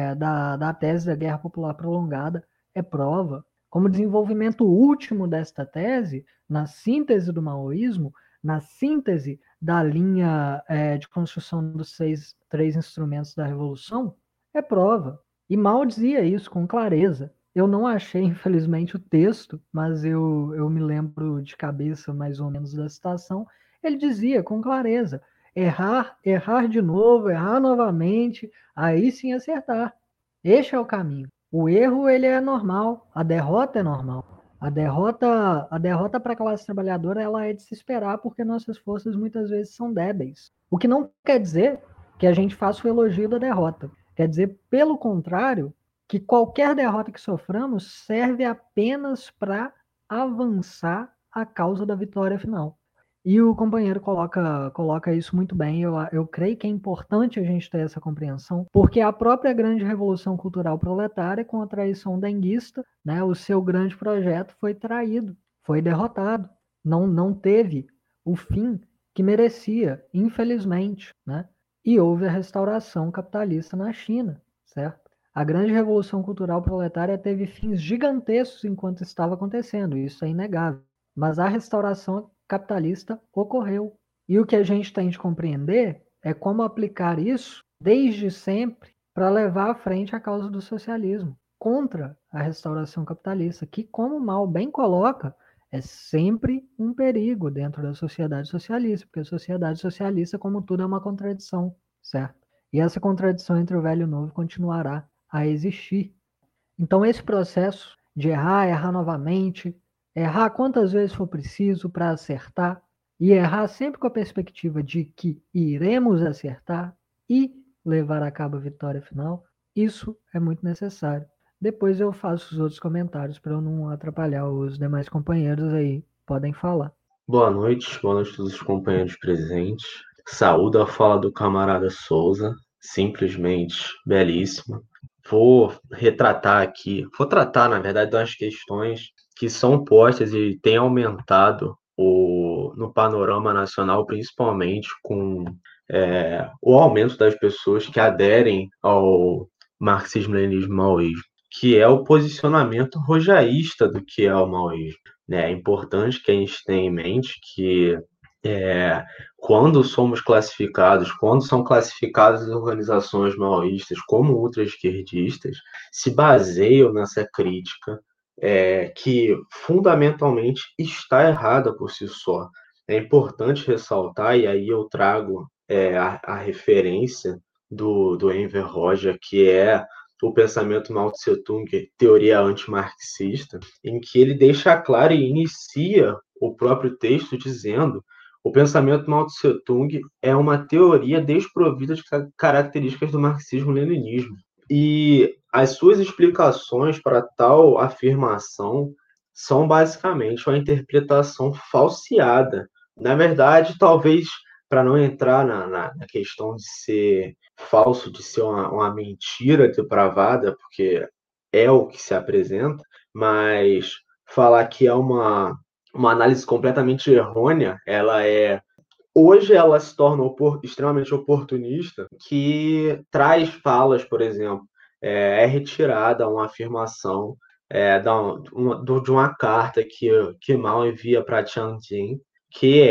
S3: da tese da guerra popular prolongada é prova. Como o desenvolvimento último desta tese, na síntese do maoísmo, na síntese da linha de construção dos três instrumentos da Revolução, é prova. E Mao dizia isso com clareza. Eu não achei, infelizmente, o texto, mas eu me lembro de cabeça mais ou menos da citação. Ele dizia com clareza: errar de novo, errar novamente, aí sim acertar. Este é o caminho. O erro, ele é normal, a derrota é normal. A derrota para a classe trabalhadora, ela é de se esperar, porque nossas forças muitas vezes são débeis. O que não quer dizer que a gente faça o elogio da derrota. Quer dizer, pelo contrário, que qualquer derrota que soframos serve apenas para avançar a causa da vitória final. E o companheiro coloca isso muito bem. Eu creio que é importante a gente ter essa compreensão, porque a própria grande revolução cultural proletária, com a traição denguista, né, o seu grande projeto foi traído, foi derrotado, não teve o fim que merecia, infelizmente, né? E houve a restauração capitalista na China, certo? A grande revolução cultural proletária teve fins gigantescos enquanto estava acontecendo, isso é inegável. Mas a restauração capitalista ocorreu. E o que a gente tem de compreender é como aplicar isso desde sempre para levar à frente a causa do socialismo, contra a restauração capitalista, que, como Mao bem coloca, é sempre um perigo dentro da sociedade socialista, porque a sociedade socialista, como tudo, é uma contradição, certo? E essa contradição entre o velho e o novo continuará a existir. Então, esse processo de errar novamente, errar quantas vezes for preciso para acertar, e errar sempre com a perspectiva de que iremos acertar e levar a cabo a vitória final, isso é muito necessário. Depois eu faço os outros comentários para eu não atrapalhar os demais companheiros aí. Podem falar.
S5: Boa noite a todos os companheiros presentes. Saúdo a fala do camarada Souza, simplesmente belíssima. Vou tratar, na verdade, das questões que são postas e têm aumentado no panorama nacional, principalmente com o aumento das pessoas que aderem ao marxismo-leninismo-maoísmo. que é o posicionamento rojaísta do que é o maoísmo, né? É importante que a gente tenha em mente que quando são classificadas as organizações maoístas como ultra-esquerdistas, se baseiam nessa crítica que fundamentalmente está errada por si só. É importante ressaltar, e aí eu trago a referência do Enver Hoxha, que é o pensamento Mao Tse-tung, teoria antimarxista, em que ele deixa claro e inicia o próprio texto dizendo: o pensamento Mao Tse-tung é uma teoria desprovida de características do marxismo-leninismo. E as suas explicações para tal afirmação são basicamente uma interpretação falseada. Na verdade, talvez, para não entrar na questão de ser falso, de ser uma mentira depravada, porque é o que se apresenta, mas falar que é uma análise completamente errônea, hoje ela se torna extremamente oportunista, que traz falas, por exemplo, é retirada uma afirmação de uma carta que Mao envia para Tianjin, que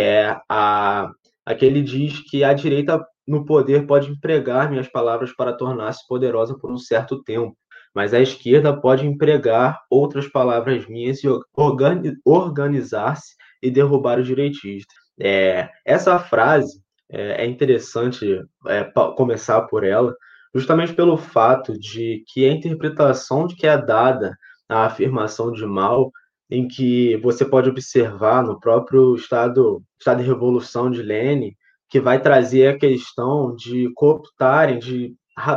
S5: a que ele diz que a direita no poder pode empregar minhas palavras para tornar-se poderosa por um certo tempo, mas a esquerda pode empregar outras palavras minhas e organizar-se e derrubar os direitistas. Essa frase é interessante começar por ela, justamente pelo fato de que a interpretação de que é dada à afirmação de Mao, em que você pode observar no próprio estado de Revolução de Lenin, que vai trazer a questão de cooptarem, de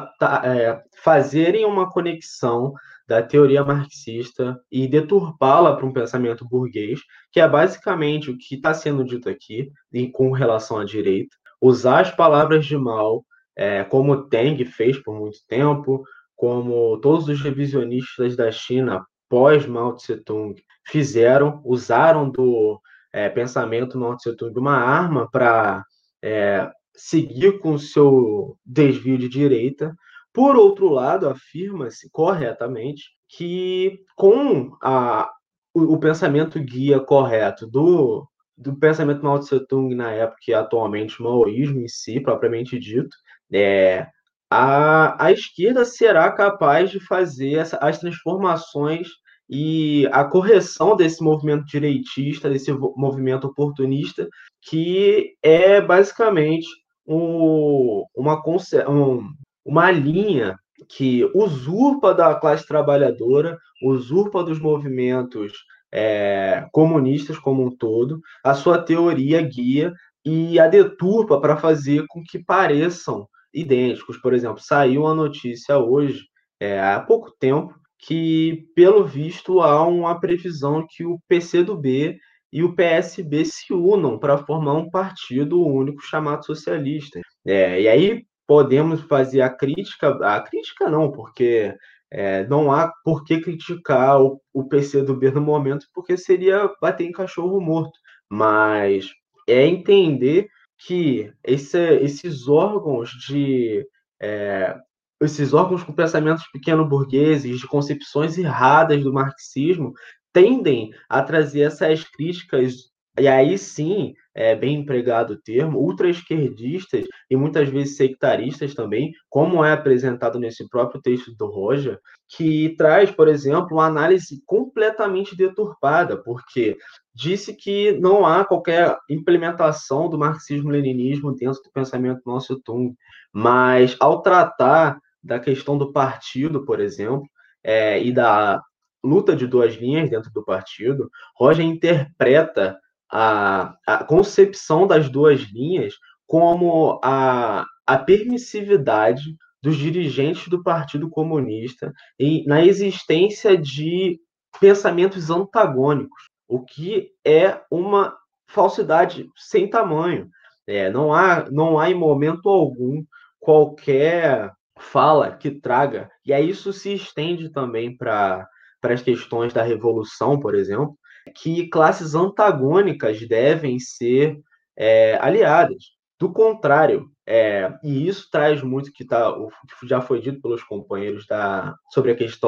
S5: fazerem uma conexão da teoria marxista e deturpá-la para um pensamento burguês, que é basicamente o que está sendo dito aqui, com relação à direita, usar as palavras de Mao, como Teng fez por muito tempo, como todos os revisionistas da China pós-Mao Tse-tung usaram do pensamento Mao Tse-tung uma arma para seguir com o seu desvio de direita. Por outro lado, afirma-se corretamente que com o pensamento guia correto do pensamento Mao Tse-tung na época e atualmente o maoísmo em si, propriamente dito, a esquerda será capaz de fazer as transformações e a correção desse movimento direitista, desse movimento oportunista, que é basicamente uma linha que usurpa da classe trabalhadora, usurpa dos movimentos comunistas como um todo, a sua teoria guia e a deturpa para fazer com que pareçam idênticos. Por exemplo, saiu uma notícia hoje, há pouco tempo, que, pelo visto, há uma previsão que o PCdoB e o PSB se unam para formar um partido único chamado socialista. E aí podemos fazer a crítica não, porque não há por que criticar o PCdoB no momento, porque seria bater em cachorro morto. Mas é entender que esses órgãos com pensamentos pequeno-burgueses, de concepções erradas do marxismo, tendem a trazer essas críticas, e aí sim, é bem empregado o termo, ultra-esquerdistas e muitas vezes sectaristas também, como é apresentado nesse próprio texto do Hoxha, que traz, por exemplo, uma análise completamente deturpada, porque disse que não há qualquer implementação do marxismo-leninismo dentro do pensamento Mao Tse-tung, mas ao tratar da questão do partido, por exemplo, e da luta de duas linhas dentro do partido, Hoxha interpreta a concepção das duas linhas como a permissividade dos dirigentes do Partido Comunista na existência de pensamentos antagônicos, o que é uma falsidade sem tamanho. Não há em momento algum qualquer fala que traga, e aí isso se estende também para as questões da revolução, por exemplo, que classes antagônicas devem ser aliadas. Do contrário, e isso traz muito o que já foi dito pelos companheiros sobre a questão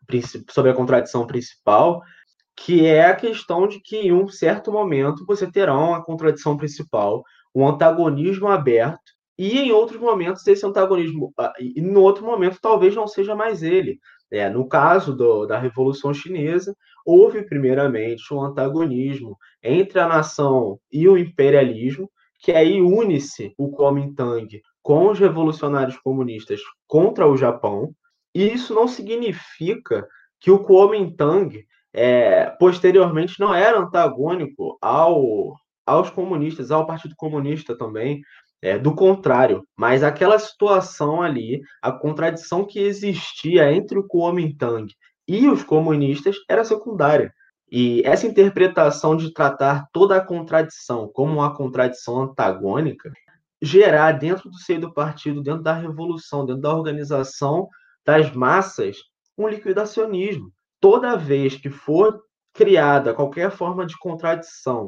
S5: sobre a contradição principal, que é a questão de que em um certo momento você terá uma contradição principal, um antagonismo aberto, e em outros momentos esse antagonismo, e no outro momento talvez não seja mais ele. No caso da Revolução Chinesa, houve primeiramente um antagonismo entre a nação e o imperialismo, que aí une-se o Kuomintang com os revolucionários comunistas contra o Japão, e isso não significa que o Kuomintang posteriormente não era antagônico aos comunistas, ao Partido Comunista também, do contrário, mas aquela situação ali, a contradição que existia entre o Kuomintang e os comunistas era secundária. E essa interpretação de tratar toda a contradição como uma contradição antagônica, gerar dentro do seio do partido, dentro da revolução, dentro da organização das massas, um liquidacionismo. Toda vez que for criada qualquer forma de contradição,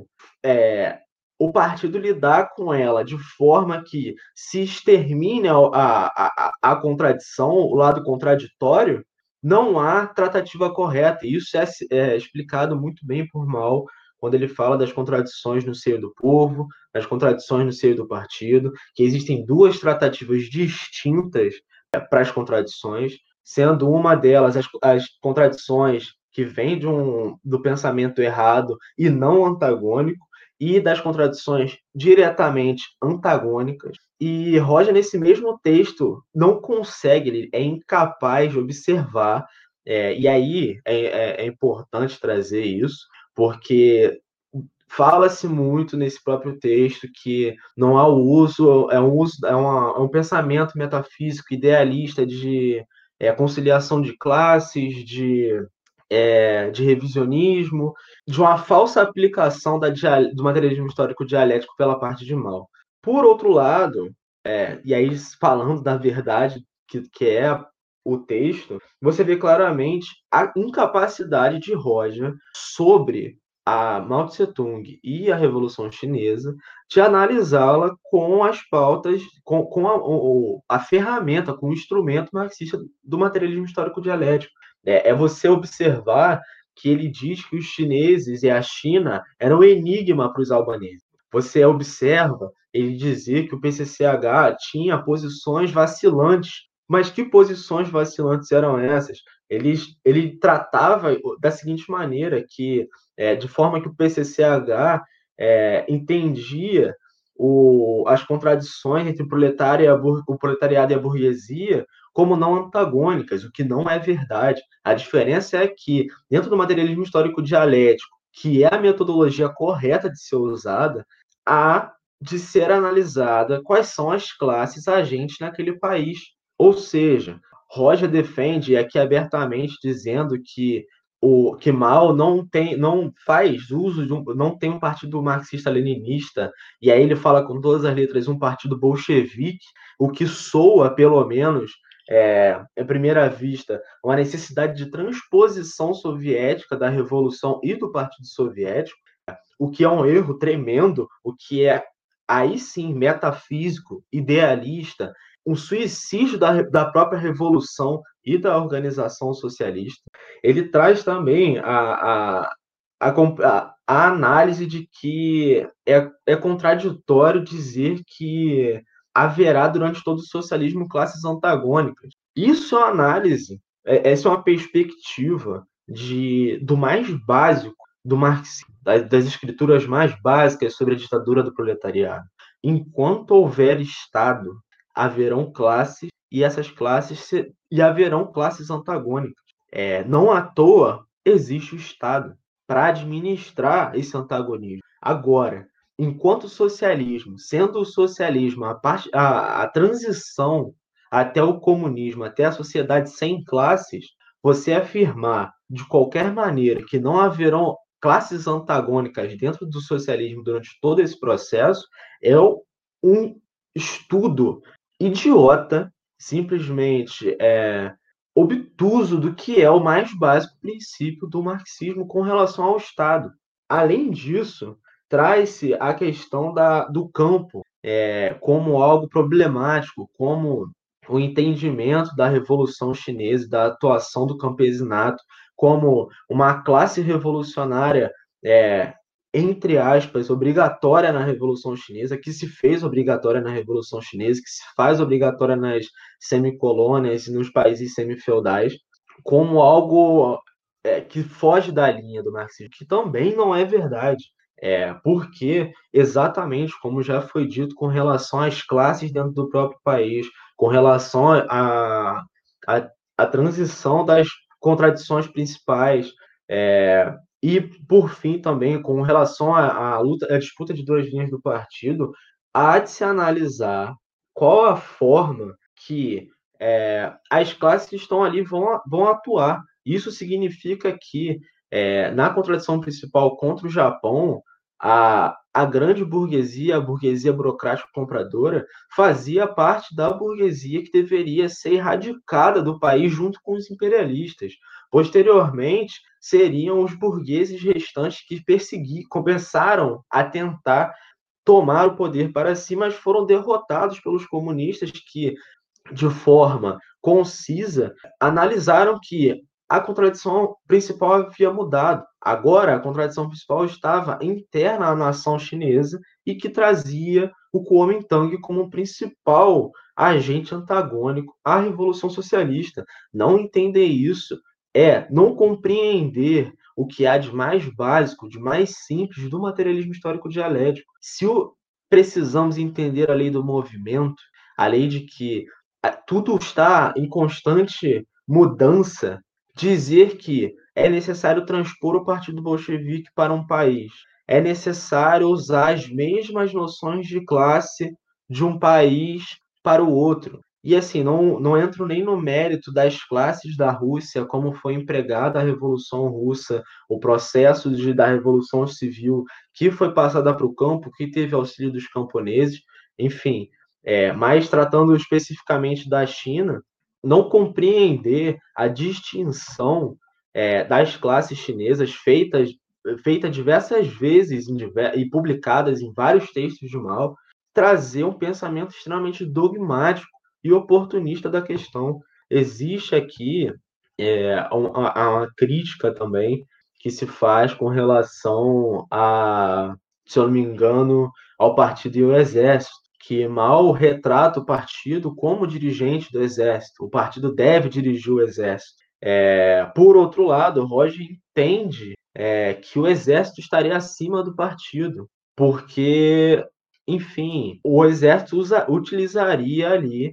S5: o partido lidar com ela de forma que se extermine a contradição, o lado contraditório, não há tratativa correta. E isso é explicado muito bem por Mao, quando ele fala das contradições no seio do povo, das contradições no seio do partido, que existem duas tratativas distintas para as contradições, sendo uma delas as contradições que vêm do pensamento errado e não antagônico, e das contradições diretamente antagônicas. E Roja, nesse mesmo texto, não consegue, ele é incapaz de observar, e aí é importante trazer isso, porque fala-se muito nesse próprio texto que não há o uso, é um pensamento metafísico idealista de conciliação de classes, de revisionismo, de uma falsa aplicação do materialismo histórico dialético pela parte de Mao. Por outro lado, e aí falando da verdade que é o texto, você vê claramente a incapacidade de Roja sobre a Mao Tse-tung e a Revolução Chinesa de analisá-la com as pautas, com a ferramenta, com o instrumento marxista do materialismo histórico dialético. Você observar que ele diz que os chineses e a China eram um enigma para os albaneses. Você observa ele dizer que o PCCH tinha posições vacilantes. Mas que posições vacilantes eram essas? Ele tratava da seguinte maneira, de forma que o PCCH entendia as contradições entre o proletariado e a burguesia como não antagônicas, o que não é verdade. A diferença é que, dentro do materialismo histórico dialético, que é a metodologia correta de ser usada, há de ser analisada quais são as classes agentes naquele país. Ou seja, Roja defende aqui abertamente dizendo que Mao não faz uso não tem um partido marxista-leninista, e aí ele fala com todas as letras um partido bolchevique, o que soa, pelo menos, à primeira vista, uma necessidade de transposição soviética da Revolução e do Partido Soviético, o que é um erro tremendo, o que é, aí sim, metafísico, idealista, um suicídio da própria Revolução e da organização socialista. Ele traz também a análise de que é contraditório dizer que haverá durante todo o socialismo classes antagônicas. Isso é uma análise, essa é uma perspectiva do mais básico do marxismo, das escrituras mais básicas sobre a ditadura do proletariado. Enquanto houver Estado, haverão classes e haverão classes antagônicas. Não à toa existe o Estado para administrar esse antagonismo. Agora, enquanto o socialismo, sendo o socialismo a transição até o comunismo, até a sociedade sem classes, você afirmar de qualquer maneira que não haverão classes antagônicas dentro do socialismo durante todo esse processo é um estudo idiota, simplesmente obtuso do que é o mais básico princípio do marxismo com relação ao Estado. Além disso, traz-se a questão do campo como algo problemático, como o entendimento da Revolução Chinesa, da atuação do campesinato como uma classe revolucionária, entre aspas, obrigatória na Revolução Chinesa, que se fez obrigatória na Revolução Chinesa, que se faz obrigatória nas semicolônias e nos países semifeudais, como algo que foge da linha do marxismo, que também não é verdade. Porque, exatamente como já foi dito com relação às classes dentro do próprio país, com relação à transição das contradições principais, e, por fim, também com relação à luta, à disputa de duas linhas do partido, há de se analisar qual a forma que as classes que estão ali vão atuar. Isso significa que, na contradição principal contra o Japão, a grande burguesia, a burguesia burocrática compradora, fazia parte da burguesia que deveria ser erradicada do país junto com os imperialistas. Posteriormente, seriam os burgueses restantes que começaram a tentar tomar o poder para si, mas foram derrotados pelos comunistas que, de forma concisa, analisaram que a contradição principal havia mudado. Agora, a contradição principal estava interna à nação chinesa e que trazia o Kuomintang como principal agente antagônico à Revolução Socialista. Não entender isso não compreender o que há de mais básico, de mais simples do materialismo histórico dialético. Precisamos entender a lei do movimento, a lei de que tudo está em constante mudança, dizer que é necessário transpor o Partido Bolchevique para um país, é necessário usar as mesmas noções de classe de um país para o outro. E assim, não entro nem no mérito das classes da Rússia, como foi empregada a Revolução Russa, o processo da Revolução Civil, que foi passada para o campo, que teve auxílio dos camponeses, enfim. Mas tratando especificamente da China, não compreender a distinção das classes chinesas feita diversas vezes e publicadas em vários textos de Mao, trazer um pensamento extremamente dogmático e oportunista da questão. Existe aqui uma crítica também que se faz com relação se eu não me engano, ao partido e ao exército, que Mao retrata o partido como dirigente do exército. O partido deve dirigir o exército. Por outro lado, Roger entende que o exército estaria acima do partido, porque, enfim, o exército utilizaria ali,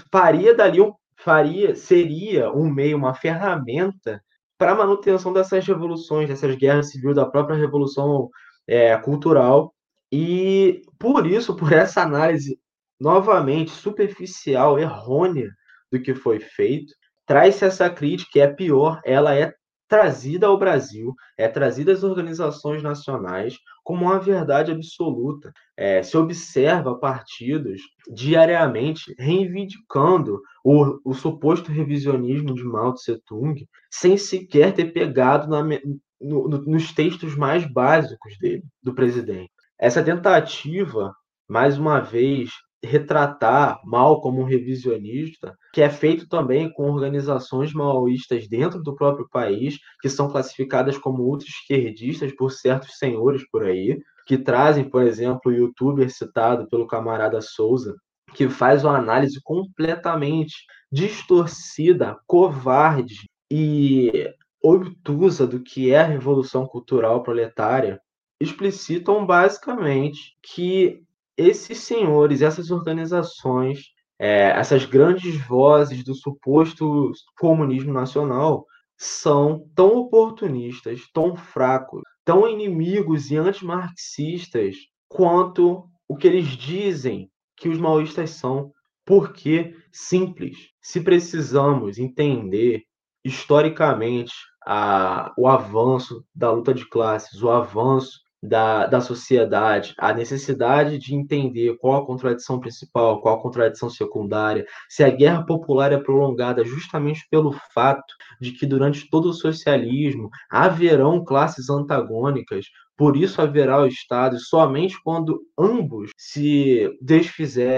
S5: seria um meio, uma ferramenta para a manutenção dessas revoluções, dessas guerras civis, da própria revolução cultural. E por isso, por essa análise novamente superficial, errônea do que foi feito, traz-se essa crítica, que é pior, ela é trazida ao Brasil, é trazida às organizações nacionais como uma verdade absoluta. Se observa partidos diariamente reivindicando o suposto revisionismo de Mao Tse-tung, sem sequer ter pegado nos textos mais básicos dele, do presidente. Essa tentativa, mais uma vez, retratar Mao como um revisionista, que é feito também com organizações maoístas dentro do próprio país, que são classificadas como ultra-esquerdistas por certos senhores por aí, que trazem, por exemplo, o youtuber citado pelo camarada Souza, que faz uma análise completamente distorcida, covarde e obtusa do que é a Revolução Cultural Proletária, explicitam basicamente que esses senhores, essas organizações, essas grandes vozes do suposto comunismo nacional são tão oportunistas, tão fracos, tão inimigos e antimarxistas quanto o que eles dizem que os maoístas são. Porque, simples, se precisamos entender historicamente o avanço da luta de classes, o avanço da sociedade, a necessidade de entender qual a contradição principal, qual a contradição secundária, se a guerra popular é prolongada justamente pelo fato de que durante todo o socialismo haverão classes antagônicas, por isso haverá o Estado, e somente quando ambos se desfizerem,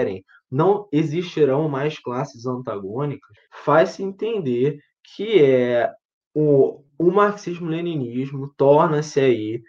S5: não existirão mais classes antagônicas, faz-se entender que o marxismo-leninismo torna-se aí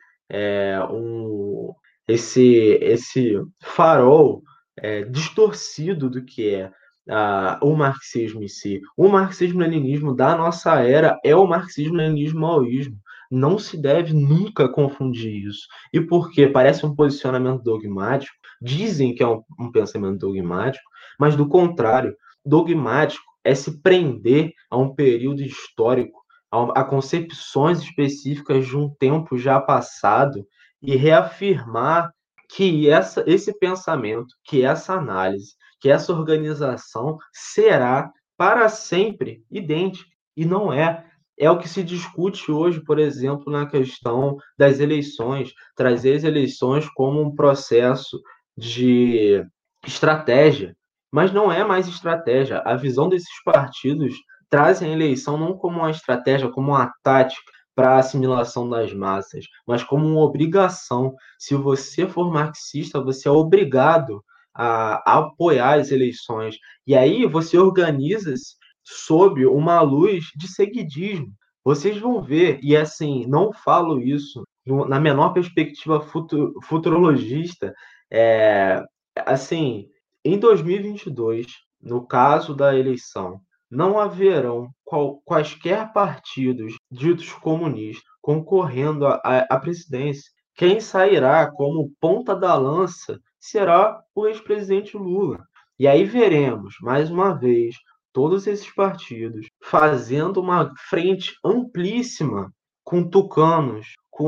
S5: esse farol distorcido do que é o marxismo em si. O marxismo-leninismo da nossa era é o marxismo-leninismo-maoísmo. Não se deve nunca confundir isso. E porque parece um posicionamento dogmático, dizem que é um pensamento dogmático, mas do contrário, dogmático é se prender a um período histórico, a concepções específicas de um tempo já passado e reafirmar que esse pensamento, que essa análise, que essa organização será para sempre idêntica. E não é. É o que se discute hoje, por exemplo, na questão das eleições, trazer as eleições como um processo de estratégia, mas não é mais estratégia. A visão desses partidos trazem a eleição não como uma estratégia, como uma tática para a assimilação das massas, mas como uma obrigação. Se você for marxista, você é obrigado a apoiar as eleições. E aí você organiza-se sob uma luz de seguidismo. Vocês vão ver, e assim, não falo isso na menor perspectiva futurologista, assim, em 2022, no caso da eleição, não haverão quaisquer partidos ditos comunistas concorrendo à presidência. Quem sairá como ponta da lança será o ex-presidente Lula. E aí veremos, mais uma vez, todos esses partidos fazendo uma frente amplíssima com tucanos,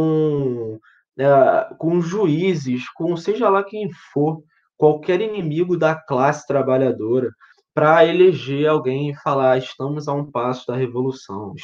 S5: com juízes, com seja lá quem for, qualquer inimigo da classe trabalhadora, para eleger alguém e falar: estamos a um passo da revolução,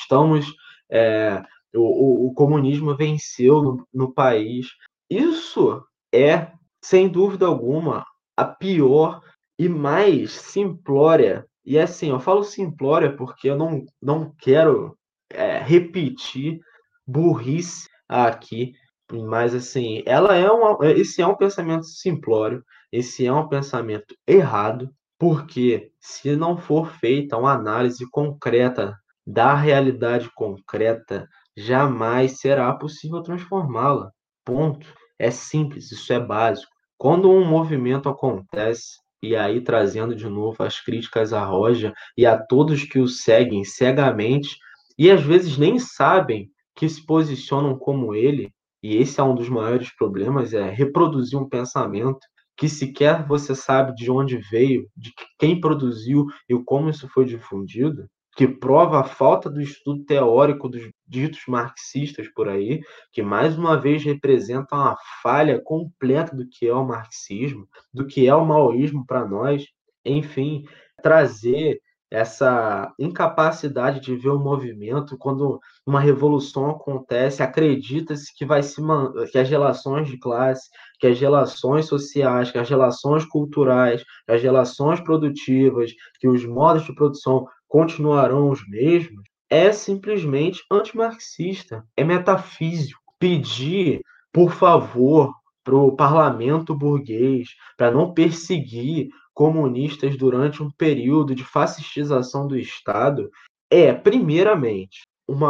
S5: o comunismo venceu no país. Isso é, sem dúvida alguma, a pior e mais simplória. E assim, eu falo simplória porque eu não quero repetir burrice aqui, mas assim, esse é um pensamento simplório, esse é um pensamento errado, porque se não for feita uma análise concreta da realidade concreta, jamais será possível transformá-la. Ponto. É simples, isso é básico. Quando um movimento acontece, e aí trazendo de novo as críticas à Roja e a todos que o seguem cegamente, e às vezes nem sabem que se posicionam como ele, e esse é um dos maiores problemas, é reproduzir um pensamento que sequer você sabe de onde veio, de quem produziu e como isso foi difundido, que prova a falta do estudo teórico dos ditos marxistas por aí, que mais uma vez representam a falha completa do que é o marxismo, do que é o maoísmo para nós. Enfim, trazer essa incapacidade de ver o movimento quando uma revolução acontece, acredita-se que que as relações de classe, que as relações sociais, que as relações culturais, que as relações produtivas, que os modos de produção continuarão os mesmos, é simplesmente antimarxista, é metafísico. Pedir, por favor, para o parlamento burguês, para não perseguir comunistas durante um período de fascistização do Estado, primeiramente,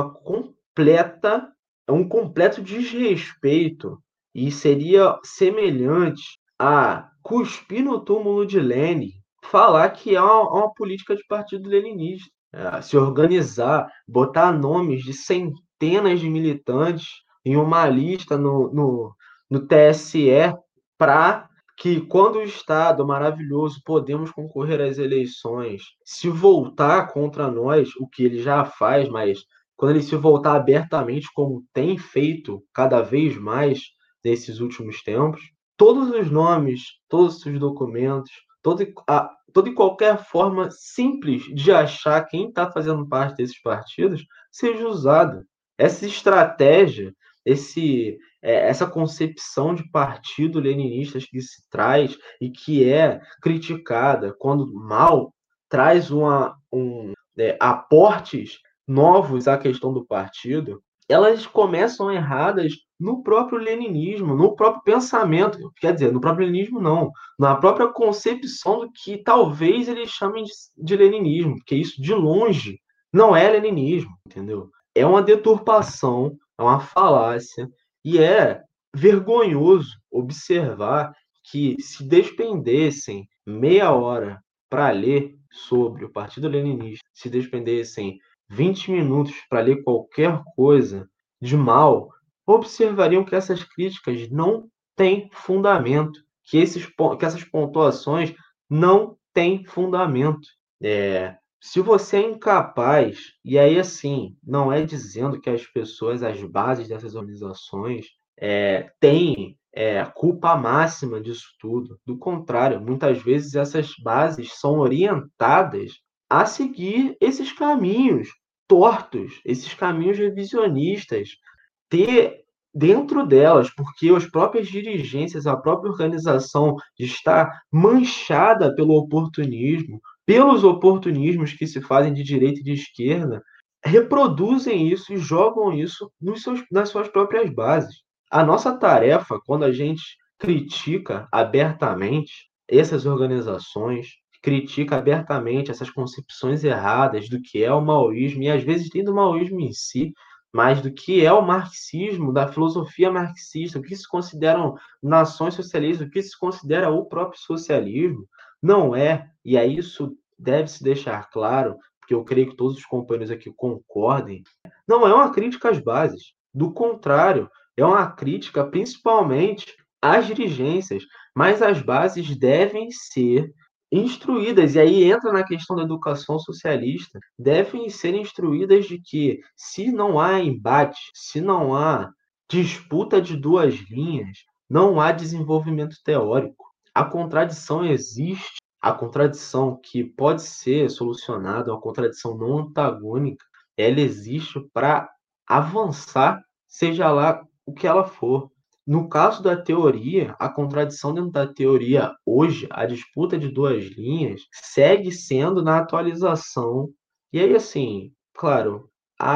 S5: um completo desrespeito, e seria semelhante a cuspir no túmulo de Lenin, falar que é uma política de partido leninista, se organizar, botar nomes de centenas de militantes em uma lista no TSE para que, quando o Estado maravilhoso podemos concorrer às eleições, se voltar contra nós, o que ele já faz, mas quando ele se voltar abertamente, como tem feito cada vez mais nesses últimos tempos, todos os nomes, todos os documentos, toda e qualquer forma simples de achar quem está fazendo parte desses partidos seja usada. Essa estratégia, essa concepção de partido leninista que se traz e que é criticada quando mal traz aportes novos à questão do partido, elas começam erradas no próprio leninismo, no próprio pensamento, quer dizer, no próprio leninismo não, na própria concepção do que talvez eles chamem de leninismo, porque isso de longe não é leninismo, entendeu? É uma deturpação, é uma falácia, e é vergonhoso observar que se despendessem meia hora para ler sobre o Partido Leninista, se despendessem 20 minutos para ler qualquer coisa de mal, observariam que essas críticas não têm fundamento, que essas pontuações não têm fundamento. Se você é incapaz, e aí assim, não é dizendo que as pessoas, as bases dessas organizações, têm culpa máxima disso tudo. Do contrário, muitas vezes essas bases são orientadas a seguir esses caminhos tortos, esses caminhos revisionistas, ter dentro delas, porque as próprias dirigências, a própria organização está manchada pelo oportunismo, pelos oportunismos que se fazem de direita e de esquerda, reproduzem isso e jogam isso nas suas próprias bases. A nossa tarefa, quando a gente critica abertamente essas organizações, critica abertamente essas concepções erradas do que é o maoísmo, e às vezes nem do maoísmo em si, mas do que é o marxismo, da filosofia marxista, o que se consideram nações socialistas, o que se considera o próprio socialismo, não é, e aí isso deve se deixar claro, porque eu creio que todos os companheiros aqui concordem, não é uma crítica às bases. Do contrário, é uma crítica principalmente às dirigências, mas as bases devem ser instruídas, e aí entra na questão da educação socialista, devem ser instruídas de que se não há embate, se não há disputa de duas linhas, não há desenvolvimento teórico. A contradição existe, a contradição que pode ser solucionada, uma contradição não antagônica, ela existe para avançar, seja lá o que ela for. No caso da teoria, a contradição dentro da teoria hoje, a disputa de duas linhas, segue sendo na atualização. E aí, assim, claro,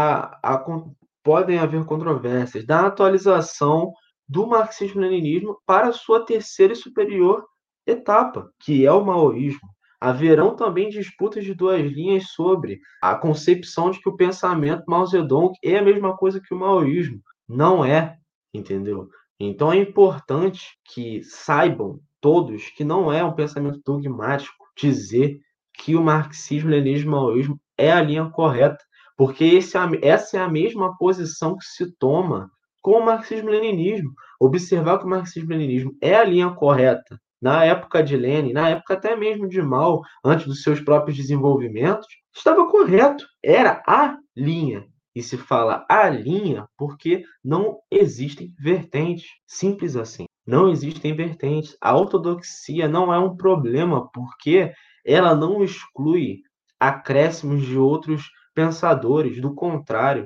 S5: podem haver controvérsias da atualização do marxismo-leninismo para a sua terceira e superior etapa, que é o maoísmo. Haverão também disputas de duas linhas sobre a concepção de que o pensamento Mao Zedong é a mesma coisa que o maoísmo. Não é, entendeu? Então é importante que saibam todos que não é um pensamento dogmático dizer que o marxismo-leninismo e o maoísmo é a linha correta, porque essa é a mesma posição que se toma com o marxismo-leninismo. Observar que o marxismo-leninismo é a linha correta na época de Lenin, na época até mesmo de Mao, antes dos seus próprios desenvolvimentos, estava correto, era a linha. E se fala a linha porque não existem vertentes. Simples assim. Não existem vertentes. A ortodoxia não é um problema porque ela não exclui acréscimos de outros pensadores. Do contrário,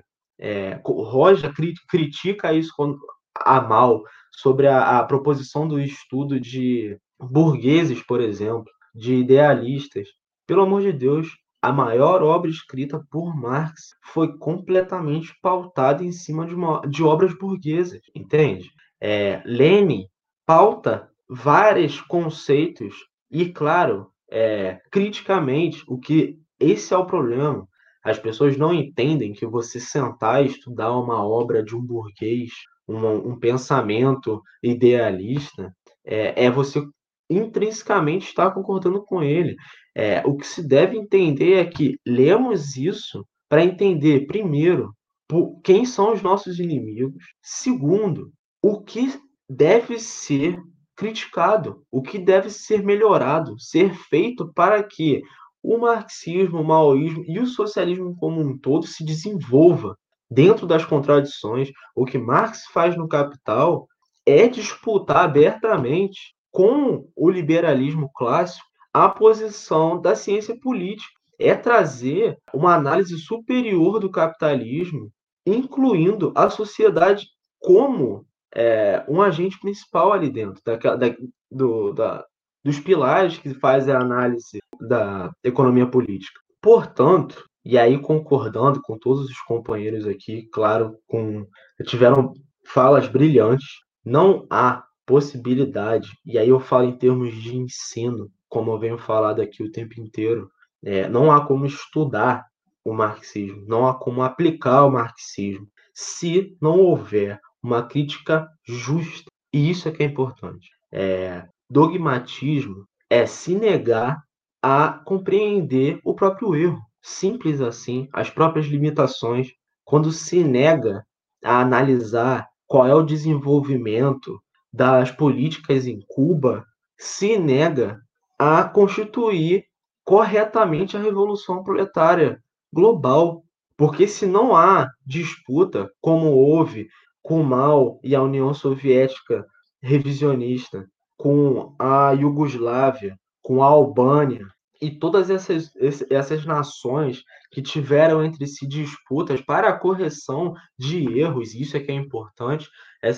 S5: Roja critica isso a mal sobre a proposição do estudo de burgueses, por exemplo, de idealistas. Pelo amor de Deus, a maior obra escrita por Marx foi completamente pautada em cima de obras burguesas, entende? Lenin pauta vários conceitos e, claro, criticamente, esse é o problema. As pessoas não entendem que você sentar e estudar uma obra de um burguês, um pensamento idealista, você intrinsecamente estar concordando com ele. O que se deve entender é que lemos isso para entender, primeiro, quem são os nossos inimigos, segundo, o que deve ser criticado, o que deve ser melhorado, ser feito para que o marxismo, o maoísmo e o socialismo como um todo se desenvolva dentro das contradições. O que Marx faz no Capital é disputar abertamente com o liberalismo clássico a posição da ciência política, é trazer uma análise superior do capitalismo, incluindo a sociedade como um agente principal ali dentro dos pilares que fazem a análise da economia política. Portanto, E aí, concordando com todos os companheiros aqui, claro, tiveram falas brilhantes, não há possibilidade, e aí eu falo em termos de ensino, como eu venho falado aqui o tempo inteiro, não há como estudar o marxismo, não há como aplicar o marxismo, se não houver uma crítica justa. E isso é que é importante. Dogmatismo é se negar a compreender o próprio erro. Simples assim, as próprias limitações. Quando se nega a analisar qual é o desenvolvimento das políticas em Cuba, se nega a constituir corretamente a revolução proletária global. Porque se não há disputa, como houve com o Mao e a União Soviética revisionista, com a Iugoslávia, com a Albânia, e todas essas nações que tiveram entre si disputas para a correção de erros, isso é que é importante,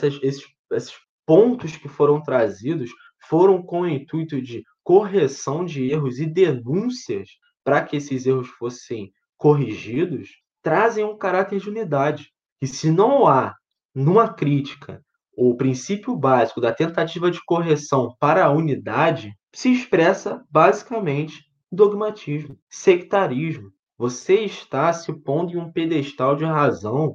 S5: esses pontos que foram trazidos foram com o intuito de correção de erros e denúncias para que esses erros fossem corrigidos, trazem um caráter de unidade. E se não há, numa crítica, o princípio básico da tentativa de correção para a unidade, se expressa basicamente dogmatismo, sectarismo. Você está se pondo em um pedestal de razão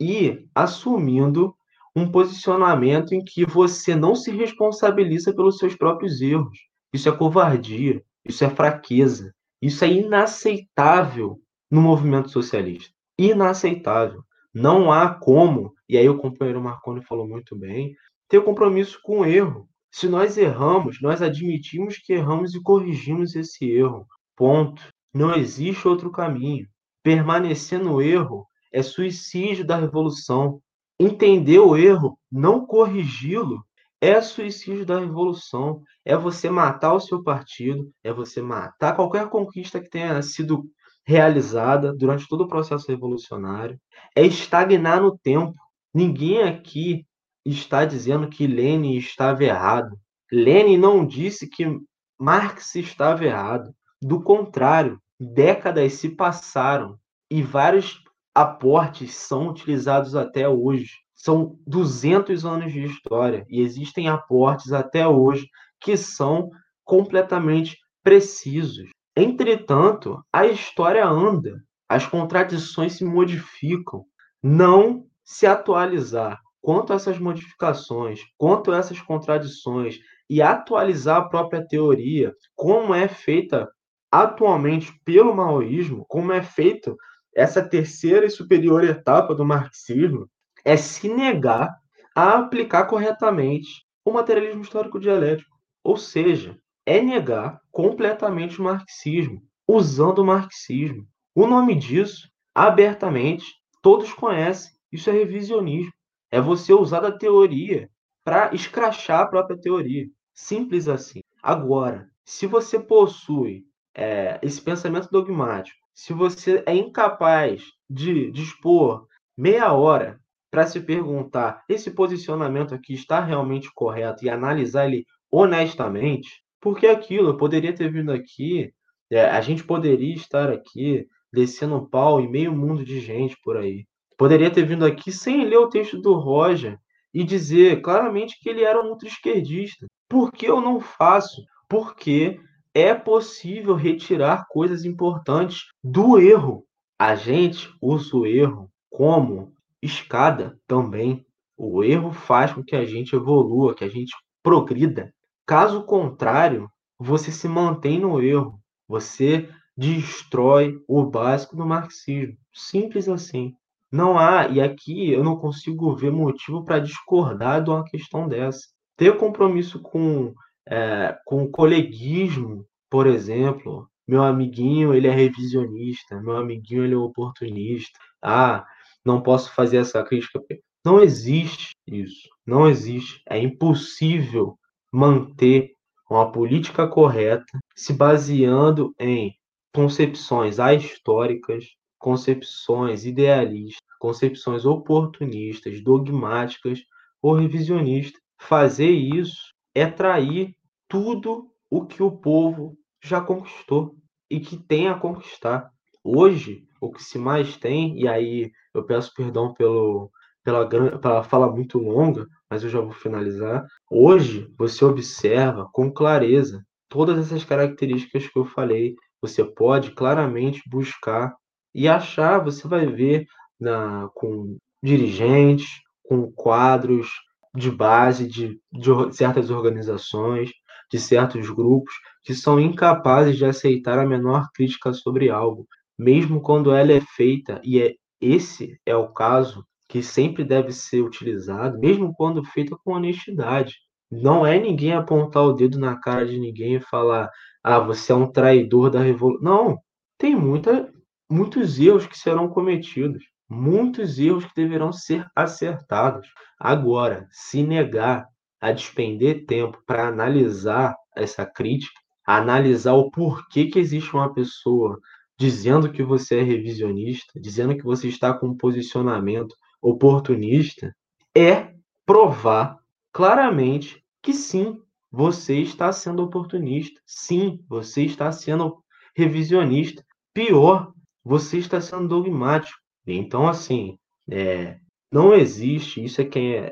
S5: e assumindo um posicionamento em que você não se responsabiliza pelos seus próprios erros. Isso é covardia, isso é fraqueza, isso é inaceitável no movimento socialista. Inaceitável. Não há como, e aí o companheiro Marconi falou muito bem, ter compromisso com o erro. Se nós erramos, nós admitimos que erramos e corrigimos esse erro. Ponto. Não existe outro caminho. Permanecer no erro é suicídio da revolução. Entender o erro, não corrigi-lo, é suicídio da revolução. É você matar o seu partido, é você matar qualquer conquista que tenha sido realizada durante todo o processo revolucionário, é estagnar no tempo. Ninguém aqui está dizendo que Lenin estava errado. Lenin não disse que Marx estava errado. Do contrário, décadas se passaram e vários aportes são utilizados até hoje. São 200 anos de história e existem aportes até hoje que são completamente precisos. Entretanto, a história anda, as contradições se modificam. Não se atualizar quanto a essas modificações, quanto a essas contradições e atualizar a própria teoria, como é feita atualmente pelo maoísmo, como é feita essa terceira e superior etapa do marxismo, é se negar a aplicar corretamente o materialismo histórico dialético. Ou seja, é negar completamente o marxismo, usando o marxismo. O nome disso, abertamente, todos conhecem. Isso é revisionismo. É você usar da teoria para escrachar a própria teoria. Simples assim. Agora, se você possui esse pensamento dogmático, se você é incapaz de dispor meia hora para se perguntar esse posicionamento aqui está realmente correto e analisar ele honestamente, porque aquilo, eu poderia ter vindo aqui, a gente poderia estar aqui descendo um pau em meio mundo de gente por aí. Poderia ter vindo aqui sem ler o texto do Roger e dizer claramente que ele era um ultra-esquerdista. Por que eu não faço? Porque é possível retirar coisas importantes do erro. A gente usa o erro como escada também. O erro faz com que a gente evolua, que a gente progrida. Caso contrário, você se mantém no erro. Você destrói o básico do marxismo. Simples assim. Não há, e aqui eu não consigo ver motivo para discordar de uma questão dessa. Ter compromisso com o coleguismo, por exemplo, meu amiguinho ele é revisionista, meu amiguinho ele é oportunista, não posso fazer essa crítica. Não existe isso, não existe. É impossível manter uma política correta se baseando em concepções ahistóricas, concepções idealistas, concepções oportunistas, dogmáticas ou revisionistas. Fazer isso é trair tudo o que o povo já conquistou e que tem a conquistar. Hoje, o que se mais tem, e aí eu peço perdão pela fala muito longa, mas eu já vou finalizar. Hoje, você observa com clareza todas essas características que eu falei. Você pode claramente buscar e achar, você vai ver com dirigentes, com quadros de base de certas organizações, de certos grupos, que são incapazes de aceitar a menor crítica sobre algo, mesmo quando ela é feita, esse é o caso que sempre deve ser utilizado, mesmo quando feita com honestidade. Não é ninguém apontar o dedo na cara de ninguém e falar, você é um traidor da revolução. Não, tem muitos erros que serão cometidos, muitos erros que deverão ser acertados. Agora, se negar a despender tempo para analisar essa crítica, analisar o porquê que existe uma pessoa dizendo que você é revisionista, dizendo que você está com um posicionamento oportunista, é provar claramente que sim, você está sendo oportunista, sim, você está sendo revisionista, pior, você está sendo dogmático. Então, assim, não existe, isso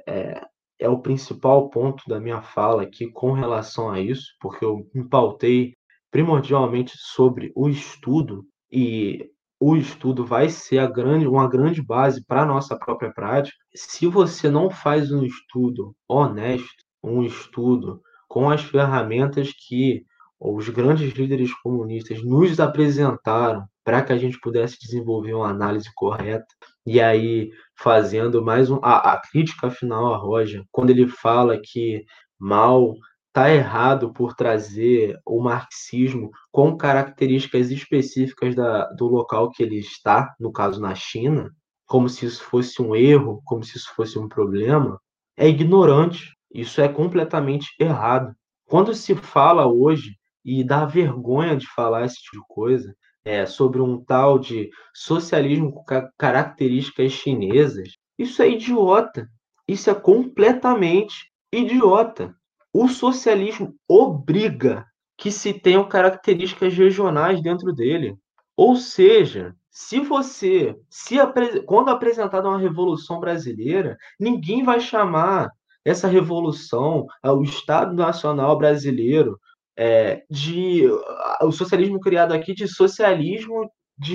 S5: é o principal ponto da minha fala aqui com relação a isso, porque eu me pautei primordialmente sobre o estudo, e o estudo vai ser uma grande base para a nossa própria prática. Se você não faz um estudo honesto, um estudo com as ferramentas que os grandes líderes comunistas nos apresentaram para que a gente pudesse desenvolver uma análise correta, e aí fazendo a crítica final a Roja, quando ele fala que Mao está errado por trazer o marxismo com características específicas do local que ele está, no caso na China, como se isso fosse um erro, como se isso fosse um problema, é ignorante. Isso é completamente errado. Quando se fala hoje, e dá vergonha de falar esse tipo de coisa, sobre um tal de socialismo com características chinesas, isso é idiota. Isso é completamente idiota. O socialismo obriga que se tenham características regionais dentro dele. Ou seja, quando apresentada uma Revolução Brasileira, ninguém vai chamar essa revolução, o Estado Nacional Brasileiro, o socialismo criado aqui de socialismo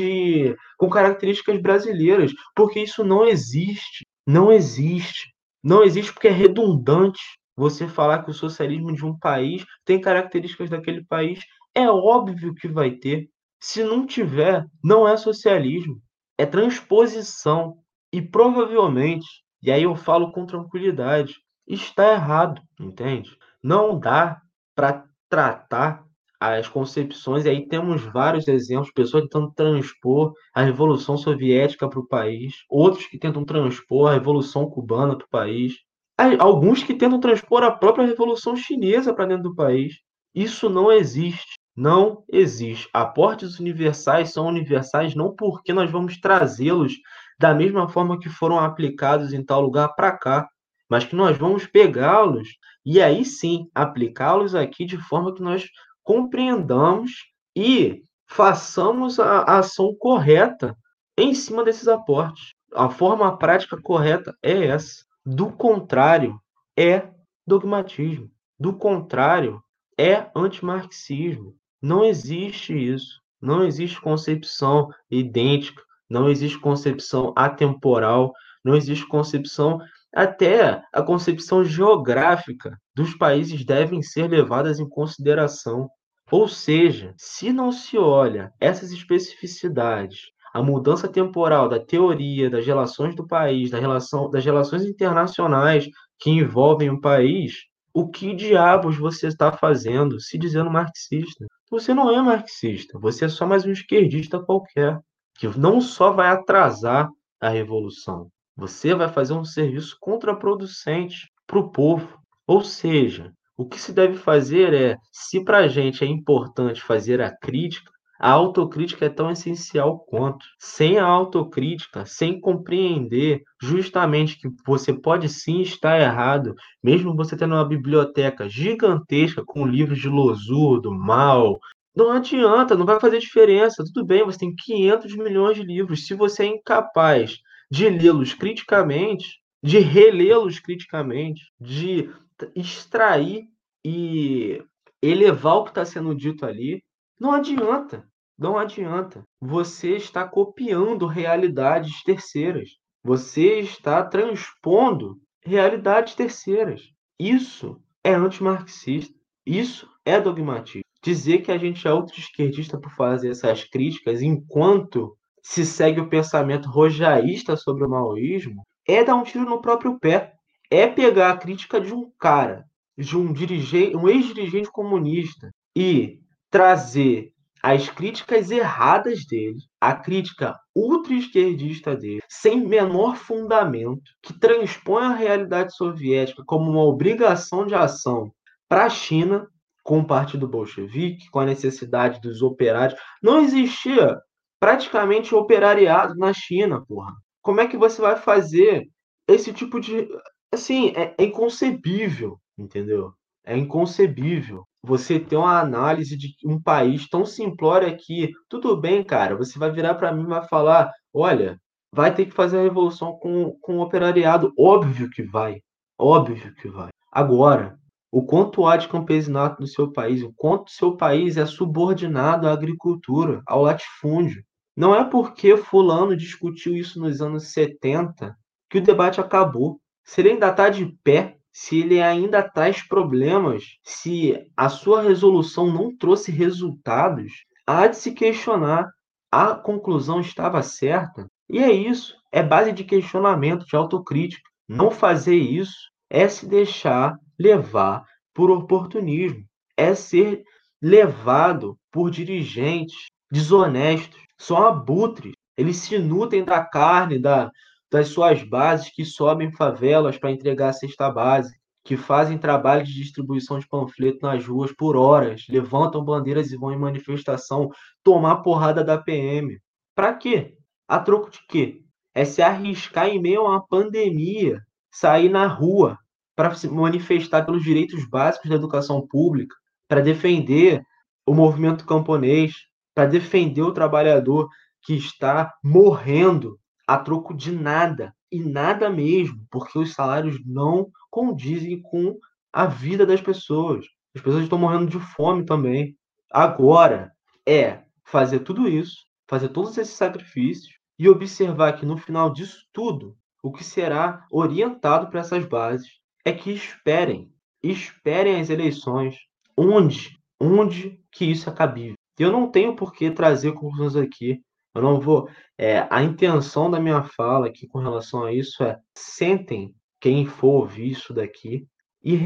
S5: com características brasileiras, porque isso não existe. Não existe. Não existe porque é redundante você falar que o socialismo de um país tem características daquele país. É óbvio que vai ter. Se não tiver, não é socialismo. É transposição. E provavelmente, e aí eu falo com tranquilidade, está errado, entende? Não dá para tratar as concepções, e aí temos vários exemplos, pessoas tentando transpor a Revolução Soviética para o país, outros que tentam transpor a Revolução Cubana para o país, alguns que tentam transpor a própria Revolução Chinesa para dentro do país. Isso não existe. Não existe. Aportes universais são universais não porque nós vamos trazê-los da mesma forma que foram aplicados em tal lugar para cá, mas que nós vamos pegá-los e aí sim aplicá-los aqui de forma que nós compreendamos e façamos a ação correta em cima desses aportes. A forma prática correta é essa. Do contrário, é dogmatismo. Do contrário, é antimarxismo. Não existe isso. Não existe concepção idêntica, não existe concepção atemporal, não existe concepção, até a concepção geográfica dos países devem ser levadas em consideração. Ou seja, se não se olha essas especificidades, a mudança temporal da teoria, das relações do país, das relações internacionais que envolvem o país, o que diabos você está fazendo se dizendo marxista? Você não é marxista, você é só mais um esquerdista qualquer, que não só vai atrasar a revolução, você vai fazer um serviço contraproducente para o povo. Ou seja, o que se deve fazer se para a gente é importante fazer a crítica, a autocrítica é tão essencial quanto. Sem a autocrítica, sem compreender justamente que você pode sim estar errado, mesmo você tendo uma biblioteca gigantesca com livros de Losurdo, Mao, Não adianta, não vai fazer diferença. Tudo bem, você tem 500 milhões de livros. Se você é incapaz de lê-los criticamente, de relê-los criticamente, de extrair e elevar o que está sendo dito ali, não adianta. Não adianta. Você está copiando realidades terceiras. Você está transpondo realidades terceiras. Isso é antimarxista. Isso é dogmatismo. Dizer que a gente é ultra-esquerdista por fazer essas críticas enquanto se segue o pensamento rojaísta sobre o maoísmo é dar um tiro no próprio pé. É pegar a crítica de um cara, de um dirigente, um ex-dirigente comunista e trazer as críticas erradas dele, a crítica ultra-esquerdista dele, sem menor fundamento, que transpõe a realidade soviética como uma obrigação de ação para a China, com o Partido Bolchevique, com a necessidade dos operários. Não existia praticamente operariado na China, porra. Como é que você vai fazer esse tipo de... Assim, é inconcebível, entendeu? É inconcebível você ter uma análise de um país tão simplório aqui. Tudo bem, cara, você vai virar para mim e vai falar, olha, vai ter que fazer a revolução com o operariado. Óbvio que vai. Óbvio que vai. Agora, o quanto há de campesinato no seu país, o quanto seu país é subordinado à agricultura, ao latifúndio. Não é porque fulano discutiu isso nos anos 70 que o debate acabou. Se ele ainda está de pé, se ele ainda traz problemas, se a sua resolução não trouxe resultados, há de se questionar. A conclusão estava certa? E é isso. É base de questionamento, de autocrítica. Não fazer isso é se deixar levar por oportunismo, é ser levado por dirigentes desonestos, são abutres. Eles se nutrem da carne, das suas bases que sobem favelas para entregar a cesta básica, que fazem trabalho de distribuição de panfleto nas ruas por horas, levantam bandeiras e vão em manifestação tomar porrada da PM. Para quê? A troco de quê? É se arriscar em meio a uma pandemia, sair na rua para se manifestar pelos direitos básicos da educação pública, para defender o movimento camponês, para defender o trabalhador que está morrendo a troco de nada, e nada mesmo, porque os salários não condizem com a vida das pessoas. As pessoas estão morrendo de fome também. Agora é fazer tudo isso, fazer todos esses sacrifícios e observar que no final disso tudo, o que será orientado para essas bases é que esperem as eleições, onde que isso é cabível. Eu não tenho por que trazer conclusões aqui. Eu não vou. A intenção da minha fala aqui com relação a isso é sentem quem for ouvir isso daqui e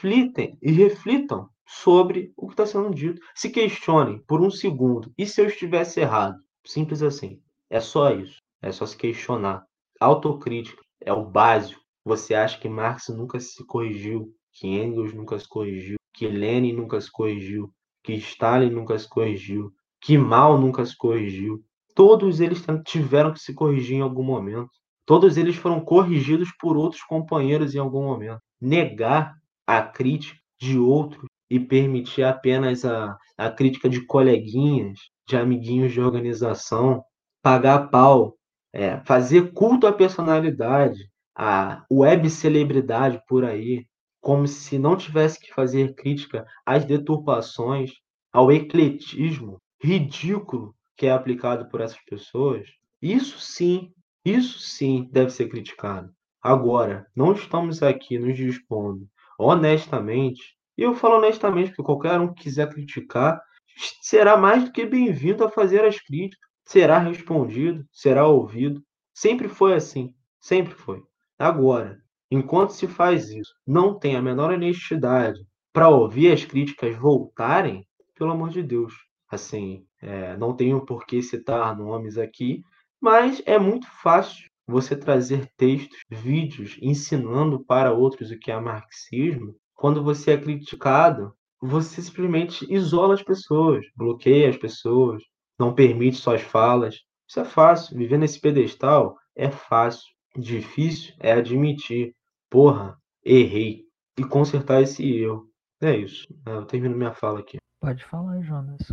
S5: reflitam sobre o que está sendo dito. Se questionem por um segundo. E se eu estivesse errado? Simples assim. É só isso. É só se questionar. Autocrítica é o básico. Você acha que Marx nunca se corrigiu, que Engels nunca se corrigiu, que Lenin nunca se corrigiu, que Stalin nunca se corrigiu, que Mao nunca se corrigiu. Todos eles tiveram que se corrigir em algum momento. Todos eles foram corrigidos por outros companheiros em algum momento. Negar a crítica de outros e permitir apenas a crítica de coleguinhas, de amiguinhos de organização, pagar pau, fazer culto à personalidade, a web celebridade por aí, como se não tivesse que fazer crítica às deturpações, ao ecletismo ridículo que é aplicado por essas pessoas, isso sim deve ser criticado. Agora, não estamos aqui nos dispondo honestamente, e eu falo honestamente porque qualquer um que quiser criticar será mais do que bem-vindo a fazer as críticas, será respondido, será ouvido. Sempre foi assim, sempre foi. Agora, enquanto se faz isso, não tem a menor honestidade para ouvir as críticas voltarem, pelo amor de Deus. Assim, não tenho por que citar nomes aqui, mas é muito fácil você trazer textos, vídeos ensinando para outros o que é marxismo. Quando você é criticado, você simplesmente isola as pessoas, bloqueia as pessoas, não permite suas falas. Isso é fácil. Viver nesse pedestal é fácil. Difícil é admitir, porra, errei, e consertar esse erro. É isso. Eu termino minha fala aqui.
S3: Pode falar, Jonas.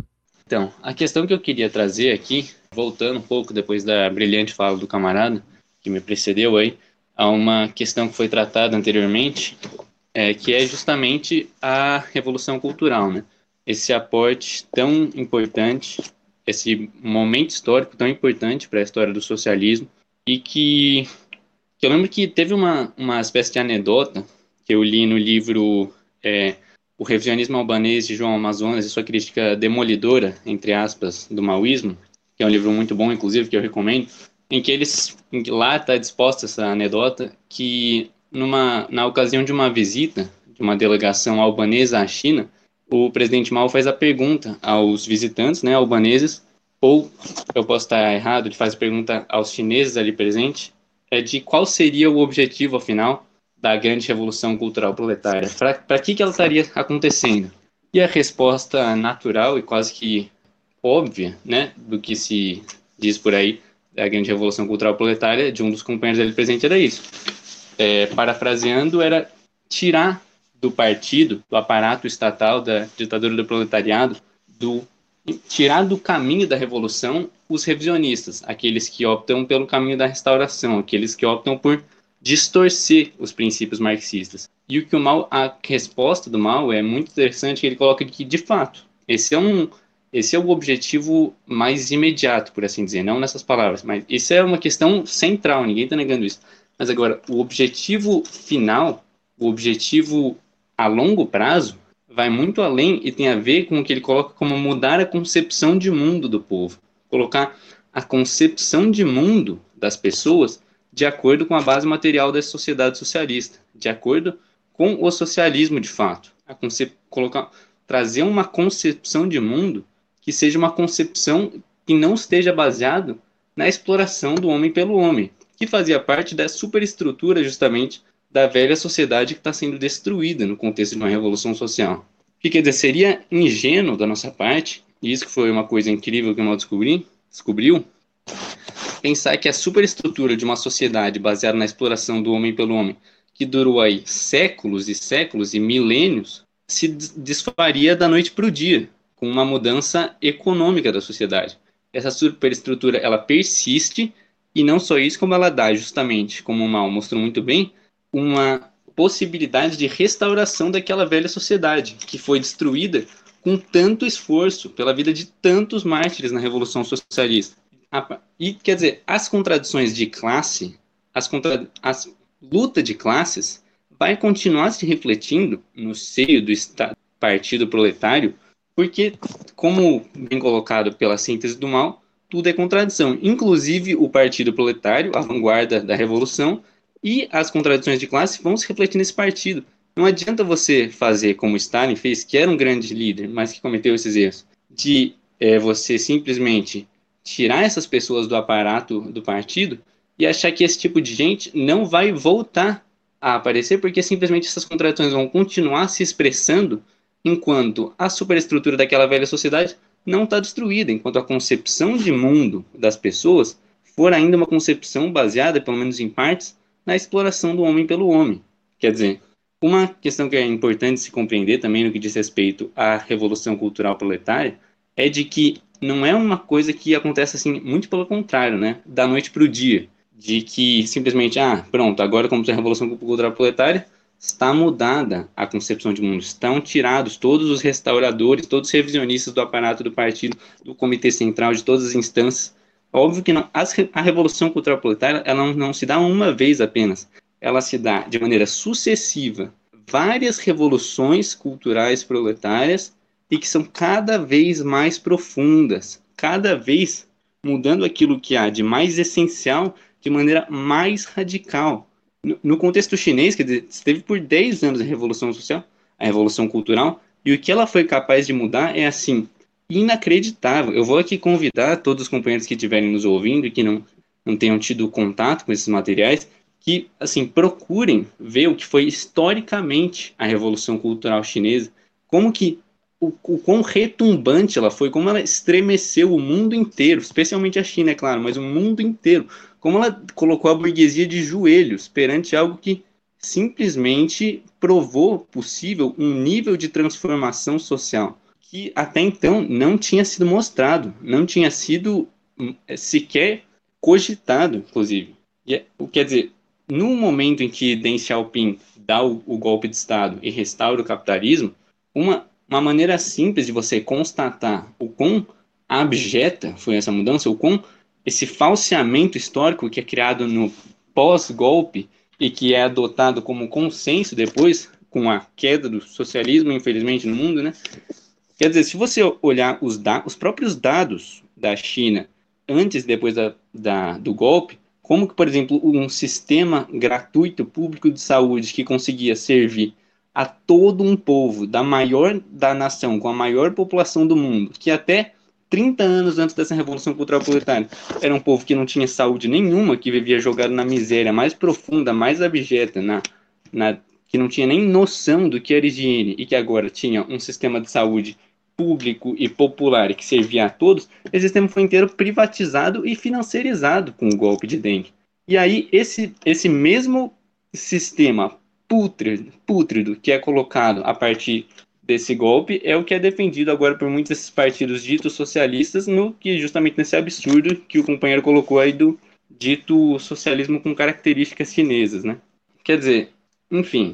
S6: Então, a questão que eu queria trazer aqui, voltando um pouco depois da brilhante fala do camarada que me precedeu aí, a uma questão que foi tratada anteriormente, que é justamente a Revolução Cultural, né? Esse aporte tão importante, esse momento histórico tão importante para a história do socialismo, e que eu lembro que teve uma espécie de anedota que eu li no livro O Revisionismo Albanês de João Amazonas e sua crítica demolidora, entre aspas, do maoísmo, que é um livro muito bom, inclusive, que eu recomendo, em que lá está disposta essa anedota, que na ocasião de uma visita de uma delegação albanesa à China, o presidente Mao faz a pergunta aos visitantes, né, albaneses, ou eu posso estar errado, ele faz a pergunta aos chineses ali presentes, de qual seria o objetivo, afinal, da grande revolução cultural proletária. Para que ela estaria acontecendo? E a resposta natural e quase que óbvia, né, do que se diz por aí da grande revolução cultural proletária, de um dos companheiros ali presente, era isso. Parafraseando, era tirar do partido, do aparato estatal, da ditadura do proletariado, tirar do caminho da revolução os revisionistas, aqueles que optam pelo caminho da restauração, aqueles que optam por distorcer os princípios marxistas. E a resposta do Mao é muito interessante, que ele coloca que, de fato, esse é o objetivo mais imediato, por assim dizer, não nessas palavras, mas isso é uma questão central, ninguém está negando isso. Mas agora, o objetivo final, o objetivo a longo prazo, vai muito além e tem a ver com o que ele coloca como mudar a concepção de mundo do povo. Colocar a concepção de mundo das pessoas de acordo com a base material da sociedade socialista, de acordo com o socialismo de fato. Trazer uma concepção de mundo que seja uma concepção que não esteja baseada na exploração do homem pelo homem, que fazia parte da superestrutura justamente da velha sociedade que está sendo destruída no contexto de uma revolução social. O que quer dizer, seria ingênuo da nossa parte, e isso que foi uma coisa incrível que o Mao descobriu, pensar que a superestrutura de uma sociedade baseada na exploração do homem pelo homem, que durou aí séculos e séculos e milênios, se desfaria da noite para o dia, com uma mudança econômica da sociedade. Essa superestrutura, ela persiste, e não só isso, como ela dá justamente, como o Mao mostrou muito bem, uma possibilidade de restauração daquela velha sociedade, que foi destruída com tanto esforço pela vida de tantos mártires na Revolução Socialista. E, quer dizer, as contradições de classe, a luta de classes, vai continuar se refletindo no seio do Partido Proletário, porque, como bem colocado pela síntese do Mao, tudo é contradição, inclusive o Partido Proletário, a vanguarda da Revolução, e as contradições de classe vão se refletir nesse partido. Não adianta você fazer como Stalin fez, que era um grande líder, mas que cometeu esses erros, de você simplesmente tirar essas pessoas do aparato do partido e achar que esse tipo de gente não vai voltar a aparecer, porque simplesmente essas contradições vão continuar se expressando enquanto a superestrutura daquela velha sociedade não está destruída, enquanto a concepção de mundo das pessoas for ainda uma concepção baseada, pelo menos em partes, na exploração do homem pelo homem. Quer dizer, uma questão que é importante se compreender também no que diz respeito à Revolução Cultural Proletária é de que não é uma coisa que acontece assim, muito pelo contrário, né? Da noite para o dia, de que simplesmente, pronto, agora como tem a Revolução Cultural Proletária, está mudada a concepção de mundo, estão tirados todos os restauradores, todos os revisionistas do aparato do partido, do Comitê Central, de todas as instâncias. Óbvio que não. A Revolução Cultural Proletária ela não se dá uma vez apenas, ela se dá de maneira sucessiva, várias revoluções culturais proletárias, e que são cada vez mais profundas, cada vez mudando aquilo que há de mais essencial de maneira mais radical. No contexto chinês, quer dizer, esteve por 10 anos a Revolução Social, a Revolução Cultural, e o que ela foi capaz de mudar é, assim, inacreditável. Eu vou aqui convidar todos os companheiros que estiverem nos ouvindo e que não tenham tido contato com esses materiais, que, assim, procurem ver o que foi historicamente a Revolução Cultural Chinesa, como que o quão retumbante ela foi, como ela estremeceu o mundo inteiro, especialmente a China, é claro, mas o mundo inteiro, como ela colocou a burguesia de joelhos perante algo que simplesmente provou possível um nível de transformação social que até então não tinha sido mostrado, não tinha sido sequer cogitado, inclusive. Quer dizer, no momento em que Deng Xiaoping dá o golpe de Estado e restaura o capitalismo, uma maneira simples de você constatar o quão abjeta foi essa mudança, o quão esse falseamento histórico que é criado no pós-golpe e que é adotado como consenso depois, com a queda do socialismo, infelizmente, no mundo, né? Quer dizer, se você olhar os próprios dados da China antes e depois do golpe, como que, por exemplo, um sistema gratuito público de saúde que conseguia servir a todo um povo da nação, com a maior população do mundo, que até 30 anos antes dessa Revolução Cultural Proletária era um povo que não tinha saúde nenhuma, que vivia jogado na miséria mais profunda, mais abjeta, que não tinha nem noção do que era higiene, e que agora tinha um sistema de saúde público e popular que servia a todos, esse sistema foi inteiro privatizado e financiarizado com o golpe de Deng. E aí esse mesmo sistema pútrido que é colocado a partir desse golpe é o que é defendido agora por muitos desses partidos ditos socialistas, justamente nesse absurdo que o companheiro colocou aí do dito socialismo com características chinesas, né? Quer dizer, enfim,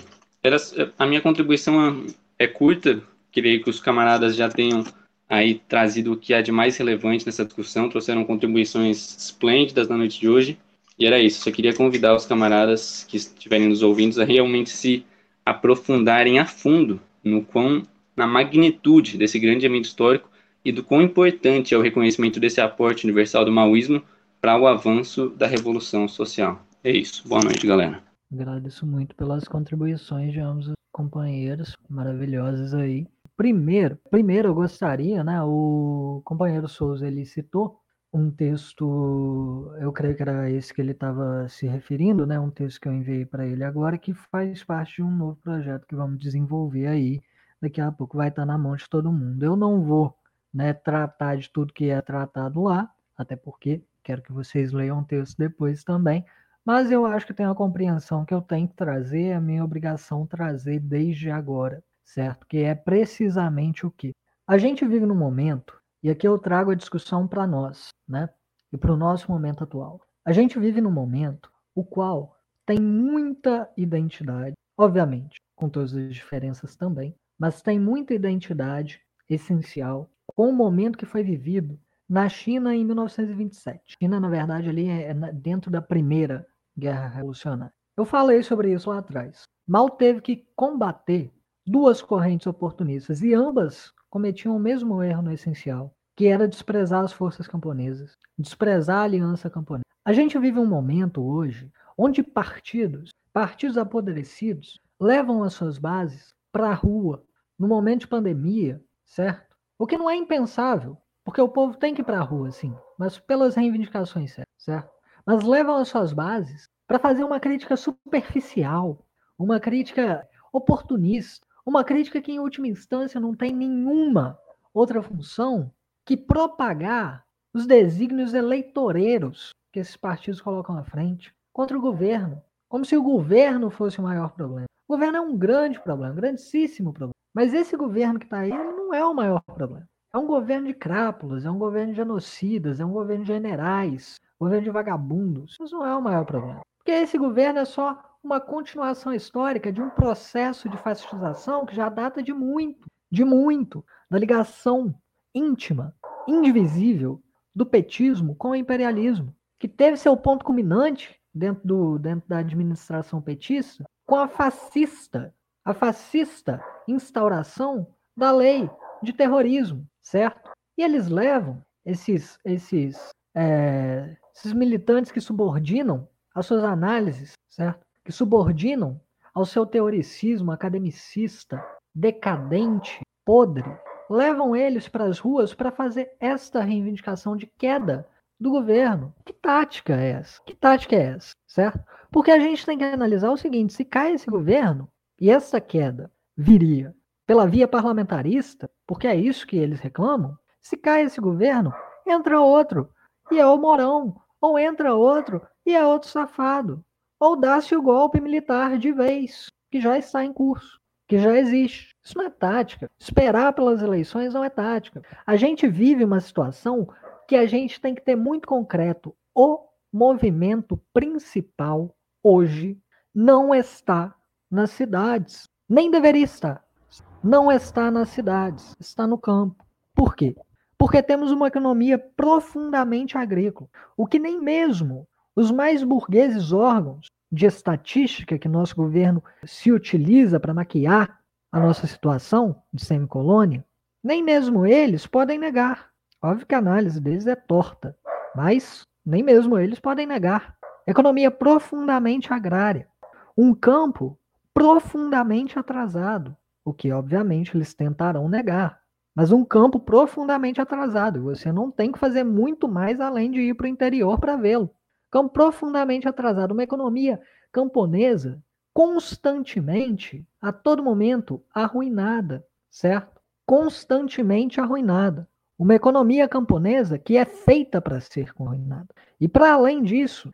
S6: a minha contribuição é curta. Creio que os camaradas já tenham aí trazido o que há de mais relevante nessa discussão, trouxeram contribuições esplêndidas na noite de hoje, e era isso. Só queria convidar os camaradas que estiverem nos ouvindo a realmente se aprofundarem a fundo na magnitude desse grande evento histórico e do quão importante é o reconhecimento desse aporte universal do maoísmo para o avanço da revolução social. É isso. Boa noite, galera.
S3: Agradeço muito pelas contribuições de ambos os companheiros maravilhosos aí. Primeiro eu gostaria, né, o companheiro Souza, ele citou um texto, eu creio que era esse que ele estava se referindo, né, um texto que eu enviei para ele agora, que faz parte de um novo projeto que vamos desenvolver aí, daqui a pouco vai estar na mão de todo mundo. Eu não vou, né, tratar de tudo que é tratado lá, até porque quero que vocês leiam o texto depois também, mas eu acho que tem uma compreensão que eu tenho que trazer, é a minha obrigação trazer desde agora, certo? Que é precisamente o quê? A gente vive num momento, e aqui eu trago a discussão para nós, né? E para o nosso momento atual. A gente vive num momento o qual tem muita identidade, obviamente, com todas as diferenças também, mas tem muita identidade essencial com o momento que foi vivido na China em 1927. China, na verdade, ali é dentro da primeira Guerra Revolucionária. Eu falei sobre isso lá atrás. Mao teve que combater duas correntes oportunistas e ambas cometiam o mesmo erro no essencial, que era desprezar as forças camponesas, desprezar a aliança camponesa. A gente vive um momento hoje onde partidos apodrecidos, levam as suas bases para a rua, no momento de pandemia, certo? O que não é impensável, porque o povo tem que ir para a rua, sim, mas pelas reivindicações, certo? Mas levam as suas bases para fazer uma crítica superficial, uma crítica oportunista, uma crítica que, em última instância, não tem nenhuma outra função que propagar os desígnios eleitoreiros que esses partidos colocam à frente contra o governo, como se o governo fosse o maior problema. O governo é um grande problema, um grandíssimo problema. Mas esse governo que está aí não é o maior problema. É um governo de crápulas, é um governo de genocidas, é um governo de generais, governo de vagabundos. Isso não é o maior problema. Porque esse governo é só uma continuação histórica de um processo de fascistização que já data de muito, da ligação íntima, indivisível do petismo com o imperialismo, que teve seu ponto culminante dentro da administração petista com a fascista instauração da lei de terrorismo, certo? E eles levam esses militantes que subordinam às suas análises, certo? Que subordinam ao seu teoricismo academicista, decadente, podre, levam eles para as ruas para fazer esta reivindicação de queda do governo. Que tática é essa? Certo? Porque a gente tem que analisar o seguinte, se cai esse governo, e essa queda viria pela via parlamentarista, porque é isso que eles reclamam, se cai esse governo, entra outro, e é o Mourão, ou entra outro, e é outro safado. Ou dá-se o golpe militar de vez, que já está em curso, que já existe. Isso não é tática. Esperar pelas eleições não é tática. A gente vive uma situação que a gente tem que ter muito concreto. O movimento principal hoje não está nas cidades. Nem deveria estar. Não está nas cidades. Está no campo. Por quê? Porque temos uma economia profundamente agrícola. O que nem mesmo os mais burgueses órgãos de estatística que nosso governo se utiliza para maquiar a nossa situação de semicolônia, nem mesmo eles podem negar. Óbvio que a análise deles é torta, mas nem mesmo eles podem negar. Economia profundamente agrária. Um campo profundamente atrasado, o que obviamente eles tentarão negar. Mas um campo profundamente atrasado. Você não tem que fazer muito mais além de ir para o interior para vê-lo. Campo profundamente atrasado. Uma economia camponesa constantemente, a todo momento, arruinada, certo? Constantemente arruinada. Uma economia camponesa que é feita para ser arruinada. E para além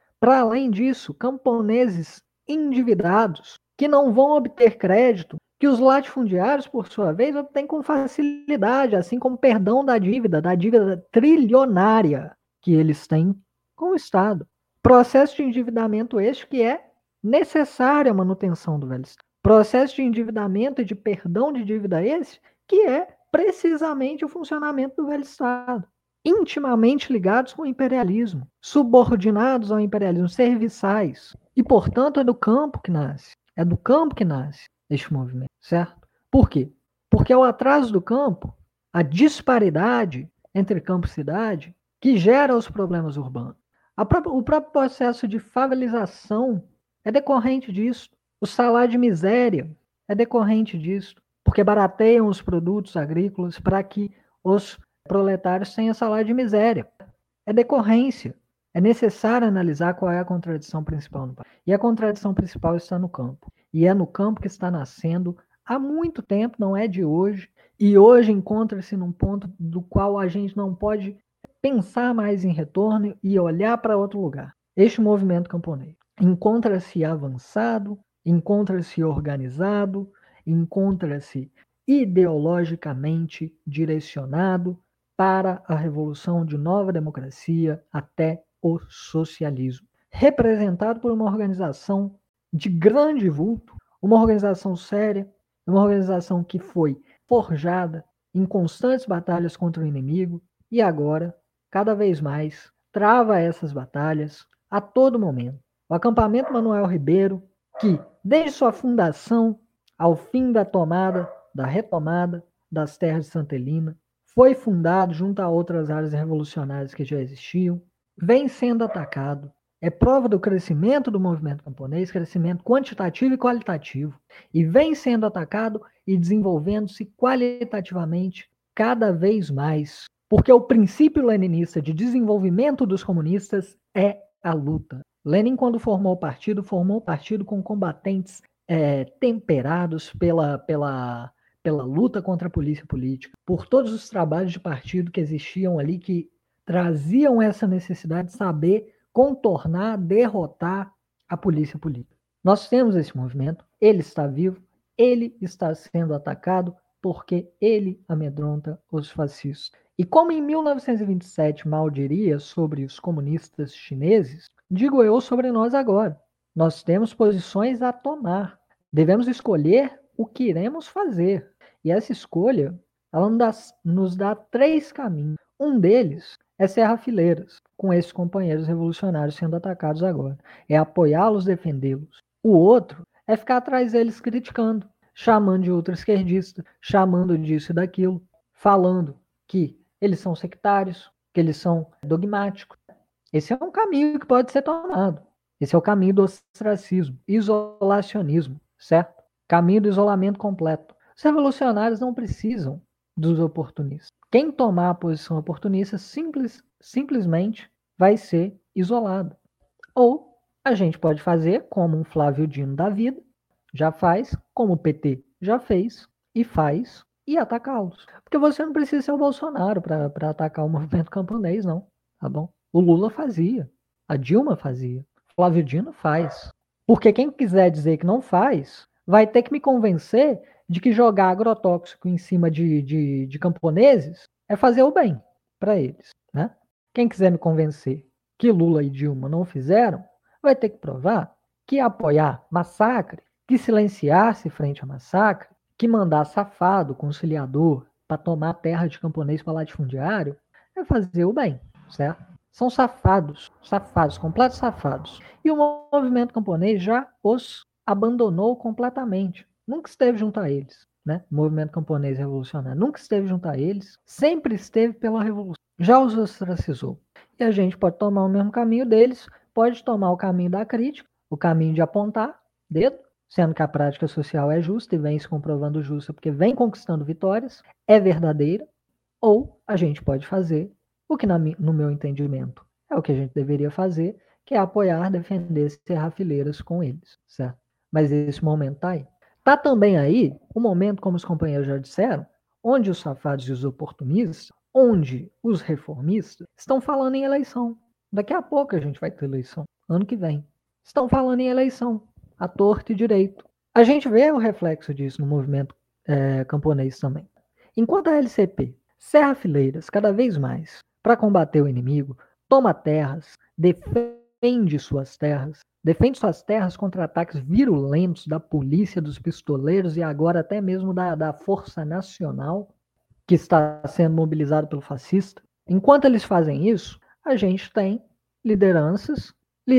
S3: disso, camponeses endividados que não vão obter crédito, que os latifundiários, por sua vez, obtêm com facilidade, assim como perdão da dívida trilionária que eles têm com o Estado. Processo de endividamento este que é necessária a manutenção do velho Estado. Processo de endividamento e de perdão de dívida esse que é precisamente o funcionamento do velho Estado. Intimamente ligados com o imperialismo, subordinados ao imperialismo, serviçais. E, portanto, é do campo que nasce. É do campo que nasce este movimento, certo? Por quê? Porque é o atraso do campo, a disparidade entre campo e cidade, que gera os problemas urbanos. O próprio processo de favelização é decorrente disso. O salário de miséria é decorrente disso, porque barateiam os produtos agrícolas para que os proletários tenham salário de miséria. É decorrência. É necessário analisar qual é a contradição principal no país. E a contradição principal está no campo. E é no campo que está nascendo há muito tempo, não é de hoje. E hoje encontra-se num ponto do qual a gente não pode pensar mais em retorno e olhar para outro lugar. Este movimento camponês encontra-se avançado, encontra-se organizado, encontra-se ideologicamente direcionado para a revolução de nova democracia até o socialismo, representado por uma organização de grande vulto, uma organização séria, uma organização que foi forjada em constantes batalhas contra o inimigo e agora, cada vez mais, trava essas batalhas a todo momento. O acampamento Manuel Ribeiro, que desde sua fundação ao fim da retomada das terras de Santa Helena, foi fundado junto a outras áreas revolucionárias que já existiam, vem sendo atacado. É prova do crescimento do movimento camponês, crescimento quantitativo e qualitativo, e vem sendo atacado e desenvolvendo-se qualitativamente cada vez mais, porque o princípio leninista de desenvolvimento dos comunistas é a luta. Lenin, quando formou o partido com combatentes temperados pela luta contra a polícia política, por todos os trabalhos de partido que existiam ali, que traziam essa necessidade de saber contornar, derrotar a polícia política. Nós temos esse movimento, ele está vivo, ele está sendo atacado porque ele amedronta os fascistas. E como em 1927 Mao diria sobre os comunistas chineses, digo eu sobre nós agora. Nós temos posições a tomar. Devemos escolher o que iremos fazer. E essa escolha, ela nos dá 3 caminhos. Um deles é serra-fileiras, com esses companheiros revolucionários sendo atacados agora. É apoiá-los, defendê-los. O outro é ficar atrás deles criticando, chamando de ultra-esquerdista, chamando disso e daquilo, falando que eles são sectários, que eles são dogmáticos. Esse é um caminho que pode ser tomado. Esse é o caminho do ostracismo, isolacionismo, certo? Caminho do isolamento completo. Os revolucionários não precisam dos oportunistas. Quem tomar a posição oportunista simplesmente vai ser isolado. Ou a gente pode fazer como um Flávio Dino da vida, já faz, como o PT já fez e faz, e atacá-los. Porque você não precisa ser o Bolsonaro para atacar o movimento camponês, não. Tá bom? O Lula fazia. A Dilma fazia. Flávio Dino faz. Porque quem quiser dizer que não faz, vai ter que me convencer de que jogar agrotóxico em cima de camponeses é fazer o bem para eles, né? Quem quiser me convencer que Lula e Dilma não fizeram, vai ter que provar que apoiar massacre, que silenciar-se frente a massacre, que mandar safado, conciliador, para tomar terra de camponês para latifundiário, é fazer o bem, certo? São safados, completos safados. E o movimento camponês já os abandonou completamente. Nunca esteve junto a eles, né? O movimento camponês revolucionário nunca esteve junto a eles, sempre esteve pela revolução. Já os ostracizou. E a gente pode tomar o mesmo caminho deles, pode tomar o caminho da crítica, o caminho de apontar dedo, sendo que a prática social é justa e vem se comprovando justa porque vem conquistando vitórias, é verdadeira, ou a gente pode fazer o que, no meu entendimento, é o que a gente deveria fazer, que é apoiar, defender, cerrar fileiras com eles, certo? Mas esse momento está aí. Está também aí o momento, como os companheiros já disseram, onde os safados e os oportunistas, onde os reformistas estão falando em eleição. Daqui a pouco a gente vai ter eleição, ano que vem. Estão falando em eleição, à torto e direito. A gente vê o reflexo disso no movimento camponês também. Enquanto a LCP cerra fileiras cada vez mais para combater o inimigo, toma terras, defende suas terras contra ataques virulentos da polícia, dos pistoleiros e agora até mesmo da Força Nacional, que está sendo mobilizado pelo fascista. Enquanto eles fazem isso, a gente tem lideranças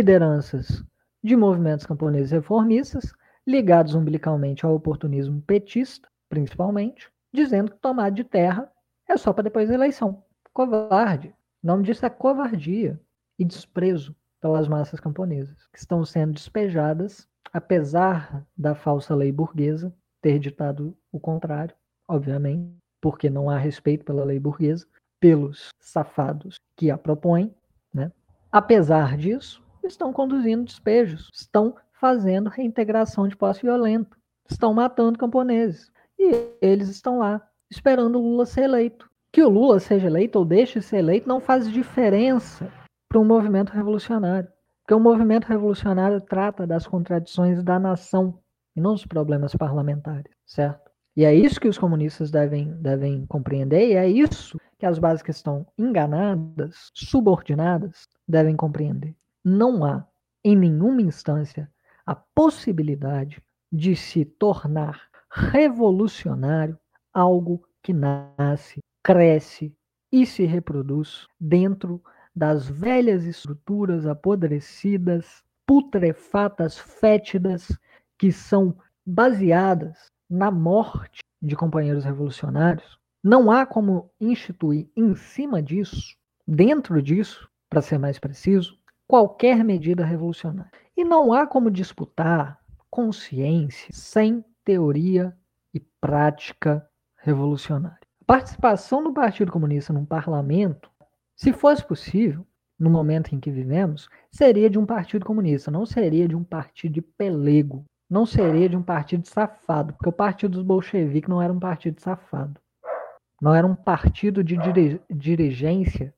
S3: de movimentos camponeses reformistas, ligados umbilicalmente ao oportunismo petista, principalmente, dizendo que tomar de terra é só para depois da eleição. Covarde. O nome disso é covardia e desprezo pelas massas camponesas, que estão sendo despejadas, apesar da falsa lei burguesa ter ditado o contrário, obviamente, porque não há respeito pela lei burguesa, pelos safados que a propõem, né? Apesar disso, estão conduzindo despejos, estão fazendo reintegração de posse violenta, estão matando camponeses. E eles estão lá, esperando o Lula ser eleito. Que o Lula seja eleito ou deixe de ser eleito não faz diferença para um movimento revolucionário. Porque o movimento revolucionário trata das contradições da nação e não dos problemas parlamentares, certo? E é isso que os comunistas devem compreender, e é isso que as bases que estão enganadas, subordinadas, devem compreender. Não há, em nenhuma instância, a possibilidade de se tornar revolucionário algo que nasce, cresce e se reproduz dentro das velhas estruturas apodrecidas, putrefatas, fétidas, que são baseadas na morte de companheiros revolucionários. Não há como instituir em cima disso, dentro disso, para ser mais preciso, qualquer medida revolucionária. E não há como disputar consciência sem teoria e prática revolucionária. A participação do Partido Comunista num parlamento, se fosse possível, no momento em que vivemos, seria de um partido comunista, não seria de um partido de pelego, não seria de um partido safado, porque o partido dos bolcheviques não era um partido safado, não era um partido de dirigência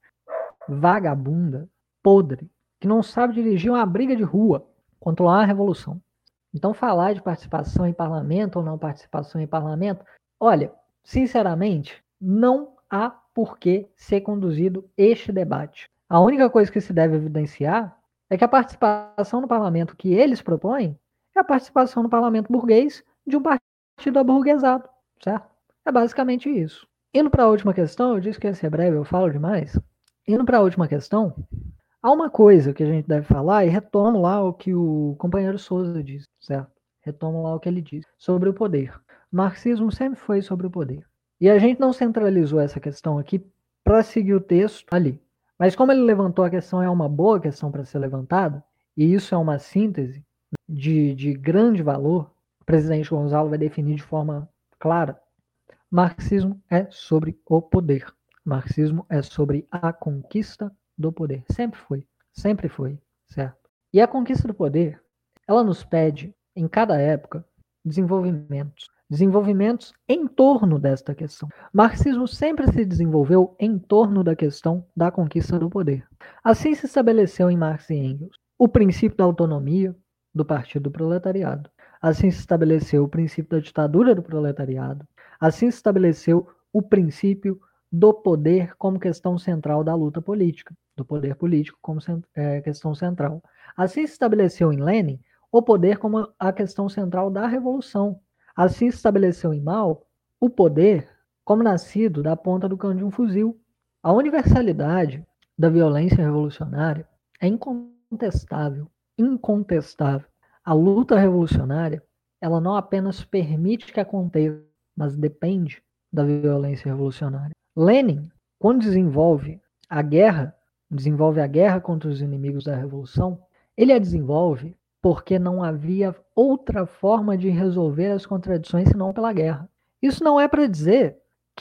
S3: vagabunda, podre, que não sabe dirigir uma briga de rua, controlar uma revolução. Então falar de participação em parlamento ou não participação em parlamento, olha, sinceramente, não há por que ser conduzido este debate. A única coisa que se deve evidenciar é que a participação no parlamento que eles propõem é a participação no parlamento burguês de um partido aburguesado, certo? É basicamente isso. Indo para a última questão, eu disse que ia ser breve, eu falo demais. Indo para a última questão, há uma coisa que a gente deve falar, e retomo lá o que o companheiro Souza disse, certo? Retomo lá o que ele disse sobre o poder. O marxismo sempre foi sobre o poder. E a gente não centralizou essa questão aqui para seguir o texto ali. Mas como ele levantou a questão, é uma boa questão para ser levantada, e isso é uma síntese de grande valor, o presidente Gonzalo vai definir de forma clara. Marxismo é sobre o poder. Marxismo é sobre a conquista do poder. Sempre foi, certo? E a conquista do poder, ela nos pede, em cada época, desenvolvimentos em torno desta questão. O marxismo sempre se desenvolveu em torno da questão da conquista do poder. Assim se estabeleceu em Marx e Engels o princípio da autonomia do Partido do Proletariado. assim se estabeleceu o princípio da ditadura do proletariado, assim se estabeleceu o princípio do poder como questão central da luta política, do poder político como questão central. Assim se estabeleceu em Lenin o poder como a questão central da revolução. Assim se estabeleceu em Mao o poder como nascido da ponta do cano de um fuzil. A universalidade da violência revolucionária é incontestável, incontestável. A luta revolucionária, ela não apenas permite que aconteça, mas depende da violência revolucionária. Lenin, quando desenvolve a guerra contra os inimigos da revolução, ele a desenvolve porque não havia outra forma de resolver as contradições senão pela guerra. Isso não é para dizer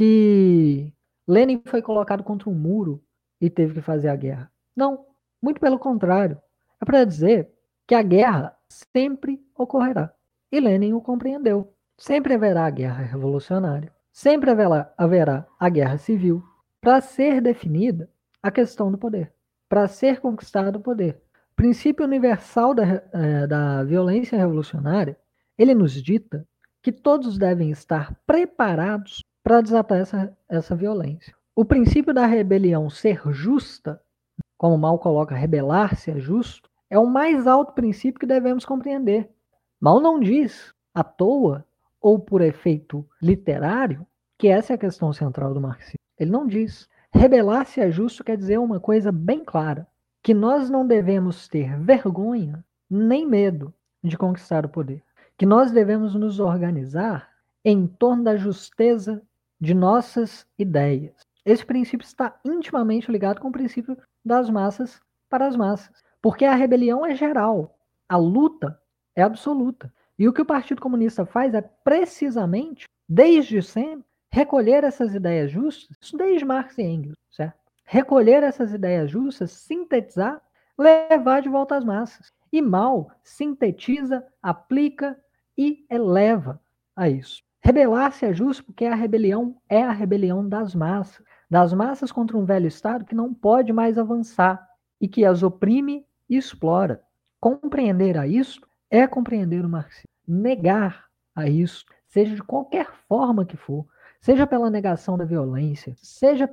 S3: que Lenin foi colocado contra um muro e teve que fazer a guerra. Não, muito pelo contrário. É para dizer que a guerra sempre ocorrerá. E Lenin o compreendeu. Sempre haverá a guerra revolucionária. Sempre haverá a guerra civil para ser definida a questão do poder, para ser conquistado o poder. O princípio universal da violência revolucionária, ele nos dita que todos devem estar preparados para desatar essa violência. O princípio da rebelião ser justa, como Mao coloca, rebelar-se é justo, é o mais alto princípio que devemos compreender. Mao não diz à toa ou por efeito literário que essa é a questão central do marxismo. Ele não diz. Rebelar-se é justo quer dizer uma coisa bem clara, que nós não devemos ter vergonha nem medo de conquistar o poder, que nós devemos nos organizar em torno da justeza de nossas ideias. Esse princípio está intimamente ligado com o princípio das massas para as massas, porque a rebelião é geral, a luta é absoluta. E o que o Partido Comunista faz é precisamente, desde sempre, recolher essas ideias justas, isso desde Marx e Engels, certo? Recolher essas ideias justas, sintetizar, levar de volta às massas. E Mao sintetiza, aplica e eleva a isso. Rebelar-se é justo porque a rebelião é a rebelião das massas contra um velho Estado que não pode mais avançar e que as oprime e explora. Compreender a isso é compreender o marxismo. Negar a isso, seja de qualquer forma que for, seja pela negação da violência, seja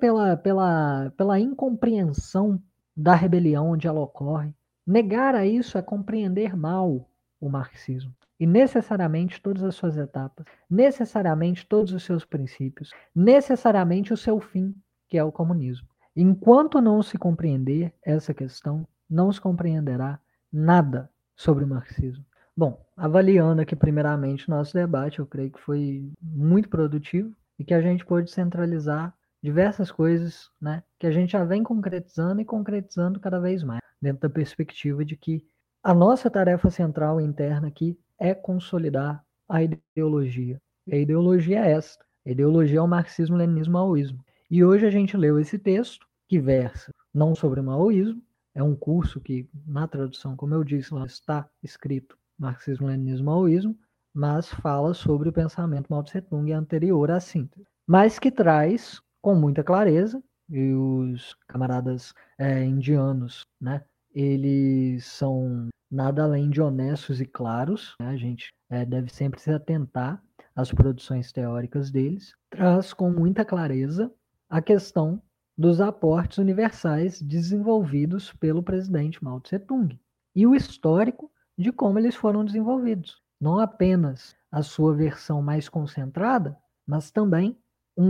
S3: pela incompreensão da rebelião onde ela ocorre, negar a isso é compreender mal o marxismo. E necessariamente todas as suas etapas, necessariamente todos os seus princípios, necessariamente o seu fim, que é o comunismo. Enquanto não se compreender essa questão, não se compreenderá nada sobre o marxismo. Bom, avaliando aqui primeiramente o nosso debate, eu creio que foi muito produtivo e que a gente pôde centralizar diversas coisas, né, que a gente já vem concretizando e concretizando cada vez mais, dentro da perspectiva de que a nossa tarefa central interna aqui é consolidar a ideologia. E a ideologia é essa. A ideologia é o marxismo, leninismo, maoísmo. E hoje a gente leu esse texto que versa não sobre o maoísmo, é um curso que, na tradução, como eu disse, lá está escrito marxismo, leninismo, maoísmo, mas fala sobre o pensamento Mao Tse Tung anterior à síntese, mas que traz com muita clareza, e os camaradas indianos, né, eles são nada além de honestos e claros, né? A gente deve sempre se atentar às produções teóricas deles, traz com muita clareza a questão dos aportes universais desenvolvidos pelo presidente Mao Tse Tung e o histórico de como eles foram desenvolvidos. Não apenas a sua versão mais concentrada, mas também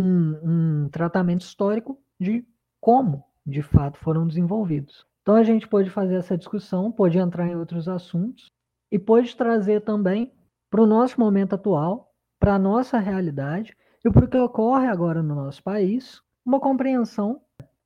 S3: um tratamento histórico de como, de fato, foram desenvolvidos. Então a gente pode fazer essa discussão, pode entrar em outros assuntos e pode trazer também para o nosso momento atual, para a nossa realidade e para o que ocorre agora no nosso país, uma compreensão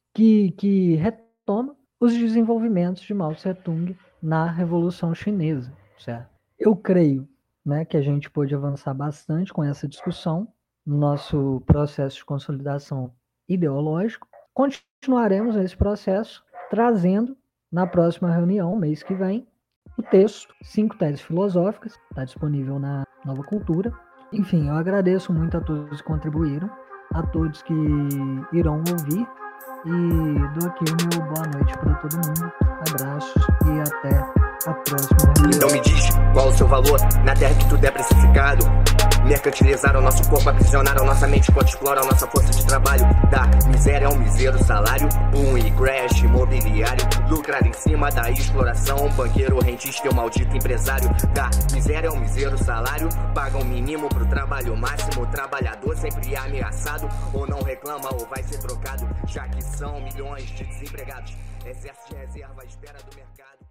S3: que retoma os desenvolvimentos de Mao Tse Tung na Revolução Chinesa, certo? Eu creio, né, que a gente pode avançar bastante com essa discussão no nosso processo de consolidação ideológico. Continuaremos nesse processo trazendo na próxima reunião, mês que vem, o texto 5 Teses Filosóficas, está disponível na Nova Cultura. Enfim, eu agradeço muito a todos que contribuíram, a todos que irão ouvir e dou aqui o meu boa noite para todo mundo. Abraços e até a próxima.
S2: Então me diz qual o seu valor na terra que tudo é precificado. Mercantilizaram nosso corpo, aprisionaram nossa mente enquanto exploram nossa força de trabalho. Da miséria ao miseiro salário, boom e crash imobiliário. Lucrar em cima da exploração, banqueiro, rentista e o maldito empresário. Da miséria ao miseiro salário, paga um mínimo pro trabalho máximo. O trabalhador sempre ameaçado, ou não reclama ou vai ser trocado. Já que são milhões de desempregados, exército de reserva à espera do mercado.